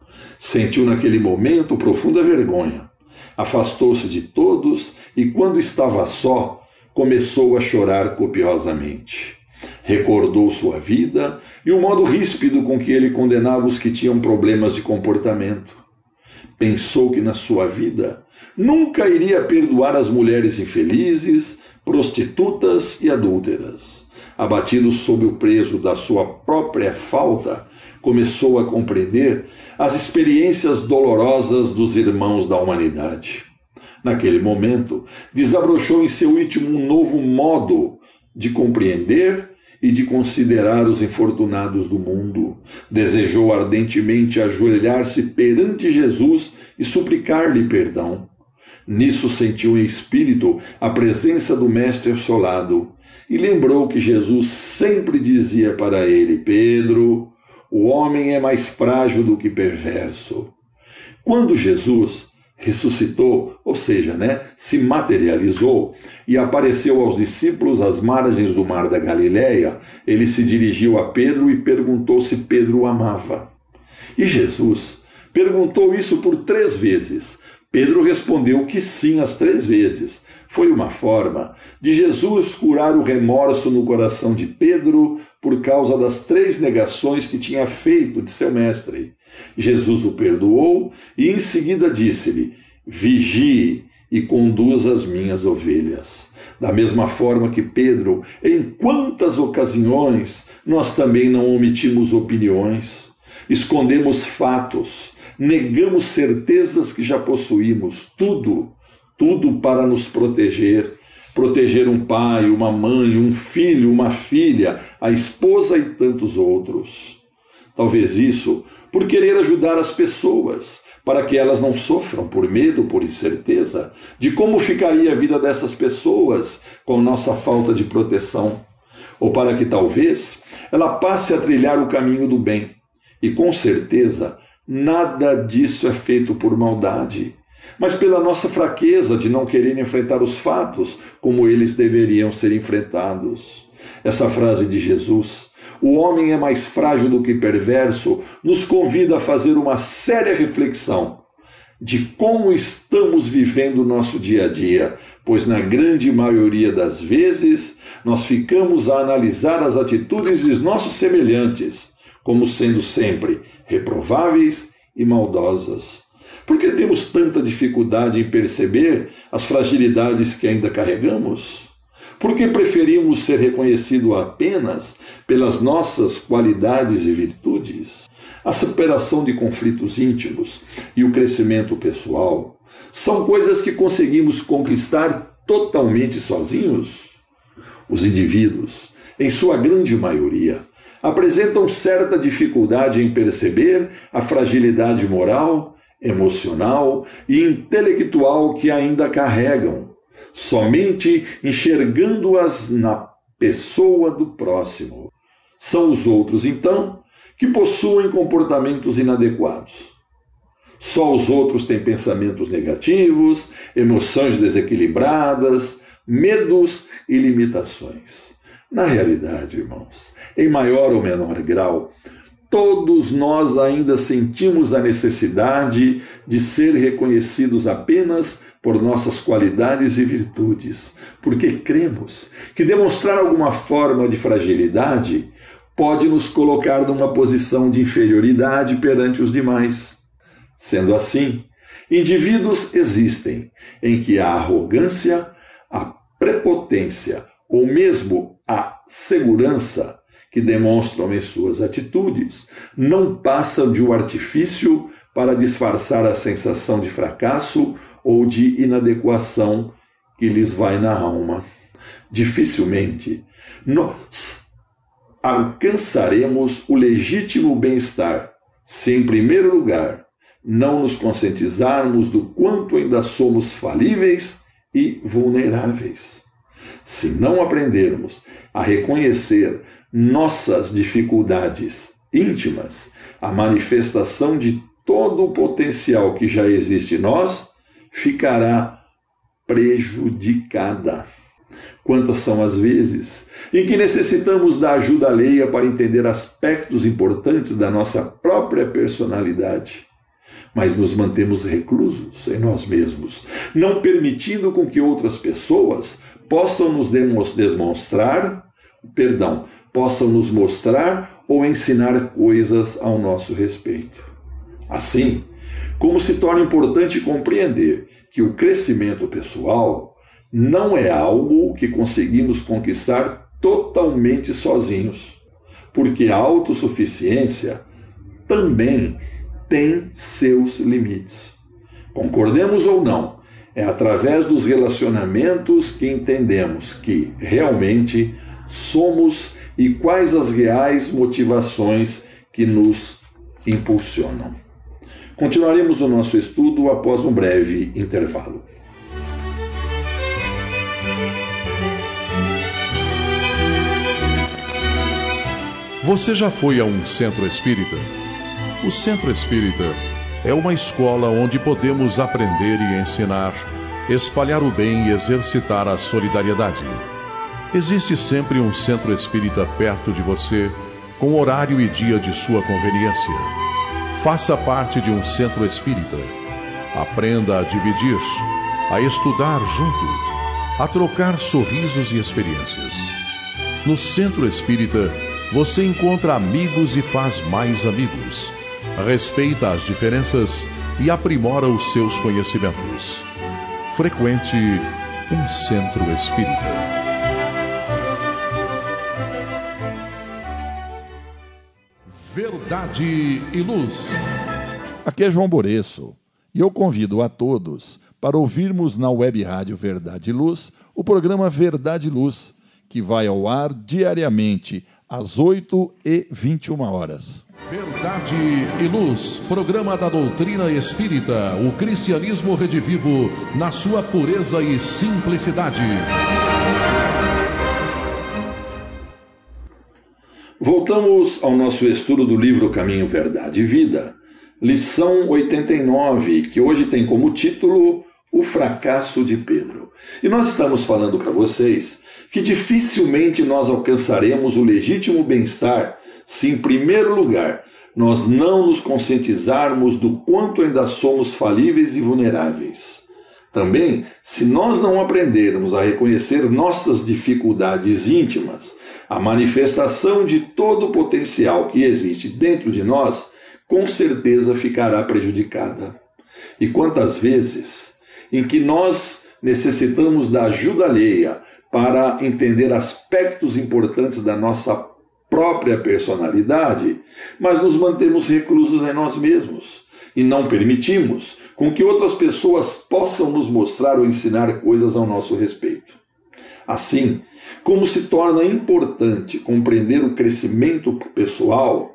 Sentiu naquele momento profunda vergonha. Afastou-se de todos e, quando estava só, começou a chorar copiosamente. Recordou sua vida e o modo ríspido com que ele condenava os que tinham problemas de comportamento. Pensou que na sua vida nunca iria perdoar as mulheres infelizes, prostitutas e adúlteras. Abatido sob o peso da sua própria falta, começou a compreender as experiências dolorosas dos irmãos da humanidade. Naquele momento, desabrochou em seu íntimo um novo modo de compreender e de considerar os infortunados do mundo. Desejou ardentemente ajoelhar-se perante Jesus e suplicar-lhe perdão. Nisso sentiu em espírito a presença do Mestre ao seu lado e lembrou que Jesus sempre dizia para ele: Pedro, o homem é mais frágil do que perverso. Quando Jesus ressuscitou, ou seja, se materializou e apareceu aos discípulos às margens do mar da Galileia, ele se dirigiu a Pedro e perguntou se Pedro o amava. E Jesus Perguntou isso por 3 vezes. Pedro respondeu que sim as 3 vezes. Foi uma forma de Jesus curar o remorso no coração de Pedro por causa das 3 negações que tinha feito de seu mestre. Jesus o perdoou e em seguida disse-lhe: vigie e conduza as minhas ovelhas. Da mesma forma que Pedro, em quantas ocasiões nós também não omitimos opiniões, escondemos fatos, negamos certezas que já possuímos, tudo para nos proteger um pai, uma mãe, um filho, uma filha, a esposa e tantos outros. Talvez isso por querer ajudar as pessoas, para que elas não sofram por medo, por incerteza, de como ficaria a vida dessas pessoas com nossa falta de proteção, ou para que talvez ela passe a trilhar o caminho do bem. E com certeza, nada disso é feito por maldade, mas pela nossa fraqueza de não querer enfrentar os fatos como eles deveriam ser enfrentados. Essa frase de Jesus, o homem é mais frágil do que perverso, nos convida a fazer uma séria reflexão de como estamos vivendo o nosso dia a dia, pois na grande maioria das vezes nós ficamos a analisar as atitudes dos nossos semelhantes como sendo sempre reprováveis e maldosas. Por que temos tanta dificuldade em perceber as fragilidades que ainda carregamos? Por que preferimos ser reconhecidos apenas pelas nossas qualidades e virtudes? A superação de conflitos íntimos e o crescimento pessoal são coisas que conseguimos conquistar totalmente sozinhos? Os indivíduos, em sua grande maioria, apresentam certa dificuldade em perceber a fragilidade moral, emocional e intelectual que ainda carregam, somente enxergando-as na pessoa do próximo. São os outros, então, que possuem comportamentos inadequados. Só os outros têm pensamentos negativos, emoções desequilibradas, medos e limitações. Na realidade, irmãos, em maior ou menor grau, todos nós ainda sentimos a necessidade de ser reconhecidos apenas por nossas qualidades e virtudes, porque cremos que demonstrar alguma forma de fragilidade pode nos colocar numa posição de inferioridade perante os demais. Sendo assim, indivíduos existem em que a arrogância, a prepotência ou mesmo a segurança que demonstram em suas atitudes não passam de um artifício para disfarçar a sensação de fracasso ou de inadequação que lhes vai na alma. Dificilmente nós alcançaremos o legítimo bem-estar se, em primeiro lugar, não nos conscientizarmos do quanto ainda somos falíveis e vulneráveis. Se não aprendermos a reconhecer nossas dificuldades íntimas, a manifestação de todo o potencial que já existe em nós ficará prejudicada. Quantas são as vezes em que necessitamos da ajuda alheia para entender aspectos importantes da nossa própria personalidade, mas nos mantemos reclusos em nós mesmos, não permitindo com que outras pessoas possam nos mostrar ou ensinar coisas ao nosso respeito. Assim, como se torna importante compreender que o crescimento pessoal não é algo que conseguimos conquistar totalmente sozinhos, porque a autossuficiência também tem seus limites. Concordemos ou não, é através dos relacionamentos que entendemos que realmente somos e quais as reais motivações que nos impulsionam. Continuaremos o nosso estudo após um breve intervalo. Você já foi a um centro espírita? O Centro Espírita é uma escola onde podemos aprender e ensinar, espalhar o bem e exercitar a solidariedade. Existe sempre um centro espírita perto de você, com horário e dia de sua conveniência. Faça parte de um centro espírita. Aprenda a dividir, a estudar junto, a trocar sorrisos e experiências. No centro espírita, você encontra amigos e faz mais amigos. Respeita as diferenças e aprimora os seus conhecimentos. Frequente um centro espírita. Verdade e Luz. Aqui é João Boreço e eu convido a todos para ouvirmos na Web Rádio Verdade e Luz o programa Verdade e Luz, que vai ao ar diariamente às 8h21. Verdade e Luz, programa da doutrina espírita, o cristianismo redivivo na sua pureza e simplicidade. Voltamos ao nosso estudo do livro Caminho, Verdade e Vida, lição 89, que hoje tem como título O Fracasso de Pedro. E nós estamos falando para vocês que dificilmente nós alcançaremos o legítimo bem-estar se, em primeiro lugar, nós não nos conscientizarmos do quanto ainda somos falíveis e vulneráveis. Também, se nós não aprendermos a reconhecer nossas dificuldades íntimas, a manifestação de todo o potencial que existe dentro de nós, com certeza ficará prejudicada. E quantas vezes em que nós necessitamos da ajuda alheia para entender aspectos importantes da nossa própria personalidade, mas nos mantemos reclusos em nós mesmos e não permitimos com que outras pessoas possam nos mostrar ou ensinar coisas ao nosso respeito. Assim, como se torna importante compreender o crescimento pessoal,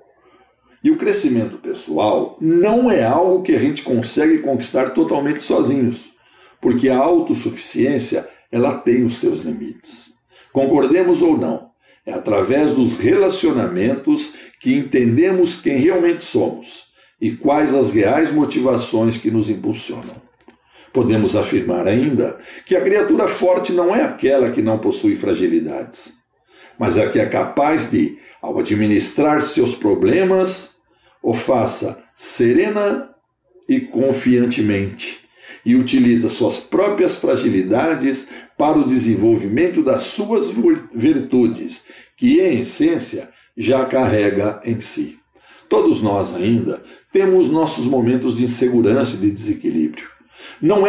e o crescimento pessoal não é algo que a gente consegue conquistar totalmente sozinhos, porque a autossuficiência ela tem os seus limites. Concordemos ou não, é através dos relacionamentos que entendemos quem realmente somos e quais as reais motivações que nos impulsionam. Podemos afirmar ainda que a criatura forte não é aquela que não possui fragilidades, mas a que é capaz de, ao administrar seus problemas, o faça serena e confiantemente, e utiliza suas próprias fragilidades para o desenvolvimento das suas virtudes, que, em essência, já carrega em si. Todos nós ainda temos nossos momentos de insegurança e de desequilíbrio. Não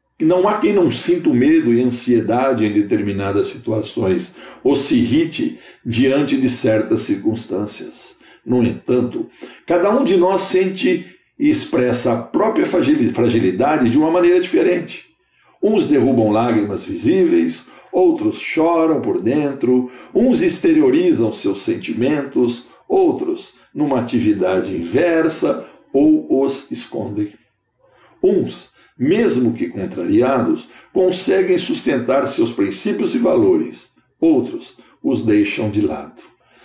há quem não sinta medo e ansiedade em determinadas situações ou se irrite diante de certas circunstâncias. No entanto, cada um de nós sente e expressa a própria fragilidade de uma maneira diferente. Uns derrubam lágrimas visíveis, outros choram por dentro, uns exteriorizam seus sentimentos, outros numa atividade inversa ou os escondem. Uns, mesmo que contrariados, conseguem sustentar seus princípios e valores, outros os deixam de lado.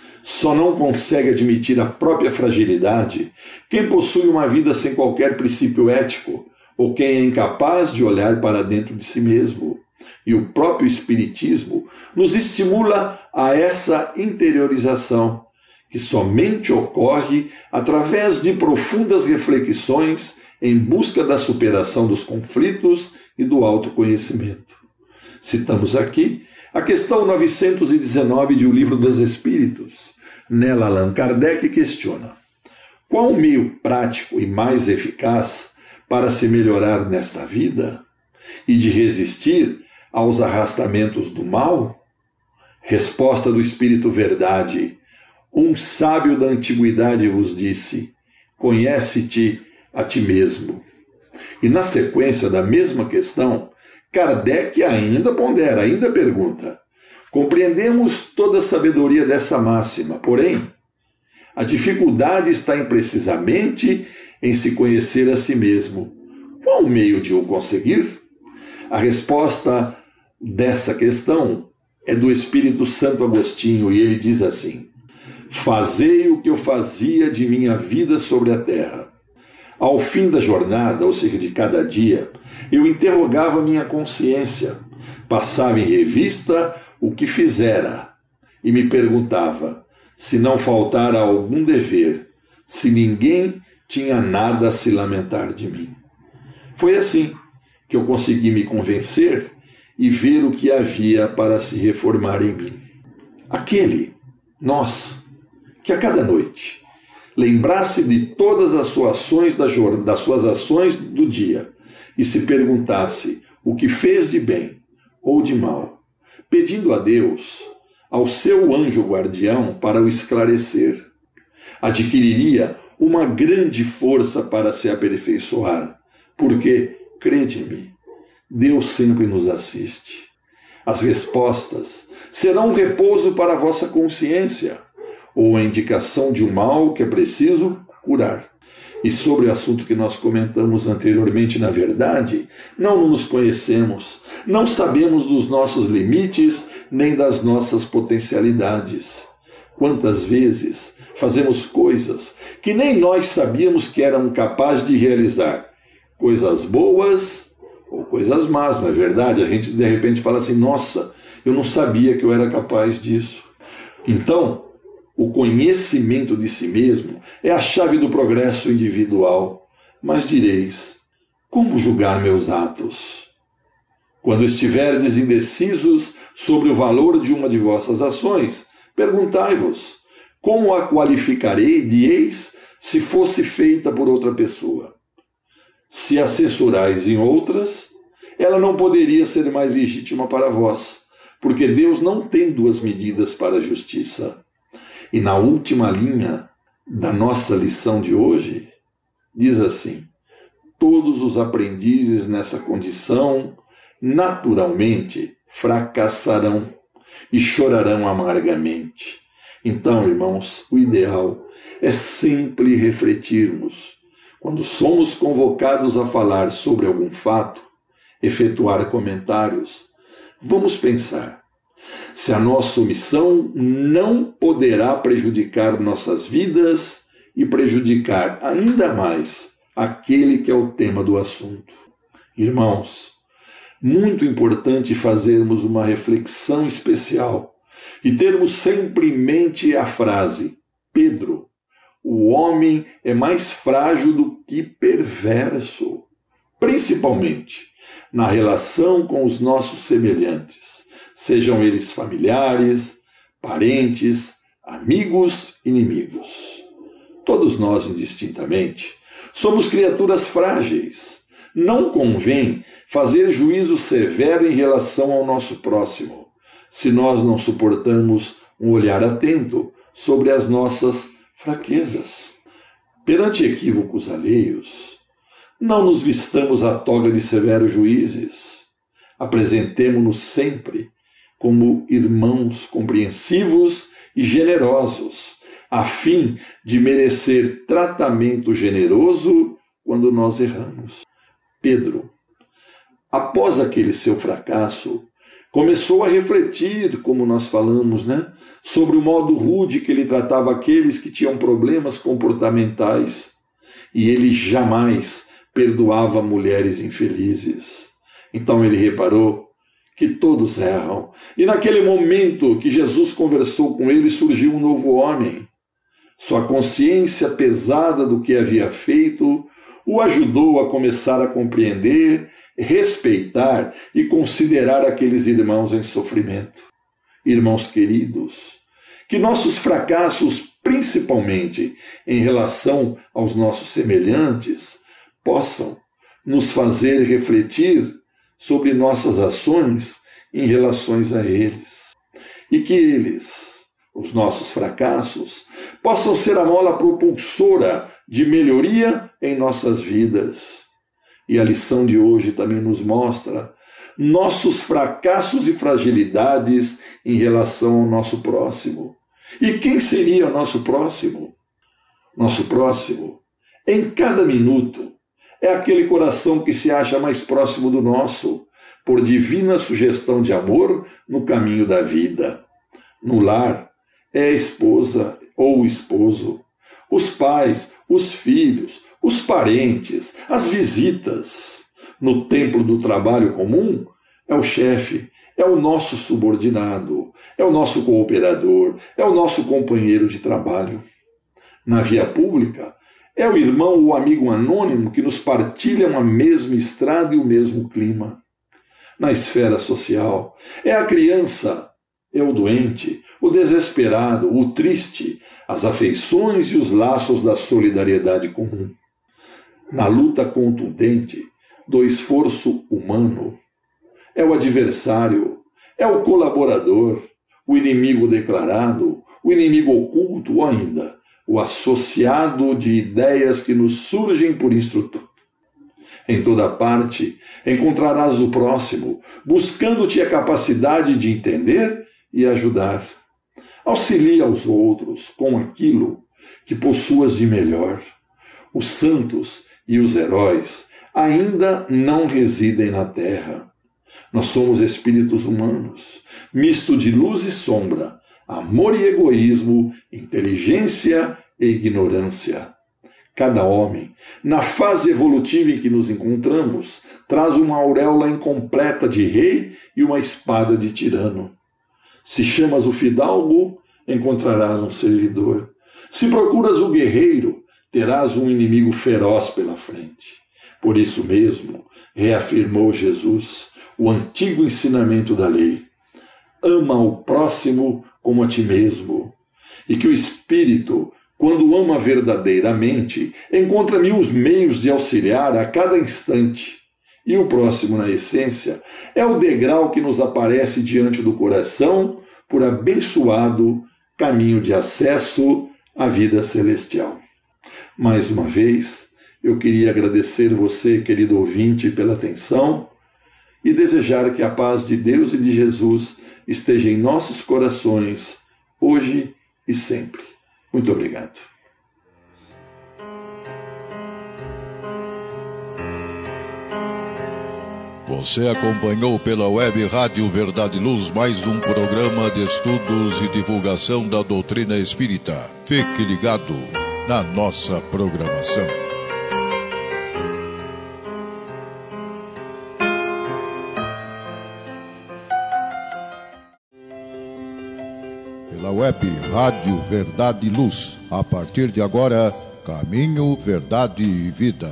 Só não consegue admitir a própria fragilidade quem possui uma vida sem qualquer princípio ético, ou quem é incapaz de olhar para dentro de si mesmo. E o próprio Espiritismo nos estimula a essa interiorização, que somente ocorre através de profundas reflexões em busca da superação dos conflitos e do autoconhecimento. Citamos aqui a questão 919 de O Livro dos Espíritos. Nela, Allan Kardec questiona: qual o meio prático e mais eficaz para se melhorar nesta vida e de resistir aos arrastamentos do mal? Resposta do Espírito Verdade: um sábio da antiguidade vos disse: conhece-te a ti mesmo. E na sequência da mesma questão, Kardec ainda pondera, ainda pergunta: compreendemos toda a sabedoria dessa máxima, porém, a dificuldade está precisamente em se conhecer a si mesmo. Qual o meio de o conseguir? A resposta dessa questão é do Espírito Santo Agostinho, e ele diz assim: fazei o que eu fazia de minha vida sobre a terra. Ao fim da jornada, ou seja, de cada dia, eu interrogava minha consciência, passava em revista o que fizera e me perguntava se não faltara algum dever, se ninguém tinha nada a se lamentar de mim. Foi assim que eu consegui me convencer e ver o que havia para se reformar em mim. Nós, que a cada noite lembrasse de todas as suas ações do dia e se perguntasse o que fez de bem ou de mal, pedindo a Deus, ao seu anjo guardião, para o esclarecer, adquiriria uma grande força para se aperfeiçoar, porque, crede-me, Deus sempre nos assiste. As respostas serão um repouso para a vossa consciência, ou a indicação de um mal que é preciso curar. E sobre o assunto que nós comentamos anteriormente, na verdade, não nos conhecemos, não sabemos dos nossos limites nem das nossas potencialidades. Quantas vezes fazemos coisas que nem nós sabíamos que éramos capazes de realizar, coisas boas ou coisas más, não é verdade? A gente de repente fala assim, nossa, eu não sabia que eu era capaz disso. Então, o conhecimento de si mesmo é a chave do progresso individual. Mas direis, como julgar meus atos? Quando estiverdes indecisos sobre o valor de uma de vossas ações, perguntai-vos, como a qualificareis se fosse feita por outra pessoa? Se assessorais em outras, ela não poderia ser mais legítima para vós, porque Deus não tem duas medidas para a justiça. E na última linha da nossa lição de hoje, diz assim, todos os aprendizes nessa condição, naturalmente, fracassarão e chorarão amargamente. Então, irmãos, o ideal é sempre refletirmos. Quando somos convocados a falar sobre algum fato, efetuar comentários, vamos pensar se a nossa omissão não poderá prejudicar nossas vidas e prejudicar ainda mais aquele que é o tema do assunto. Irmãos, muito importante fazermos uma reflexão especial e termos sempre em mente a frase, Pedro, o homem é mais frágil do que perverso, principalmente na relação com os nossos semelhantes, sejam eles familiares, parentes, amigos, inimigos. Todos nós, indistintamente, somos criaturas frágeis. Não convém fazer juízo severo em relação ao nosso próximo, se nós não suportamos um olhar atento sobre as nossas fraquezas. Perante equívocos alheios, não nos vistamos a toga de severos juízes. Apresentemo-nos sempre como irmãos compreensivos e generosos, a fim de merecer tratamento generoso quando nós erramos. Pedro, após aquele seu fracasso, começou a refletir, como nós falamos, sobre o modo rude que ele tratava aqueles que tinham problemas comportamentais, e ele jamais perdoava mulheres infelizes. Então ele reparou que todos erram, e naquele momento que Jesus conversou com ele, surgiu um novo homem. Sua consciência pesada do que havia feito o ajudou a começar a compreender, respeitar e considerar aqueles irmãos em sofrimento. Irmãos queridos, que nossos fracassos, principalmente em relação aos nossos semelhantes, possam nos fazer refletir sobre nossas ações em relações a eles. E que eles, os nossos fracassos, possam ser a mola propulsora de melhoria em nossas vidas. E a lição de hoje também nos mostra nossos fracassos e fragilidades em relação ao nosso próximo. E quem seria o nosso próximo? Nosso próximo, em cada minuto, é aquele coração que se acha mais próximo do nosso, por divina sugestão de amor no caminho da vida. No lar, é a esposa ou o esposo, os pais, os filhos, os parentes, as visitas. No templo do trabalho comum, é o chefe, é o nosso subordinado, é o nosso cooperador, é o nosso companheiro de trabalho. Na via pública, É o irmão ou amigo anônimo que nos partilham a mesma estrada e o mesmo clima. Na esfera social, é a criança, é o doente, o desesperado, o triste, as afeições e os laços da solidariedade comum. Na luta contundente do esforço humano, é o adversário, é o colaborador, o inimigo declarado, o inimigo oculto ou ainda o associado de ideias que nos surgem por instrutor. Em toda parte encontrarás o próximo, buscando-te a capacidade de entender e ajudar. Auxilia aos outros com aquilo que possuas de melhor. Os santos e os heróis ainda não residem na terra. Nós somos espíritos humanos, misto de luz e sombra, amor e egoísmo, inteligência e ignorância. Cada homem, na fase evolutiva em que nos encontramos, traz uma auréola incompleta de rei e uma espada de tirano. Se chamas o fidalgo, encontrarás um servidor. Se procuras o guerreiro, terás um inimigo feroz pela frente. Por isso mesmo, reafirmou Jesus o antigo ensinamento da lei: ama o próximo como a ti mesmo. E que o Espírito, quando ama verdadeiramente, encontra mil meios de auxiliar a cada instante. E o próximo, na essência, é o degrau que nos aparece diante do coração por abençoado caminho de acesso à vida celestial. Mais uma vez, eu queria agradecer você, querido ouvinte, pela atenção e desejar que a paz de Deus e de Jesus esteja em nossos corações, hoje e sempre. Muito obrigado. Você acompanhou pela Web Rádio Verdade e Luz mais um programa de estudos e divulgação da doutrina espírita. Fique ligado na nossa programação. Pela Web Rádio Verdade e Luz, a partir de agora, Caminho, Verdade e Vida.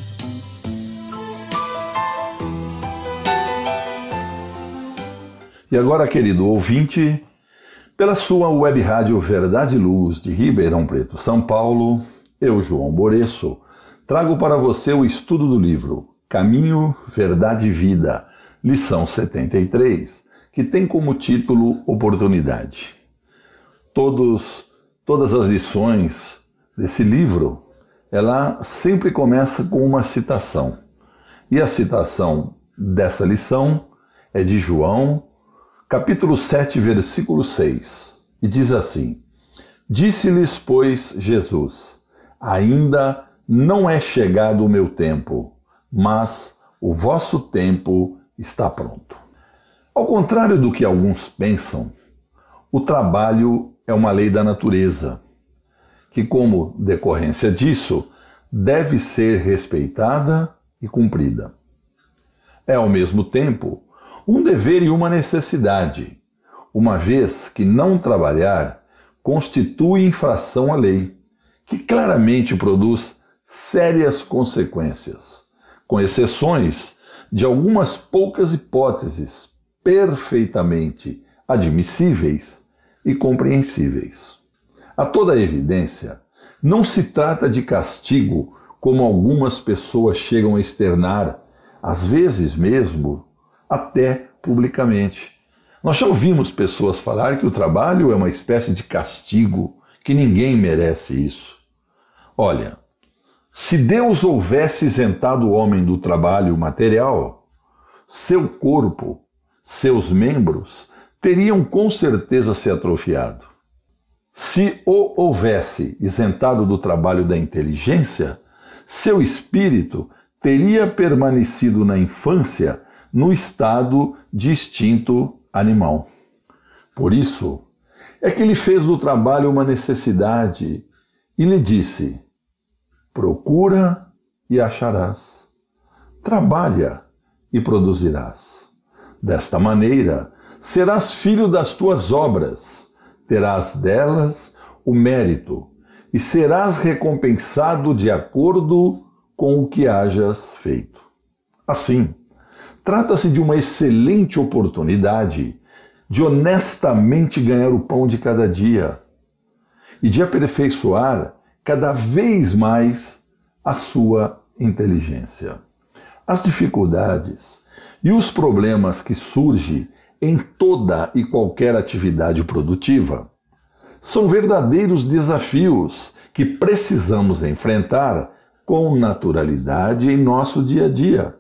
E agora, querido ouvinte, pela sua Web Rádio Verdade e Luz de Ribeirão Preto, São Paulo, eu, João Boreço, trago para você o estudo do livro Caminho, Verdade e Vida, lição 73, que tem como título Oportunidade. Todas as lições desse livro, ela sempre começa com uma citação. E a citação dessa lição é de João, capítulo 7, versículo 6, e diz assim: Disse-lhes, pois, Jesus: Ainda não é chegado o meu tempo, mas o vosso tempo está pronto. Ao contrário do que alguns pensam, o trabalho é uma lei da natureza, que, como decorrência disso, deve ser respeitada e cumprida. É, ao mesmo tempo, um dever e uma necessidade, uma vez que não trabalhar constitui infração à lei, que claramente produz sérias consequências, com exceções de algumas poucas hipóteses perfeitamente admissíveis e compreensíveis. A toda evidência, não se trata de castigo como algumas pessoas chegam a externar, às vezes mesmo até publicamente. Nós já ouvimos pessoas falar que o trabalho é uma espécie de castigo, que ninguém merece isso. Olha, se Deus houvesse isentado o homem do trabalho material, seu corpo, seus membros, teriam com certeza se atrofiado. Se o houvesse isentado do trabalho da inteligência, seu espírito teria permanecido na infância no estado de instinto animal. Por isso, é que ele fez do trabalho uma necessidade e lhe disse: procura e acharás, trabalha e produzirás. Desta maneira, serás filho das tuas obras, terás delas o mérito, e serás recompensado de acordo com o que hajas feito. Assim, trata-se de uma excelente oportunidade de honestamente ganhar o pão de cada dia e de aperfeiçoar cada vez mais a sua inteligência. As dificuldades e os problemas que surgem em toda e qualquer atividade produtiva são verdadeiros desafios que precisamos enfrentar com naturalidade em nosso dia a dia.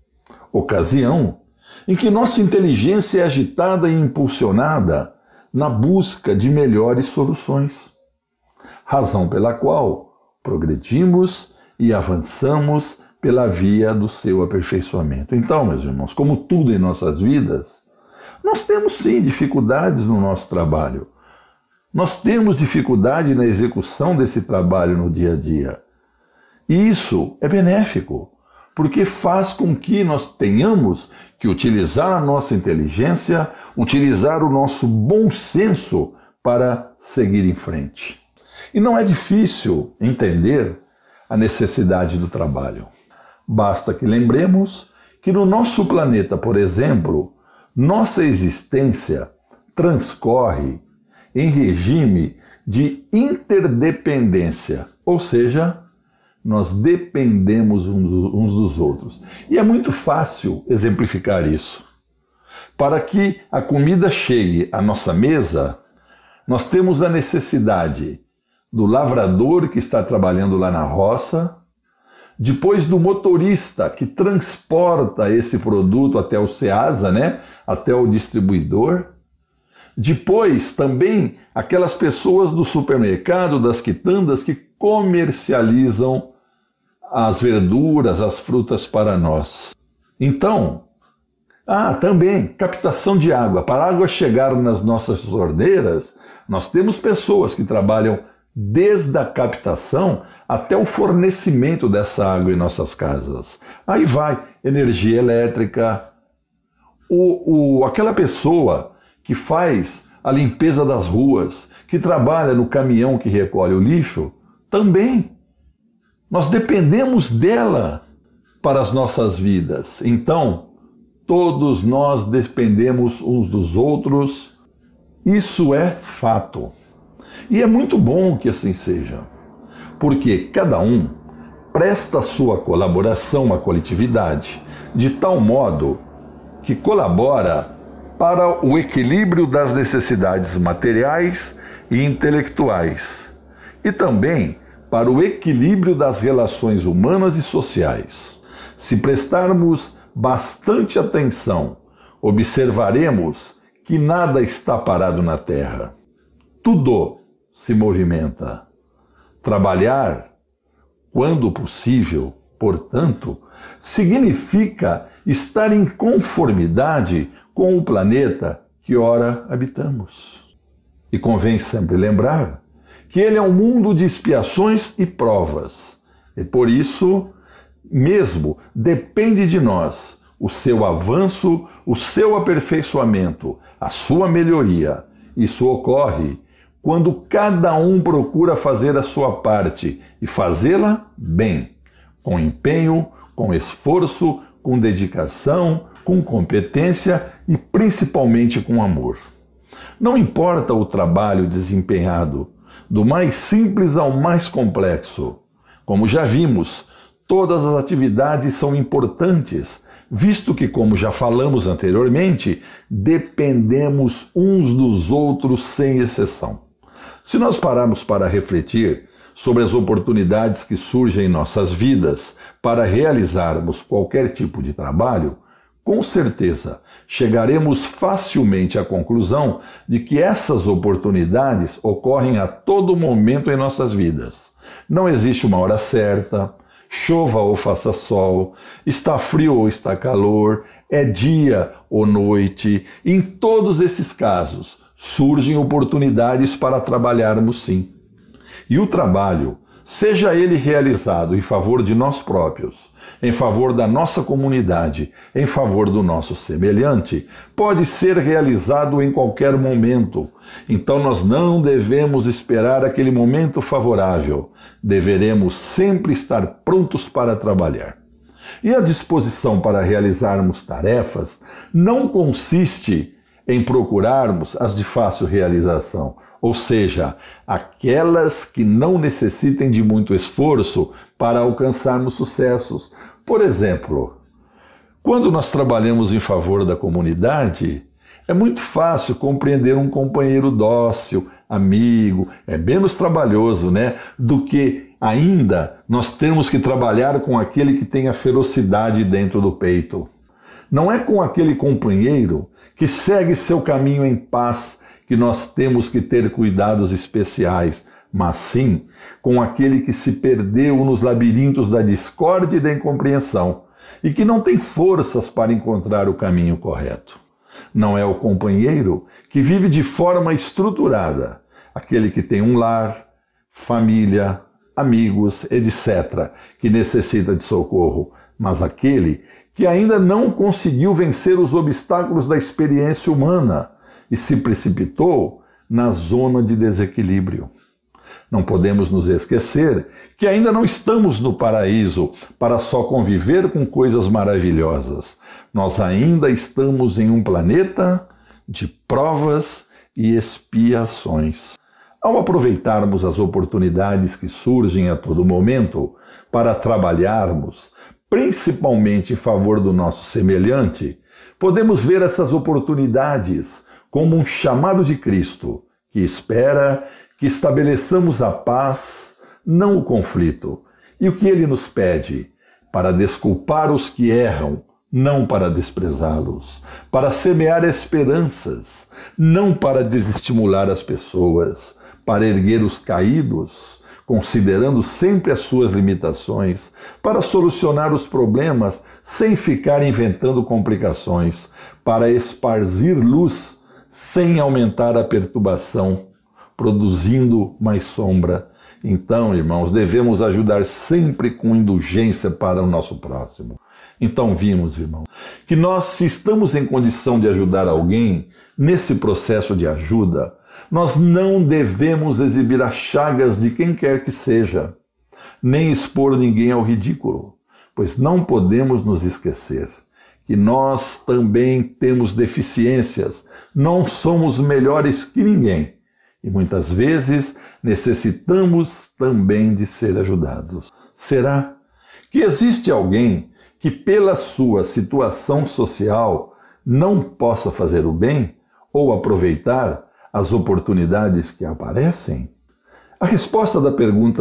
Ocasião em que nossa inteligência é agitada e impulsionada na busca de melhores soluções, razão pela qual progredimos e avançamos pela via do seu aperfeiçoamento. Então, meus irmãos, como tudo em nossas vidas, nós temos sim dificuldades no nosso trabalho. Nós temos dificuldade na execução desse trabalho no dia a dia. E isso é benéfico, porque faz com que nós tenhamos que utilizar a nossa inteligência, utilizar o nosso bom senso para seguir em frente. E não é difícil entender a necessidade do trabalho. Basta que lembremos que no nosso planeta, por exemplo, nossa existência transcorre em regime de interdependência, ou seja, nós dependemos uns dos outros. E é muito fácil exemplificar isso. Para que a comida chegue à nossa mesa, nós temos a necessidade do lavrador que está trabalhando lá na roça, depois do motorista que transporta esse produto até o Ceasa, até o distribuidor, depois também aquelas pessoas do supermercado, das quitandas que comercializam as verduras, as frutas para nós. Então, também captação de água. Para a água chegar nas nossas torneiras, nós temos pessoas que trabalham desde a captação até o fornecimento dessa água em nossas casas. Aí vai energia elétrica, aquela pessoa que faz a limpeza das ruas, que trabalha no caminhão que recolhe o lixo, também. Nós dependemos dela para as nossas vidas. Então, todos nós dependemos uns dos outros. Isso é fato. E é muito bom que assim seja, porque cada um presta sua colaboração à coletividade de tal modo que colabora para o equilíbrio das necessidades materiais e intelectuais e também para o equilíbrio das relações humanas e sociais. Se prestarmos bastante atenção, observaremos que nada está parado na Terra. Tudo se movimenta. Trabalhar, quando possível, portanto, significa estar em conformidade com o planeta que ora habitamos. E convém sempre lembrar que ele é um mundo de expiações e provas. E por isso mesmo depende de nós o seu avanço, o seu aperfeiçoamento, a sua melhoria. Isso ocorre quando cada um procura fazer a sua parte e fazê-la bem, com empenho, com esforço, com dedicação, com competência e principalmente com amor. Não importa o trabalho desempenhado, do mais simples ao mais complexo. Como já vimos, todas as atividades são importantes, visto que, como já falamos anteriormente, dependemos uns dos outros sem exceção. Se nós pararmos para refletir sobre as oportunidades que surgem em nossas vidas para realizarmos qualquer tipo de trabalho, com certeza chegaremos facilmente à conclusão de que essas oportunidades ocorrem a todo momento em nossas vidas. Não existe uma hora certa, chova ou faça sol, está frio ou está calor, é dia ou noite. Em todos esses casos, surgem oportunidades para trabalharmos sim. E o trabalho, seja ele realizado em favor de nós próprios, em favor da nossa comunidade, em favor do nosso semelhante, pode ser realizado em qualquer momento. Então nós não devemos esperar aquele momento favorável. Deveremos sempre estar prontos para trabalhar. E a disposição para realizarmos tarefas não consiste em procurarmos as de fácil realização, ou seja, aquelas que não necessitem de muito esforço para alcançarmos sucessos. Por exemplo, quando nós trabalhamos em favor da comunidade, é muito fácil compreender um companheiro dócil, amigo, é menos trabalhoso, do que ainda nós temos que trabalhar com aquele que tem a ferocidade dentro do peito. Não é com aquele companheiro que segue seu caminho em paz que nós temos que ter cuidados especiais, mas sim com aquele que se perdeu nos labirintos da discórdia e da incompreensão e que não tem forças para encontrar o caminho correto. Não é o companheiro que vive de forma estruturada, aquele que tem um lar, família, amigos, etc., que necessita de socorro, mas aquele que ainda não conseguiu vencer os obstáculos da experiência humana e se precipitou na zona de desequilíbrio. Não podemos nos esquecer que ainda não estamos no paraíso para só conviver com coisas maravilhosas. Nós ainda estamos em um planeta de provas e expiações. Ao aproveitarmos as oportunidades que surgem a todo momento para trabalharmos, principalmente em favor do nosso semelhante, podemos ver essas oportunidades como um chamado de Cristo, que espera que estabeleçamos a paz, não o conflito, e o que ele nos pede, para desculpar os que erram, não para desprezá-los, para semear esperanças, não para desestimular as pessoas, para erguer os caídos, considerando sempre as suas limitações, para solucionar os problemas sem ficar inventando complicações, para esparzir luz sem aumentar a perturbação, produzindo mais sombra. Então, irmãos, devemos ajudar sempre com indulgência para o nosso próximo. Então vimos, irmãos, que nós, se estamos em condição de ajudar alguém nesse processo de ajuda, nós não devemos exibir as chagas de quem quer que seja, nem expor ninguém ao ridículo, pois não podemos nos esquecer que nós também temos deficiências, não somos melhores que ninguém e muitas vezes necessitamos também de ser ajudados. Será que existe alguém que, pela sua situação social, não possa fazer o bem ou aproveitar as oportunidades que aparecem? A resposta da pergunta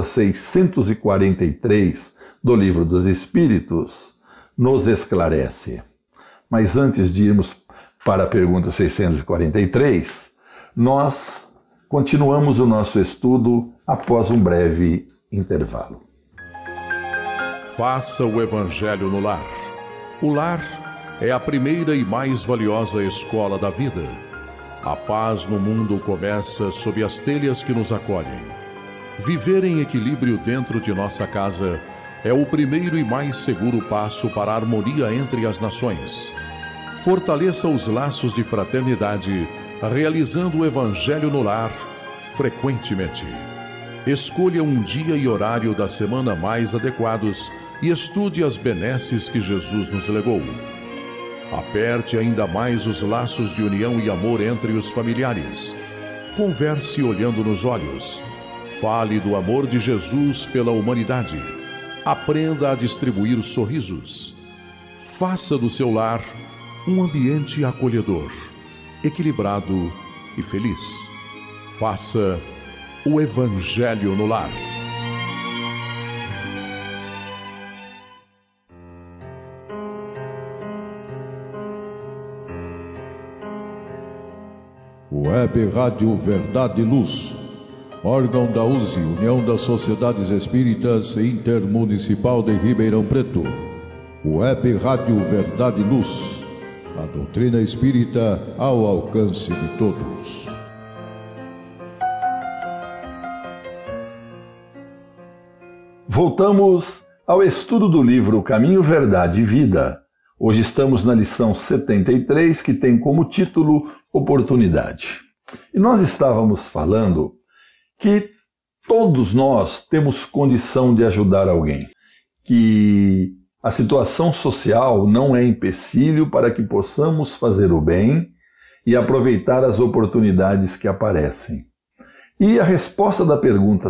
643 do Livro dos Espíritos nos esclarece. Mas antes de irmos para a pergunta 643, nós continuamos o nosso estudo após um breve intervalo. Faça o Evangelho no lar. O lar é a primeira e mais valiosa escola da vida. A paz no mundo começa sob as telhas que nos acolhem. Viver em equilíbrio dentro de nossa casa é o primeiro e mais seguro passo para a harmonia entre as nações. Fortaleça os laços de fraternidade, realizando o Evangelho no lar frequentemente. Escolha um dia e horário da semana mais adequados e estude as benesses que Jesus nos legou. Aperte ainda mais os laços de união e amor entre os familiares. Converse olhando nos olhos. Fale do amor de Jesus pela humanidade. Aprenda a distribuir sorrisos. Faça do seu lar um ambiente acolhedor, equilibrado e feliz. Faça o Evangelho no lar. Web Rádio Verdade e Luz, órgão da USE, União das Sociedades Espíritas Intermunicipal de Ribeirão Preto. Web Rádio Verdade e Luz, a doutrina espírita ao alcance de todos. Voltamos ao estudo do livro Caminho, Verdade e Vida. Hoje estamos na lição 73, que tem como título Oportunidade. E nós estávamos falando que todos nós temos condição de ajudar alguém, que a situação social não é empecilho para que possamos fazer o bem e aproveitar as oportunidades que aparecem. E a resposta da pergunta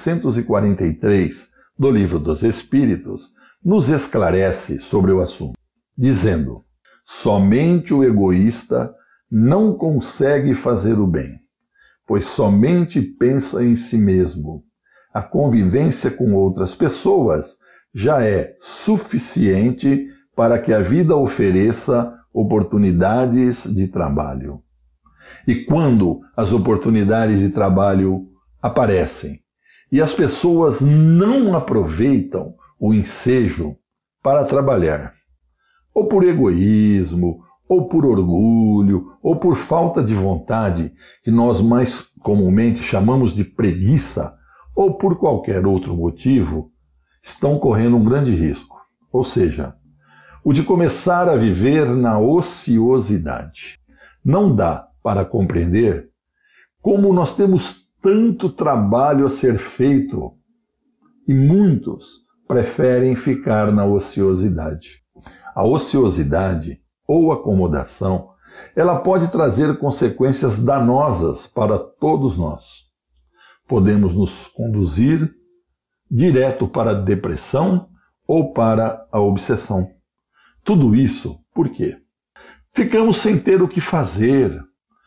643 do Livro dos Espíritos nos esclarece sobre o assunto, dizendo: somente o egoísta não consegue fazer o bem, pois somente pensa em si mesmo. A convivência com outras pessoas já é suficiente para que a vida ofereça oportunidades de trabalho. E quando as oportunidades de trabalho aparecem e as pessoas não aproveitam o ensejo para trabalhar, ou por egoísmo, ou por orgulho, ou por falta de vontade, que nós mais comumente chamamos de preguiça, ou por qualquer outro motivo, estão correndo um grande risco, ou seja, o de começar a viver na ociosidade. Não dá para compreender como nós temos tanto trabalho a ser feito e muitos preferem ficar na ociosidade. A ociosidade ou acomodação, ela pode trazer consequências danosas para todos nós. Podemos nos conduzir direto para a depressão ou para a obsessão. Tudo isso por quê? Ficamos sem ter o que fazer.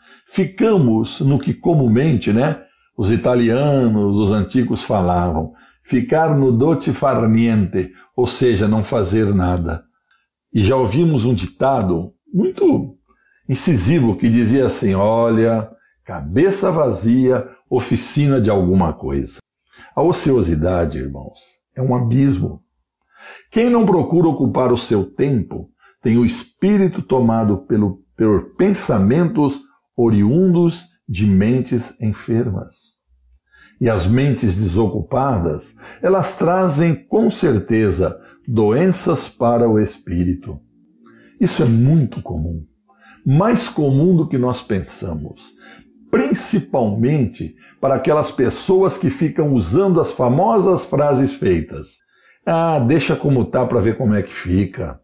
Ficamos no que comumente, os italianos, os antigos falavam, ficar no dote far niente, ou seja, não fazer nada. E já ouvimos um ditado muito incisivo que dizia assim: olha, cabeça vazia, oficina de alguma coisa. A ociosidade, irmãos, é um abismo. Quem não procura ocupar o seu tempo tem o espírito tomado por pensamentos oriundos de mentes enfermas. E as mentes desocupadas, elas trazem com certeza doenças para o espírito. Isso é muito comum, mais comum do que nós pensamos, principalmente para aquelas pessoas que ficam usando as famosas frases feitas. Ah, deixa como tá para ver como é que fica.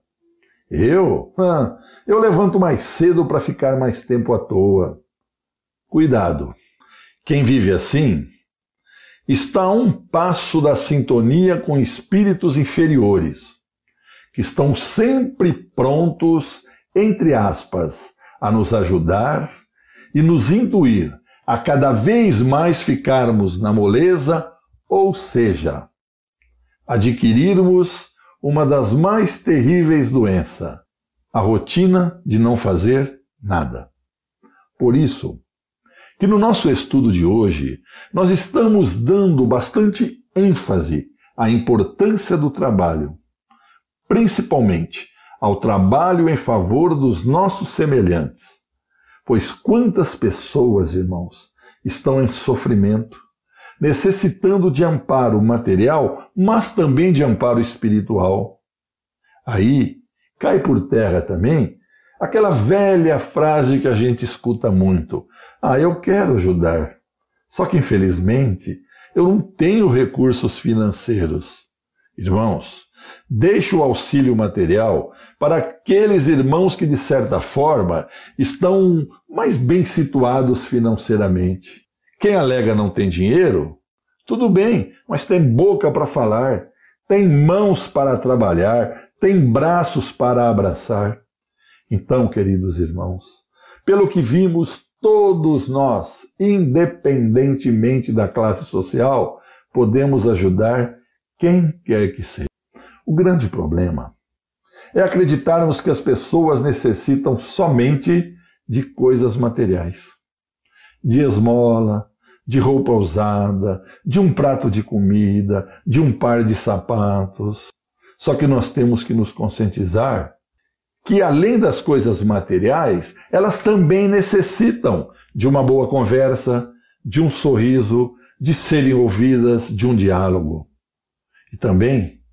Eu levanto mais cedo para ficar mais tempo à toa. Cuidado, quem vive assim está a um passo da sintonia com espíritos inferiores, que estão sempre prontos, entre aspas, a nos ajudar e nos induir a cada vez mais ficarmos na moleza, ou seja, adquirirmos uma das mais terríveis doenças, a rotina de não fazer nada. Por isso, que no nosso estudo de hoje, nós estamos dando bastante ênfase à importância do trabalho, principalmente ao trabalho em favor dos nossos semelhantes. Pois quantas pessoas, irmãos, estão em sofrimento, necessitando de amparo material, mas também de amparo espiritual. Aí cai por terra também aquela velha frase que a gente escuta muito: eu quero ajudar, só que infelizmente eu não tenho recursos financeiros. Irmãos, deixe o auxílio material para aqueles irmãos que de certa forma estão mais bem situados financeiramente. Quem alega não tem dinheiro, tudo bem, mas tem boca para falar, tem mãos para trabalhar, tem braços para abraçar. Então, queridos irmãos, pelo que vimos, todos nós, independentemente da classe social, podemos ajudar quem quer que seja. O grande problema é acreditarmos que as pessoas necessitam somente de coisas materiais, de esmola, de roupa usada, de um prato de comida, de um par de sapatos. Só que nós temos que nos conscientizar que, além das coisas materiais, elas também necessitam de uma boa conversa, de um sorriso, de serem ouvidas, de um diálogo. E também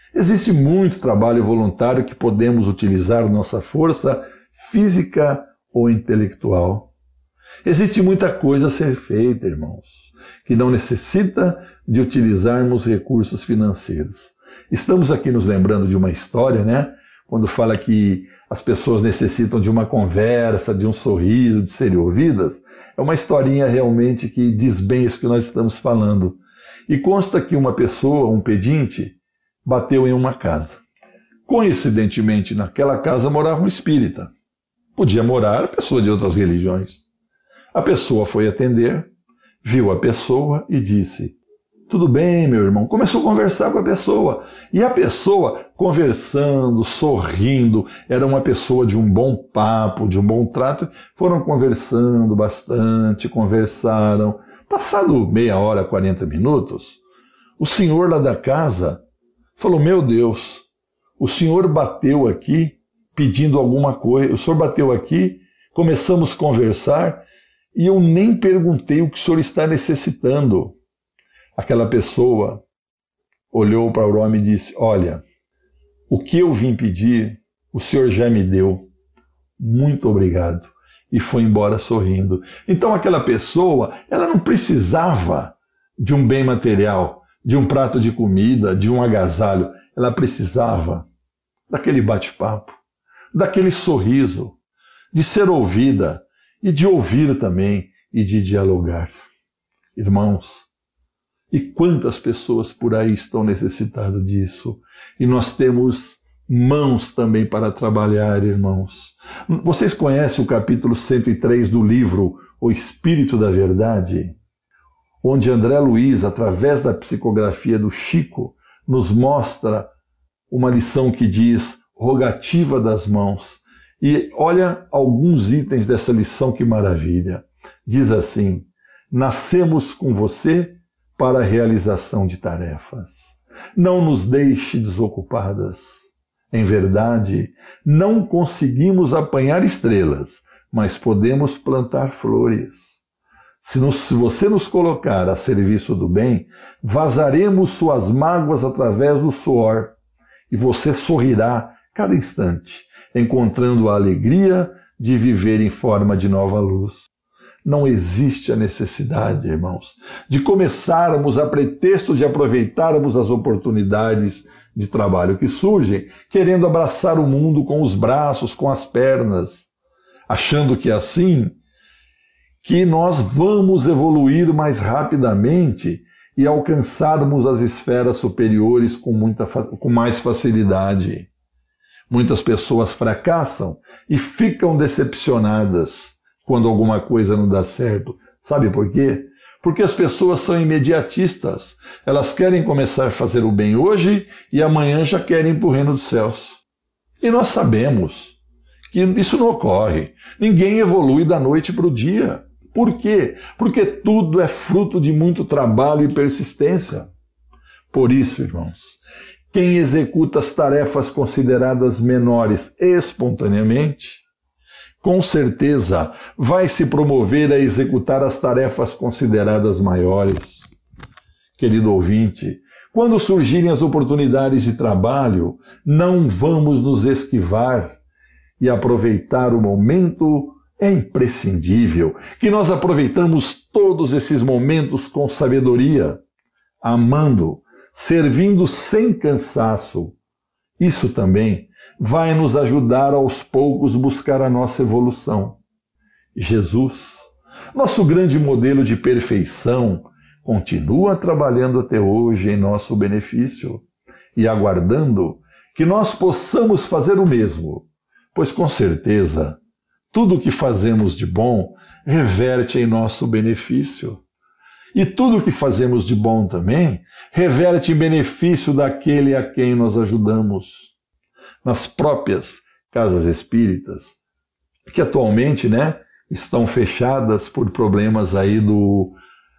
Existe muito trabalho voluntário que podemos utilizar nossa força física ou intelectual. Existe muita coisa a ser feita, irmãos, que não necessita de utilizarmos recursos financeiros. Estamos aqui nos lembrando de uma história, né? Quando fala que as pessoas necessitam de uma conversa, de um sorriso, de serem ouvidas. É uma historinha realmente que diz bem isso que nós estamos falando. E consta que uma pessoa, um pedinte, bateu em uma casa. Coincidentemente, naquela casa morava um espírita. Podia morar pessoa de outras religiões. A pessoa foi atender, viu a pessoa e disse: tudo bem, meu irmão. Começou a conversar com a pessoa. E a pessoa, conversando, sorrindo, era uma pessoa de um bom papo, de um bom trato. Foram conversando bastante, conversaram. Passado meia hora, 40 minutos, o senhor lá da casa falou: meu Deus, o senhor bateu aqui pedindo alguma coisa. O senhor bateu aqui, começamos a conversar e eu nem perguntei o que o senhor está necessitando. Aquela pessoa olhou para o homem e disse: olha, o que eu vim pedir, o senhor já me deu. Muito obrigado. E foi embora sorrindo. Então aquela pessoa, ela não precisava de um bem material, de um prato de comida, de um agasalho. Ela precisava daquele bate-papo, daquele sorriso, de ser ouvida e de ouvir também e de dialogar. Irmãos, e quantas pessoas por aí estão necessitadas disso? E nós temos mãos também para trabalhar, irmãos. Vocês conhecem o capítulo 103 do livro O Espírito da Verdade? Onde André Luiz, através da psicografia do Chico, nos mostra uma lição que diz rogativa das mãos. E olha alguns itens dessa lição, que maravilha. Diz assim: nascemos com você para a realização de tarefas. Não nos deixe desocupadas. Em verdade, não conseguimos apanhar estrelas, mas podemos plantar flores. Se você nos colocar a serviço do bem, vazaremos suas mágoas através do suor, e você sorrirá cada instante, encontrando a alegria de viver em forma de nova luz. Não existe a necessidade, irmãos, de começarmos a pretexto de aproveitarmos as oportunidades de trabalho que surgem, querendo abraçar o mundo com os braços, com as pernas, achando que assim que nós vamos evoluir mais rapidamente e alcançarmos as esferas superiores com mais facilidade. Muitas pessoas fracassam e ficam decepcionadas quando alguma coisa não dá certo. Sabe por quê? Porque as pessoas são imediatistas. Elas querem começar a fazer o bem hoje e amanhã já querem ir para o reino dos céus. E nós sabemos que isso não ocorre. Ninguém evolui da noite para o dia. Por quê? Porque tudo é fruto de muito trabalho e persistência. Por isso, irmãos, quem executa as tarefas consideradas menores espontaneamente, com certeza vai se promover a executar as tarefas consideradas maiores. Querido ouvinte, quando surgirem as oportunidades de trabalho, não vamos nos esquivar e aproveitar o momento. É imprescindível que nós aproveitamos todos esses momentos com sabedoria, amando, servindo sem cansaço. Isso também vai nos ajudar aos poucos buscar a nossa evolução. Jesus, nosso grande modelo de perfeição, continua trabalhando até hoje em nosso benefício e aguardando que nós possamos fazer o mesmo, pois com certeza tudo o que fazemos de bom reverte em nosso benefício. E tudo o que fazemos de bom também reverte em benefício daquele a quem nós ajudamos. Nas próprias casas espíritas, que atualmente, estão fechadas por problemas aí do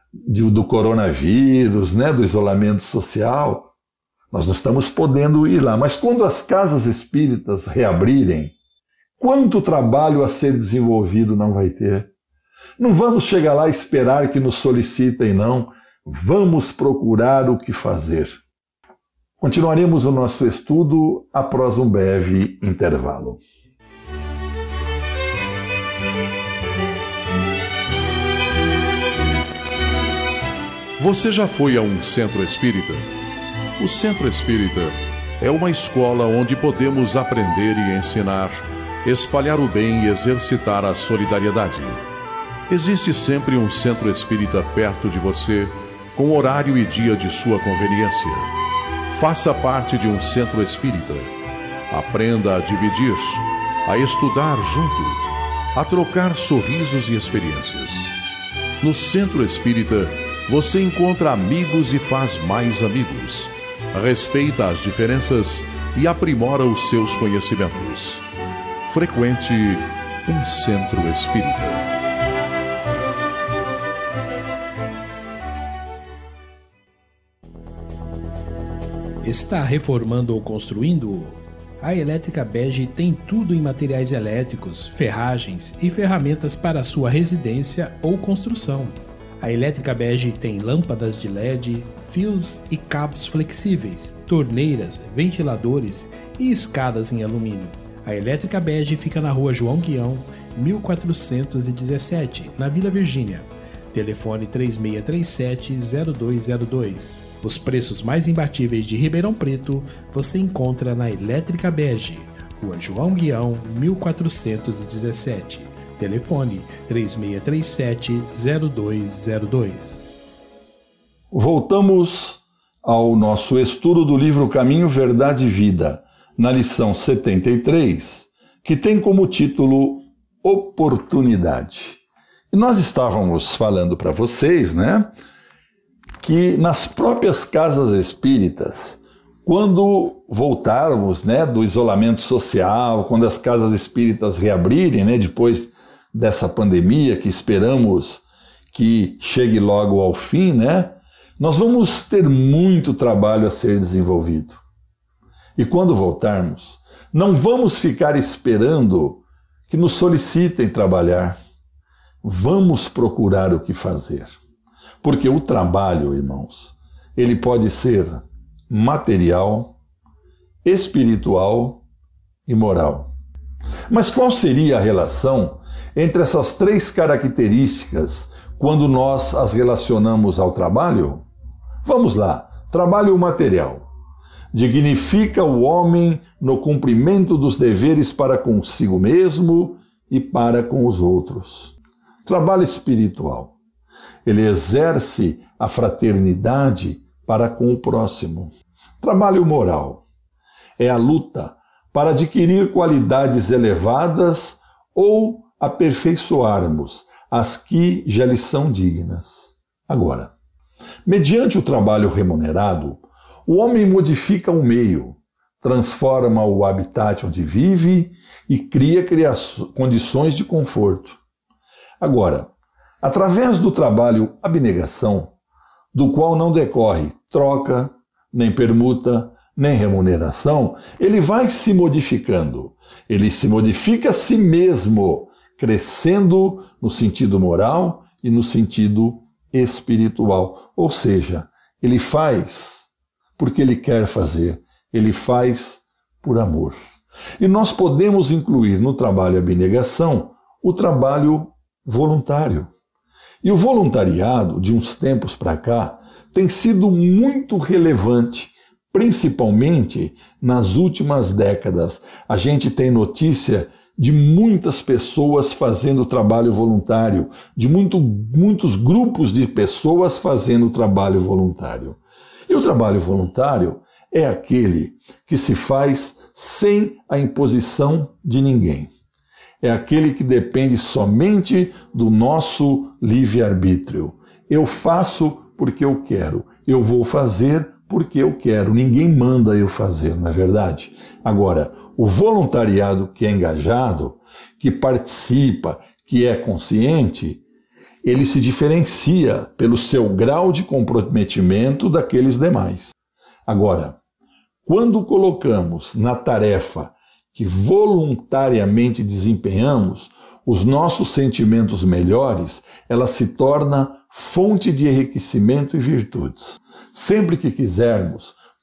coronavírus, do isolamento social, nós não estamos podendo ir lá. Mas quando as casas espíritas reabrirem, quanto trabalho a ser desenvolvido não vai ter? Não vamos chegar lá e esperar que nos solicitem, não. Vamos procurar o que fazer. Continuaremos o nosso estudo após um breve intervalo. Você já foi a um centro espírita? O centro espírita é uma escola onde podemos aprender e ensinar, espalhar o bem e exercitar a solidariedade. Existe sempre um centro espírita perto de você, com horário e dia de sua conveniência. Faça parte de um centro espírita. Aprenda a dividir, a estudar junto, a trocar sorrisos e experiências. No centro espírita, você encontra amigos e faz mais amigos. Respeita as diferenças e aprimora os seus conhecimentos. Frequente um centro espírita. Está reformando ou construindo? A Elétrica Bege tem tudo em materiais elétricos, ferragens e ferramentas para sua residência ou construção. A Elétrica Bege tem lâmpadas de LED, fios e cabos flexíveis, torneiras, ventiladores e escadas em alumínio. A Elétrica Bege fica na rua João Guião, 1417, na Vila Virgínia. Telefone 3637-0202. Os preços mais imbatíveis de Ribeirão Preto você encontra na Elétrica Bege, rua João Guião, 1417. Telefone 3637-0202. Voltamos ao nosso estudo do livro Caminho, Verdade e Vida, na lição 73, que tem como título Oportunidade. E nós estávamos falando para vocês, que nas próprias casas espíritas, quando voltarmos, do isolamento social, quando as casas espíritas reabrirem, depois dessa pandemia que esperamos que chegue logo ao fim, nós vamos ter muito trabalho a ser desenvolvido. E quando voltarmos, não vamos ficar esperando que nos solicitem trabalhar. Vamos procurar o que fazer. Porque o trabalho, irmãos, ele pode ser material, espiritual e moral. Mas qual seria a relação entre essas três características quando nós as relacionamos ao trabalho? Vamos lá. Trabalho material. Dignifica o homem no cumprimento dos deveres para consigo mesmo e para com os outros. Trabalho espiritual. Ele exerce a fraternidade para com o próximo. Trabalho moral. É a luta para adquirir qualidades elevadas ou aperfeiçoarmos as que já lhe são dignas. Agora, mediante o trabalho remunerado, o homem modifica o meio, transforma o habitat onde vive e cria condições de conforto. Agora, através do trabalho abnegação, do qual não decorre troca, nem permuta, nem remuneração, ele vai se modificando. Ele se modifica a si mesmo, crescendo no sentido moral e no sentido espiritual. Ou seja, ele faz porque ele quer fazer, ele faz por amor. E nós podemos incluir no trabalho abnegação o trabalho voluntário. E o voluntariado, de uns tempos para cá, tem sido muito relevante, principalmente nas últimas décadas. A gente tem notícia de muitas pessoas fazendo trabalho voluntário, de muitos grupos de pessoas fazendo trabalho voluntário. E o trabalho voluntário é aquele que se faz sem a imposição de ninguém. É aquele que depende somente do nosso livre-arbítrio. Eu faço porque eu quero. Eu vou fazer porque eu quero. Ninguém manda eu fazer, não é verdade? Agora, o voluntariado que é engajado, que participa, que é consciente, ele se diferencia pelo seu grau de comprometimento daqueles demais. Agora, quando colocamos na tarefa que voluntariamente desempenhamos, os nossos sentimentos melhores, ela se torna fonte de enriquecimento e virtudes. Sempre que quisermos,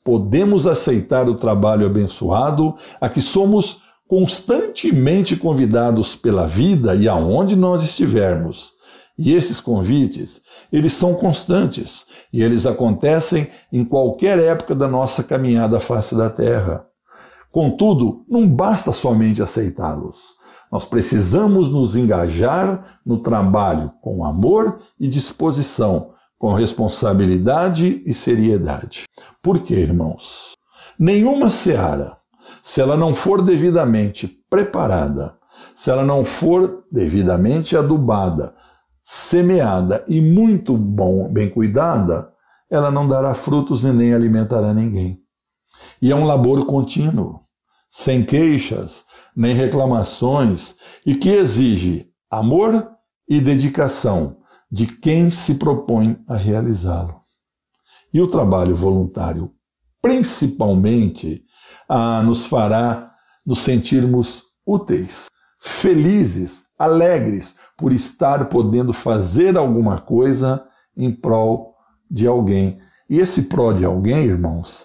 podemos aceitar o trabalho abençoado a que somos constantemente convidados pela vida e aonde nós estivermos. E esses convites, eles são constantes e eles acontecem em qualquer época da nossa caminhada à face da terra. Contudo, não basta somente aceitá-los. Nós precisamos nos engajar no trabalho com amor e disposição, com responsabilidade e seriedade. Por quê, irmãos? Nenhuma seara, se ela não for devidamente preparada, se ela não for devidamente adubada, semeada e muito bem cuidada, ela não dará frutos e nem alimentará ninguém. E é um labor contínuo, sem queixas, nem reclamações, e que exige amor e dedicação de quem se propõe a realizá-lo. E o trabalho voluntário, principalmente, nos fará nos sentirmos úteis, felizes, alegres por estar podendo fazer alguma coisa em prol de alguém. E esse prol de alguém, irmãos,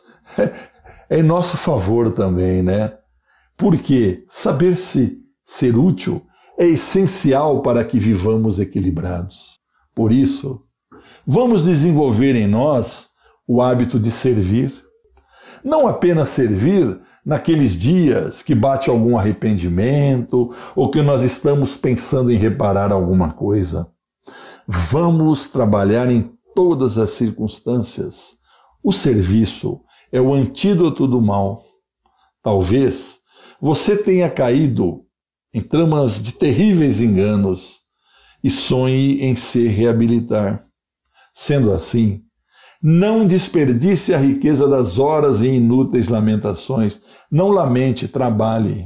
é em nosso favor também, né? Porque saber-se ser útil é essencial para que vivamos equilibrados. Por isso, vamos desenvolver em nós o hábito de servir. Não apenas servir naqueles dias que bate algum arrependimento ou que nós estamos pensando em reparar alguma coisa. Vamos trabalhar em todas as circunstâncias. O serviço é o antídoto do mal. Talvez você tenha caído em tramas de terríveis enganos e sonhe em se reabilitar. Sendo assim, não desperdice a riqueza das horas em inúteis lamentações. Não lamente, trabalhe.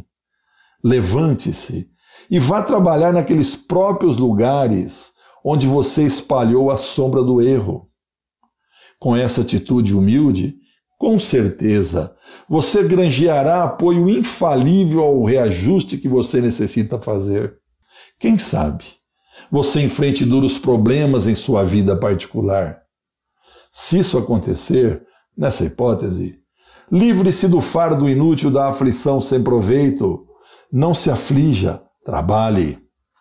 Levante-se e vá trabalhar naqueles próprios lugares onde você espalhou a sombra do erro. Com essa atitude humilde, com certeza, você granjeará apoio infalível ao reajuste que você necessita fazer. Quem sabe você enfrente duros problemas em sua vida particular. Se isso acontecer, nessa hipótese, livre-se do fardo inútil da aflição sem proveito. Não se aflija, trabalhe.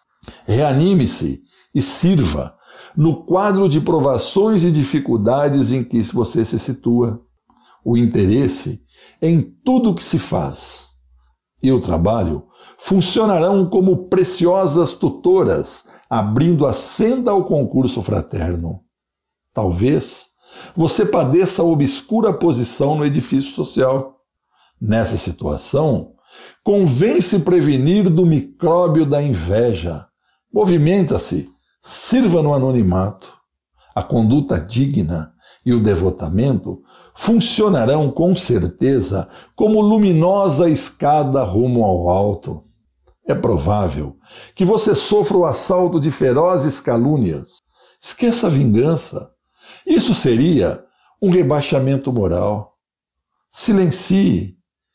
Reanime-se e sirva no quadro de provações e dificuldades em que você se situa. O interesse em tudo que se faz e o trabalho funcionarão como preciosas tutoras, abrindo a senda ao concurso fraterno. Talvez você padeça a obscura posição no edifício social. Nessa situação, convém se prevenir do micróbio da inveja. Movimenta-se, sirva no anonimato. A conduta digna e o devotamento funcionarão com certeza como luminosa escada rumo ao alto. É provável que você sofra o assalto de ferozes calúnias. Esqueça a vingança. Isso seria um rebaixamento moral. Silencie,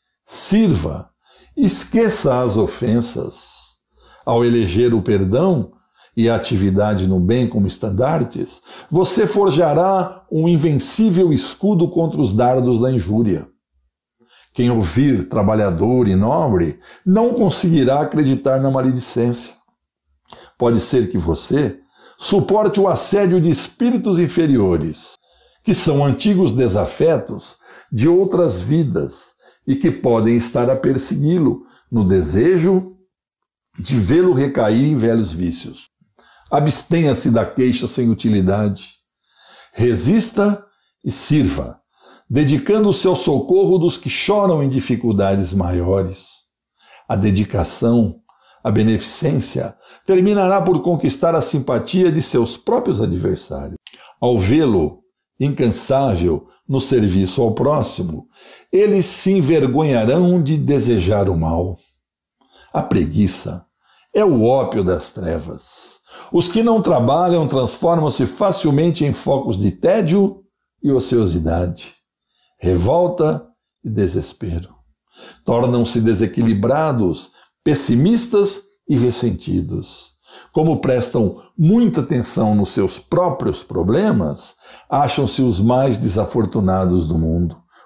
sirva, esqueça as ofensas. Ao eleger o perdão e a atividade no bem como estandartes, você forjará um invencível escudo contra os dardos da injúria. Quem ouvir trabalhador e nobre não conseguirá acreditar na maledicência. Pode ser que você suporte o assédio de espíritos inferiores, que são antigos desafetos de outras vidas e que podem estar a persegui-lo no desejo de vê-lo recair em velhos vícios. Abstenha-se da queixa sem utilidade. Resista e sirva, dedicando o seu socorro dos que choram em dificuldades maiores. A dedicação, a beneficência, terminará por conquistar a simpatia de seus próprios adversários. Ao vê-lo incansável no serviço ao próximo, eles se envergonharão de desejar o mal. A preguiça é o ópio das trevas. Os que não trabalham transformam-se facilmente em focos de tédio e ociosidade, revolta e desespero. Tornam-se desequilibrados, pessimistas e ressentidos. Como prestam muita atenção nos seus próprios problemas, acham-se os mais desafortunados do mundo,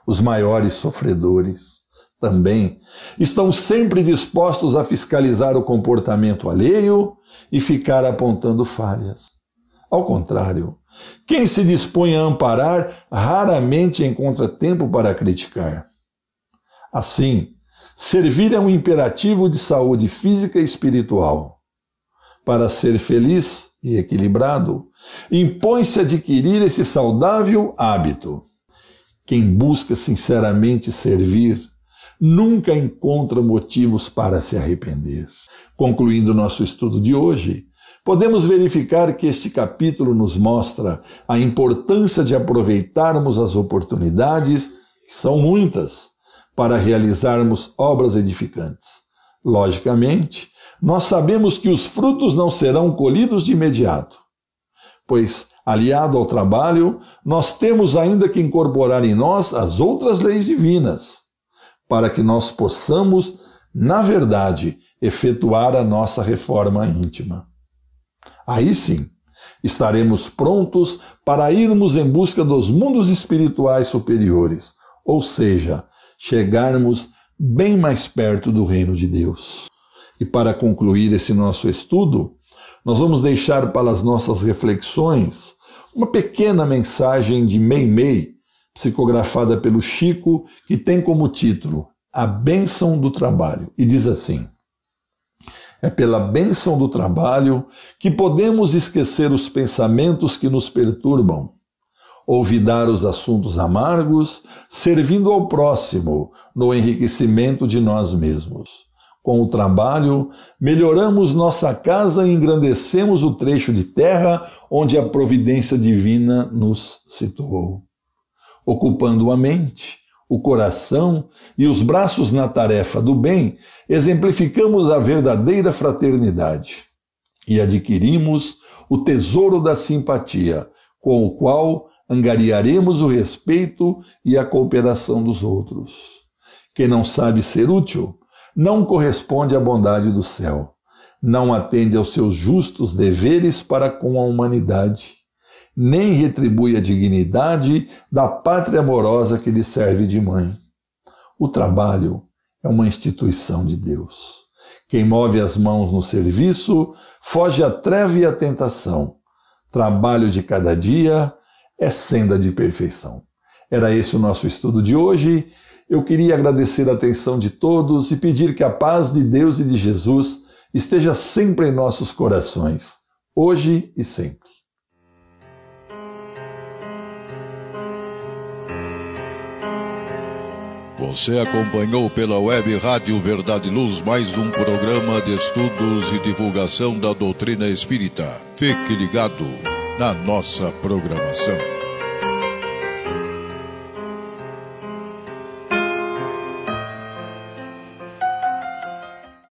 Os maiores sofredores também estão sempre dispostos a fiscalizar o comportamento alheio e ficar apontando falhas. Ao contrário, quem se dispõe a amparar raramente encontra tempo para criticar. Assim, servir é um imperativo de saúde física e espiritual. Para ser feliz e equilibrado, impõe-se adquirir esse saudável hábito. Quem busca sinceramente servir, nunca encontra motivos para se arrepender. Concluindo nosso estudo de hoje, podemos verificar que este capítulo nos mostra a importância de aproveitarmos as oportunidades, que são muitas, para realizarmos obras edificantes. Logicamente, nós sabemos que os frutos não serão colhidos de imediato, pois, aliado ao trabalho, nós temos ainda que incorporar em nós as outras leis divinas, para que nós possamos, na verdade, efetuar a nossa reforma íntima. Aí sim, estaremos prontos para irmos em busca dos mundos espirituais superiores, ou seja, chegarmos bem mais perto do reino de Deus. E para concluir esse nosso estudo, nós vamos deixar para as nossas reflexões uma pequena mensagem de Meimei, psicografada pelo Chico, que tem como título A Bênção do Trabalho, e diz assim: é pela bênção do trabalho que podemos esquecer os pensamentos que nos perturbam, olvidar os assuntos amargos, servindo ao próximo no enriquecimento de nós mesmos. Com o trabalho, melhoramos nossa casa e engrandecemos o trecho de terra onde a providência divina nos situou. Ocupando a mente, o coração e os braços na tarefa do bem, exemplificamos a verdadeira fraternidade e adquirimos o tesouro da simpatia, com o qual angariaremos o respeito e a cooperação dos outros. Quem não sabe ser útil, não corresponde à bondade do céu, não atende aos seus justos deveres para com a humanidade, nem retribui a dignidade da pátria amorosa que lhe serve de mãe. O trabalho é uma instituição de Deus. Quem move as mãos no serviço, foge à treva e à tentação. Trabalho de cada dia é senda de perfeição. Era esse o nosso estudo de hoje. Eu queria agradecer a atenção de todos e pedir que a paz de Deus e de Jesus esteja sempre em nossos corações, hoje e sempre. Você acompanhou pela Web Rádio Verdade e Luz mais um programa de estudos e divulgação da doutrina espírita. Fique ligado na nossa programação.